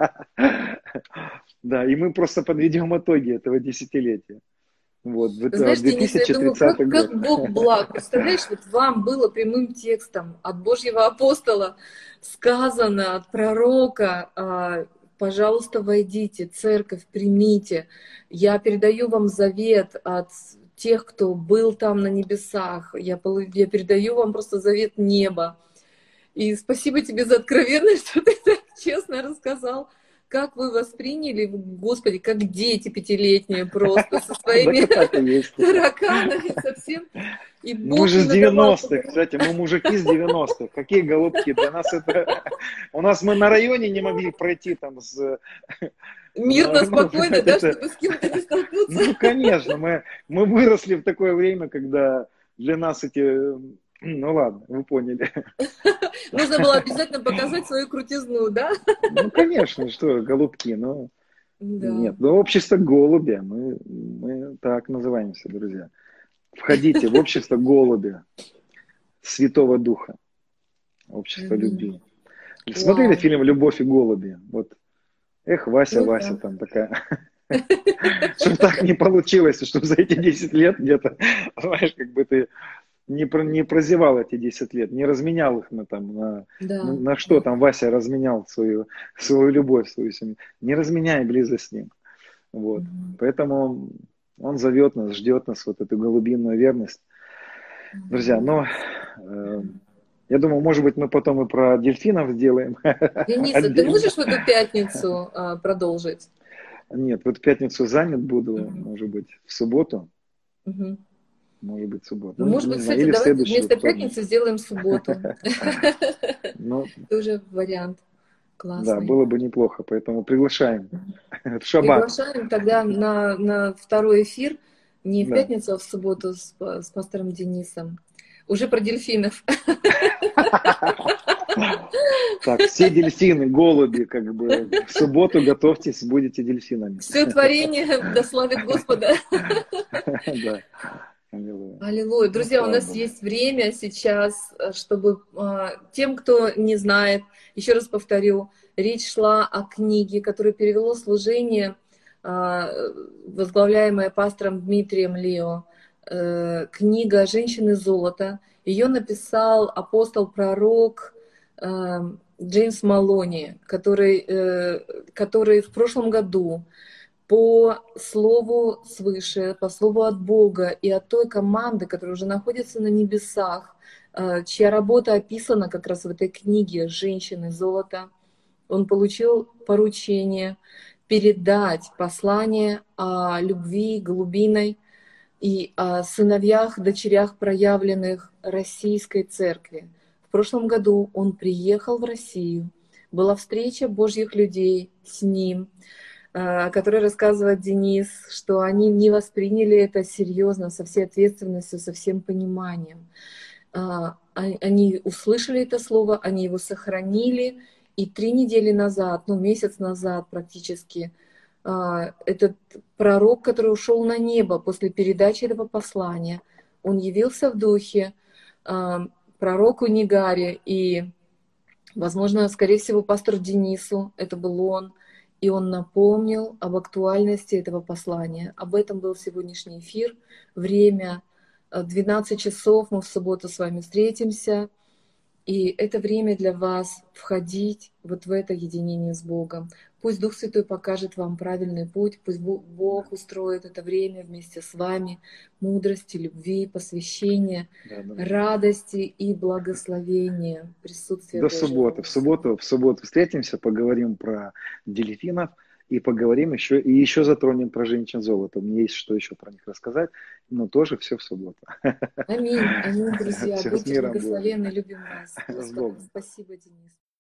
Да, и мы просто подведем итоги этого десятилетия. Вот, Знаешь, Денис, я думаю, 2030 год. как Бог благ. Представляешь, вот вам было прямым текстом от Божьего апостола сказано, от пророка, пожалуйста, войдите, церковь, примите. Я передаю вам завет от тех, кто был там на небесах. Я передаю вам просто завет неба. И спасибо тебе за откровенность, что ты так честно рассказал, как вы восприняли, Господи, как дети пятилетние просто, со Так своими и так и есть. тараканами совсем. И Ну, мы Бог же не с надавал 90-х, поговорить. кстати, мы мужики с 90-х. Какие голубки? Для нас это... У нас мы на районе не могли пройти там с... Мирно, Ну, спокойно, понимаете, да, это... чтобы с кем-то не столкнуться. Ну, конечно, мы выросли в такое время, когда для нас эти... Ну, ладно, вы поняли. Нужно было обязательно показать свою крутизну, да? Ну, конечно, что, голубки, ну... Да. Нет, ну, общество голубя, мы так называемся, друзья. Входите в общество голубя, Святого Духа, общество Мгм. любви. Смотрели Вау. фильм «Любовь и голуби»? Вот, эх, Вася, Ну Вася, да. там такая. Чтобы так не получилось, чтобы за эти 10 лет где-то, знаешь, как бы ты не прозевал эти 10 лет, не разменял их на, там, Да. на что Да. там Вася разменял свою любовь, свою семью. Не разменяй близость с ним. Вот. Мгм. Поэтому он зовет нас, ждет нас, вот эту голубиную верность. Друзья, Мгм. но я думаю, может быть, мы потом и про дельфинов сделаем Денис, а ты отдельно. можешь в эту пятницу продолжить? Нет, в эту пятницу занят буду, Мгм. может быть, в субботу. Мгм. Может быть, в субботу. Ну, Ну, может не быть, знаю, кстати, или в давай следующий вместо вторник. пятницы сделаем субботу. Ну, Тоже вариант да, классный. было бы неплохо, поэтому приглашаем в шаббат. Приглашаем тогда на второй эфир, не в Да. пятницу, а в субботу с пастором Денисом. Уже про дельфинов. Так, все дельфины, голуби, как бы в субботу готовьтесь, будете дельфинами. Все творение дославит Господа. Да, аллилуйя. Аллилуйя. Ну, Друзья, у слава нас Богу. есть время сейчас, чтобы тем, кто не знает, еще раз повторю, речь шла о книге, которую перевело служение, а, возглавляемое пастором Дмитрием Лео. Книга «Женщины золота». Ее написал апостол-пророк Джеймс Малони, который в прошлом году по слову свыше, по слову от Бога и от той команды, которая уже находится на небесах, чья работа описана как раз в этой книге «Женщины золота», он получил поручение передать послание о любви голубиной и о сыновьях, дочерях, проявленных Российской Церкви. В прошлом году он приехал в Россию, была встреча Божьих людей с ним, о которой рассказывает Денис, что они не восприняли это серьезно, со всей ответственностью, со всем пониманием. Они услышали это слово, они его сохранили, и 3 недели назад, ну месяц назад практически, этот пророк, который ушел на небо после передачи этого послания, он явился в духе пророку Нигаре и, возможно, скорее всего, пастору Денису, это был он, и он напомнил об актуальности этого послания. Об этом был сегодняшний эфир. Время 12 часов, мы в субботу с вами встретимся. И это время для вас входить вот в это единение с Богом. Пусть Дух Святой покажет вам правильный путь, пусть Да, Бог устроит это время вместе с вами, мудрости, любви, посвящения, да, да, да. радости и благословения, присутствия До Божьего субботы. во всем. В субботу встретимся, поговорим про дельфинов и поговорим еще затронем про женщин золота. Мне есть что еще про них рассказать, но тоже все в субботу. Аминь, аминь, друзья. Все с Будьте миром Божьим. благословенны, любим вас, С Господом. Богом. Спасибо, Денис.